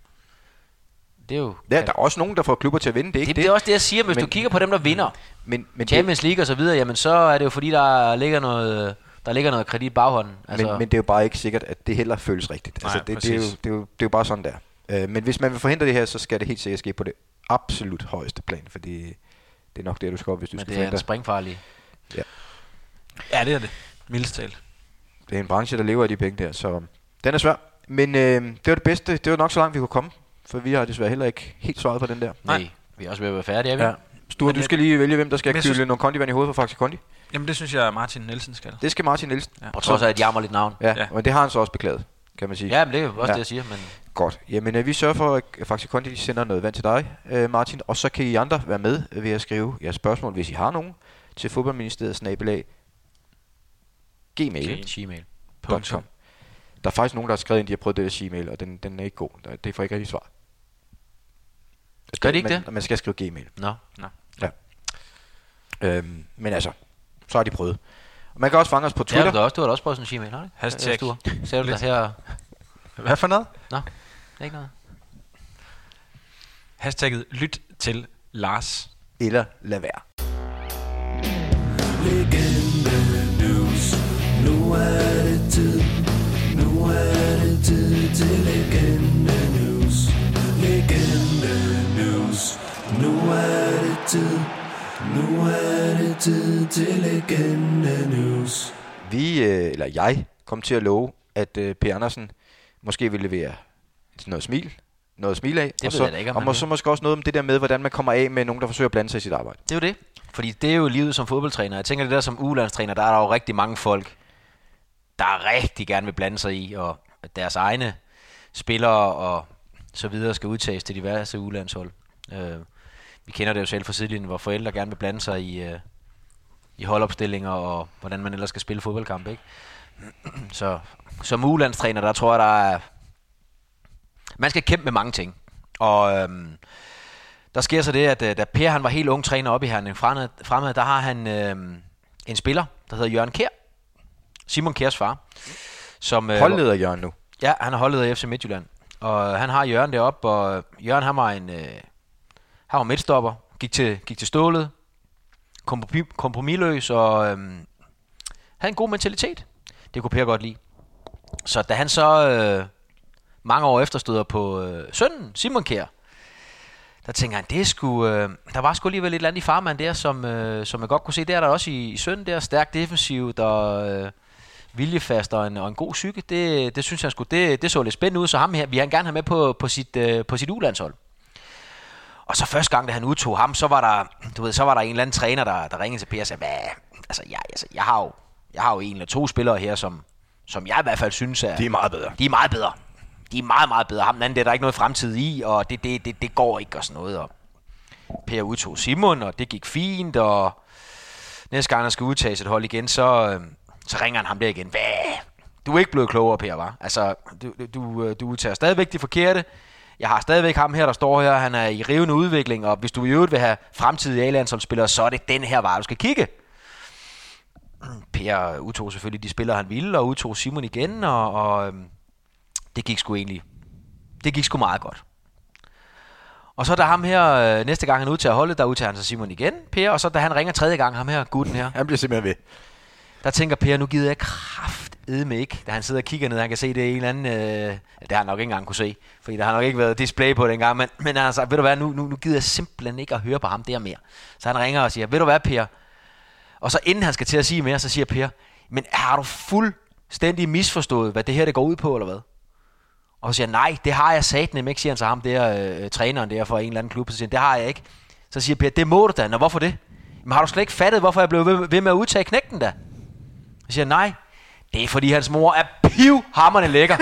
det er jo... Ja, der er også nogen, der får klubber til at vinde, det er ikke det. Det, det er også det, jeg siger, men hvis du kigger på dem, der vinder men, men Champions League og så videre, jamen så er det jo fordi, der ligger noget... Der ligger noget kredit i baghånden. Altså. Men, men det er jo bare ikke sikkert, at det heller føles rigtigt. Nej, altså, det, det, er jo, det, er jo, det er jo bare sådan der. Uh, men hvis man vil forhindre det her, så skal det helt sikkert ske på det absolut højeste plan, fordi det er nok det, du skal op, hvis du men skal forhindre. Men det er en springfarlig. Ja. Ja, det er det. Mildest talt. Det er en branche, der lever af de penge der, så den er svær. Men uh, det var det bedste. Det var nok så langt, vi kunne komme, for vi har desværre heller ikke helt svaret på den der. Nej, vi er også ved at være færdige, er vi? Ja. Sture, du skal lige vælge, hvem der skal kylde synes... nogle kondivand i hovedet for Faxe Kondi. Jamen det synes jeg, Martin Nielsen skal. Det skal Martin Nielsen. Ja. På trods af et jammerligt navn. Ja, ja, men det har han så også beklaget, kan man sige. Ja, men det er jo også ja. det, jeg siger. Men... Godt. Jamen, øh, vi sørger for, at Faxe Kondi sender noget vand til dig, øh, Martin. Og så kan I andre være med ved at skrive jeres spørgsmål, hvis I har nogen, til fodboldministeriet snabelag gmail punktum com. Der er faktisk nogen, der har skrevet ind, de har prøvet det der Gmail, og den, den er ikke god. Det får ikke rigtig svar. Gør det ikke man, det? Man skal skrive Gmail. Nå. Nå. Ja. Øhm, men altså, så har de prøvet. Og man kan også fange os på Twitter. Ja, du har også, du har også prøvet sådan en Gmail, har du? Hashtag. Ser du der her? Hvad for noget? Nå, ikke noget. Hashtagget lyt til Lars. Eller lad være. Legende News. Nu er det tid. Nu er det tid til Legende News. Legende News. Nu er det tid. Nu er det tid til Legende News. Vi, øh, eller jeg, kom til at love, at øh, P. Andersen måske vil levere noget smil, noget smil af, det og, så, ikke, og må, så måske også noget om det der med, hvordan man kommer af med nogen, der forsøger at blande sig i sit arbejde. Det er jo det, fordi det er jo livet som fodboldtræner. Jeg tænker det der som ulandstræner, der er der jo rigtig mange folk, der rigtig gerne vil blande sig i, og deres egne spillere og så videre skal udtages til diverse ulandshold. Øh, vi kender det jo selv fra sidelinjen, hvor forældre gerne vil blande sig i, øh, i holdopstillinger og hvordan man ellers skal spille fodboldkamp, ikke? Så som ulandstræner, der tror jeg, der er... Man skal kæmpe med mange ting. Og øhm, der sker så det, at da Per han var helt ung træner op i Herning fremad, fremad der har han øhm, en spiller, der hedder Jørgen Kjær. Simon Kjærs far. Som, øh, holdleder Jørgen nu. Ja, han er holdleder i F C Midtjylland. Og han har Jørgen deroppe, og Jørgen han var en... Øh, han var midtstopper, gik til, gik til stålet, kompromis, kompromisløs, og øhm, havde en god mentalitet. Det kunne Per godt lide. Så da han så øh, mange år efter støder på øh, sønnen, Simon Kjær, der tænker han, det er sgu, øh, der var sgu alligevel et eller andet i farmand der, som, øh, som jeg godt kunne se. Det er der også i, i sønnen der, stærk defensivt og øh, viljefast og en, og en god psyke. Det, det synes jeg sgu, det, det så lidt spændende ud, så ham her, vi han gerne have med på, på sit, øh, på sit U-landshold. Og så første gang, da han udtog ham, så var der, du ved, så var der en eller anden træner, der, der ringede til Per og sagde, altså, jeg, altså, jeg, har jo, jeg har jo en eller to spillere her, som, som jeg i hvert fald synes er... De er meget bedre. De er meget bedre. De er meget, meget bedre. Ham den anden, det er der ikke noget fremtid i, og det, det, det, det går ikke og sådan noget. Og Per udtog Simon, og det gik fint, og næste gang, der skal udtages et hold igen, så, så ringer han ham der igen. Hvad? Du er ikke blevet klogere, Per, hva'? Altså, du, du, du udtager stadigvæk de forkerte. Jeg har stadigvæk ham her, der står her. Han er i rivende udvikling, og hvis du i øvrigt vil have fremtidige A-landsholdsspillere, så er det den her vare, du skal kigge. Per udtog selvfølgelig de spillere, han ville, og udtog Simon igen, og, og øhm, det gik sgu egentlig. Det gik sgu meget godt. Og så da ham her, øh, næste gang han udtager holdet, der udtager han sig Simon igen, Per, og så da han ringer tredje gang, ham her, gutten her. Han bliver simpelthen ved. Der tænker Per, nu gider jeg kraftedme ikke, da han sidder og kigger ned, han kan se, det er en eller anden, øh, det har han nok ikke engang kunne se, fordi der har nok ikke været display på dengang, men, men han har sagt, ved du hvad, nu, nu, nu gider jeg simpelthen ikke at høre på ham der mere. Så han ringer og siger, ved du hvad, Per? Og så inden han skal til at sige mere, så siger Per, men har du fuldstændig misforstået, hvad det her det går ud på, eller hvad? Og så siger han, nej, det har jeg satme ikke, siger han så ham der, øh, træneren der for en eller anden klub, så siger han, det har jeg ikke. Så siger Per, det må du da, og hvorfor det? Men har du slet ikke fattet, hvorfor jeg blev ved, ved med at udtage knægten da? Så siger han, nej, det er fordi hans mor er pivhamrende lækker.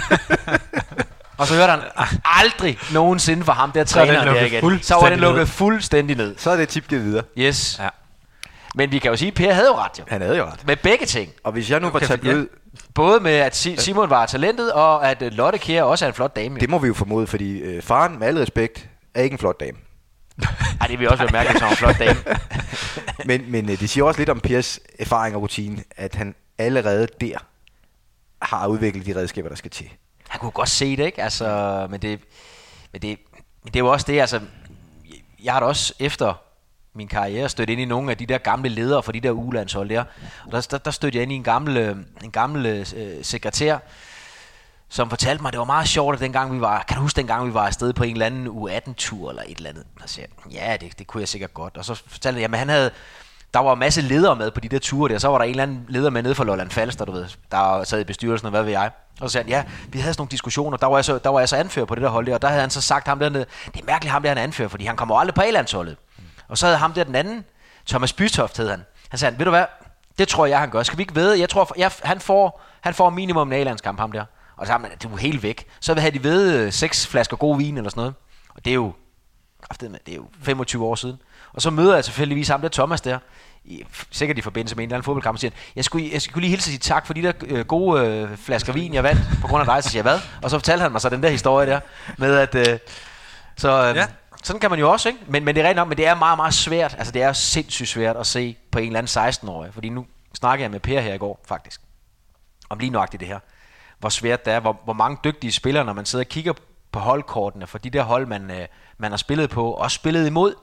Og så hørte han aldrig nogensinde for ham der træneren der igen. Så var den lukket fuldstændig ned. Så er det tip givet videre. Yes. Ja. Men vi kan jo sige, at Per havde jo ret jo. Han havde jo ret. Med begge ting. Og hvis jeg nu var tabloid... Ja. Både med, at Simon var talentet, og at Lotte Kjær også er en flot dame. Jo. Det må vi jo formode, fordi øh, faren, med al respekt, er ikke en flot dame. Ej, det vil også være mærkeligt som en flot dame. men men øh, det siger også lidt om Pers erfaring og rutine, at han allerede der har udviklet de redskaber, der skal til. Han kunne godt se det, ikke? Altså, men det, men det, men det er jo også det, altså... Jeg har da også efter min karriere stødt ind i nogle af de der gamle ledere for de der U-landshold der. Og der, der, der stødte jeg ind i en gammel, en gammel øh, sekretær, som fortalte mig, at det var meget sjovt, at dengang vi var, kan du huske dengang vi var afsted på en eller anden U atten-tur eller et eller andet? Og så sagde jeg, ja, det, det kunne jeg sikkert godt. Og så fortalte jeg, at han havde, der var en masse ledere med på de der ture der, så var der en eller anden leder med nede fra Lolland Falster, du ved, der sad i bestyrelsen og hvad ved jeg. Og så sagde han, ja, vi havde sådan nogle diskussioner, der var jeg så, der var jeg så anfører på det der hold der, og der havde han så sagt ham dernede, det er mærkeligt ham der han anfører, fordi han kommer aldrig på A-landsholdet. Og så havde ham der den anden, Thomas Bytoft hed han. Han sagde, ved du hvad, det tror jeg han gør. Skal vi ikke vide? Jeg tror jeg, han får han får minimum en A-landskamp ham der. Og så sagde han, det er jo helt væk. Så vil have de ved seks flasker god vin eller sådan noget. Og det er jo det er jo femogtyve år siden. Og så møder jeg tilfældigvis ham der Thomas der, i, sikkert i forbindelse med en eller anden fodboldkamp, og siger, jeg skulle, jeg skulle lige hilse og sige tak for de der øh, gode øh, flasker vin, jeg vandt på grund af dig. Så siger jeg, hvad? Og så fortalte han mig så den der historie der, med at, øh, så øh, ja. Sådan kan man jo også, ikke? Men, men det er rent nok, men det er meget, meget svært, altså det er sindssygt svært at se på en eller anden seksten-årig, fordi nu snakker jeg med Per her i går, faktisk, om lige nøjagtigt det her, hvor svært det er, hvor, hvor mange dygtige spillere, når man sidder og kigger på holdkortene, for de der hold, man, øh, man har spillet på, og spillet imod,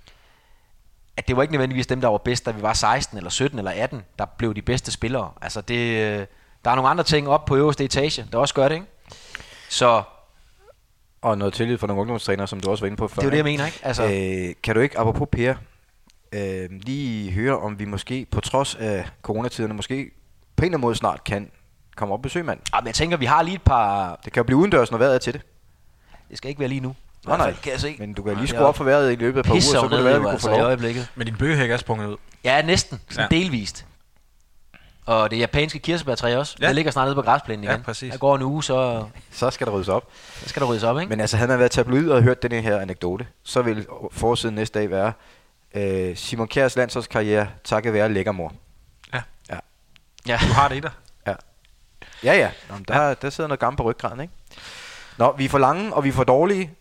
at det var ikke nødvendigvis dem, der var bedst, da vi var seksten eller sytten eller atten, der blev de bedste spillere. Altså det, øh, der er nogle andre ting op på øverste etage, der også gør det, ikke? Så... Og noget tillid for nogle ungdomstrænere, som du også var inde på før. Det er jo det, jeg mener, ikke? Altså... Øh, kan du ikke, apropos Per, øh, lige høre, om vi måske, på trods af coronatiderne, måske på en eller anden måde snart kan komme op og besøge mand? Ja, men jeg tænker, vi har lige et par... Det kan jo blive udendørs, når vejret er til det. Det skal ikke være lige nu. Nej, nej, kan jeg se. Men du kan lige skrue op for vejret i løbet af et par uger, så kan det være, at vi kunne få lov. Men din bøgehæk er sprunget ud. Ja, næsten. Ja. Delvist. Og det japanske kirsebærtræ også. Ja. Der ligger snart nede på græsplænen igen. Ja, præcis. Der går en uge, så... Så skal der ryddes op. Så skal der ryddes op, ikke? Men altså, havde man været tabloid og hørt den her anekdote, så vil forsiden næste dag være øh, Simon Kjærs landsholdskarriere takket være lækker mor. Ja. Ja. Ja. Du har det i dig. Ja. Ja, ja. Nå, der, ja. der sidder noget gammelt på ryggraden, ikke? Nå, vi er for lange, og vi er for dårlige,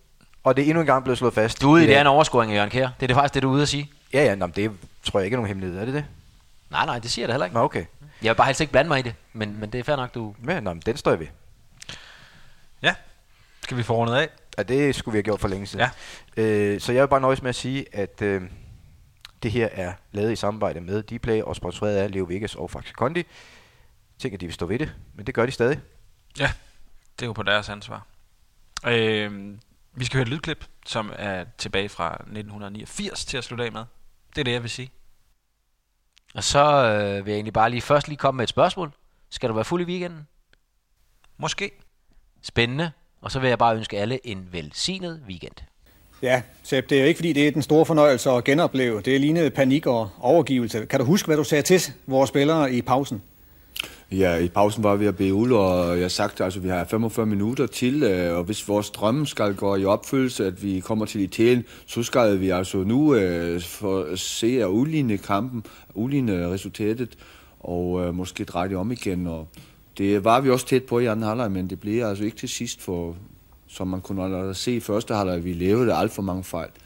Og det er endnu en gang blevet slået fast. Du er ude i det er en overscoring af Jørgen Kjær. Det er det faktisk det, du er ude at sige. Ja, ja, nå, det tror jeg ikke er nogen hemmelighed. Er det det? Nej, nej, det siger jeg da heller ikke. Nå, okay. Jeg vil bare helst ikke blande mig i det, men, men det er fair nok, du... Ja, nå, men den står jeg ved. Ja, skal vi få rundet af? Ja, det skulle vi have gjort for længe siden. Ja. Øh, så jeg vil bare nøjes med at sige, at øh, det her er lavet i samarbejde med Dplay og sponsoreret af Leo Vegas og Faxe Kondi. Jeg tænker, at de vil stå ved det, men det gør de stadig. Ja, det er jo på deres ansvar. Øh, vi skal høre et lydklip, som er tilbage fra nitten niogfirs til at slutte af med. Det er det, jeg vil sige. Og så øh, vil jeg egentlig bare lige først lige komme med et spørgsmål. Skal du være fuld i weekenden? Måske. Spændende. Og så vil jeg bare ønske alle en velsignet weekend. Ja, Sepp, det er jo ikke fordi, det er den store fornøjelse at genopleve. Det er lignende panik og overgivelse. Kan du huske, hvad du sagde til vores spillere i pausen? Ja, i pausen var vi at bede ud, og jeg sagde, altså vi har femogfyrre minutter til, og hvis vores drømme skal gå i opfyldelse, at vi kommer til Italien, så skal vi altså nu øh, for at se at udligne kampen, udligne resultatet, og øh, måske dreje det om igen. Og det var vi også tæt på i anden halvleg, men det blev altså ikke til sidst, for som man kunne allerede se i første halvleg, vi lavede alt for mange fejl.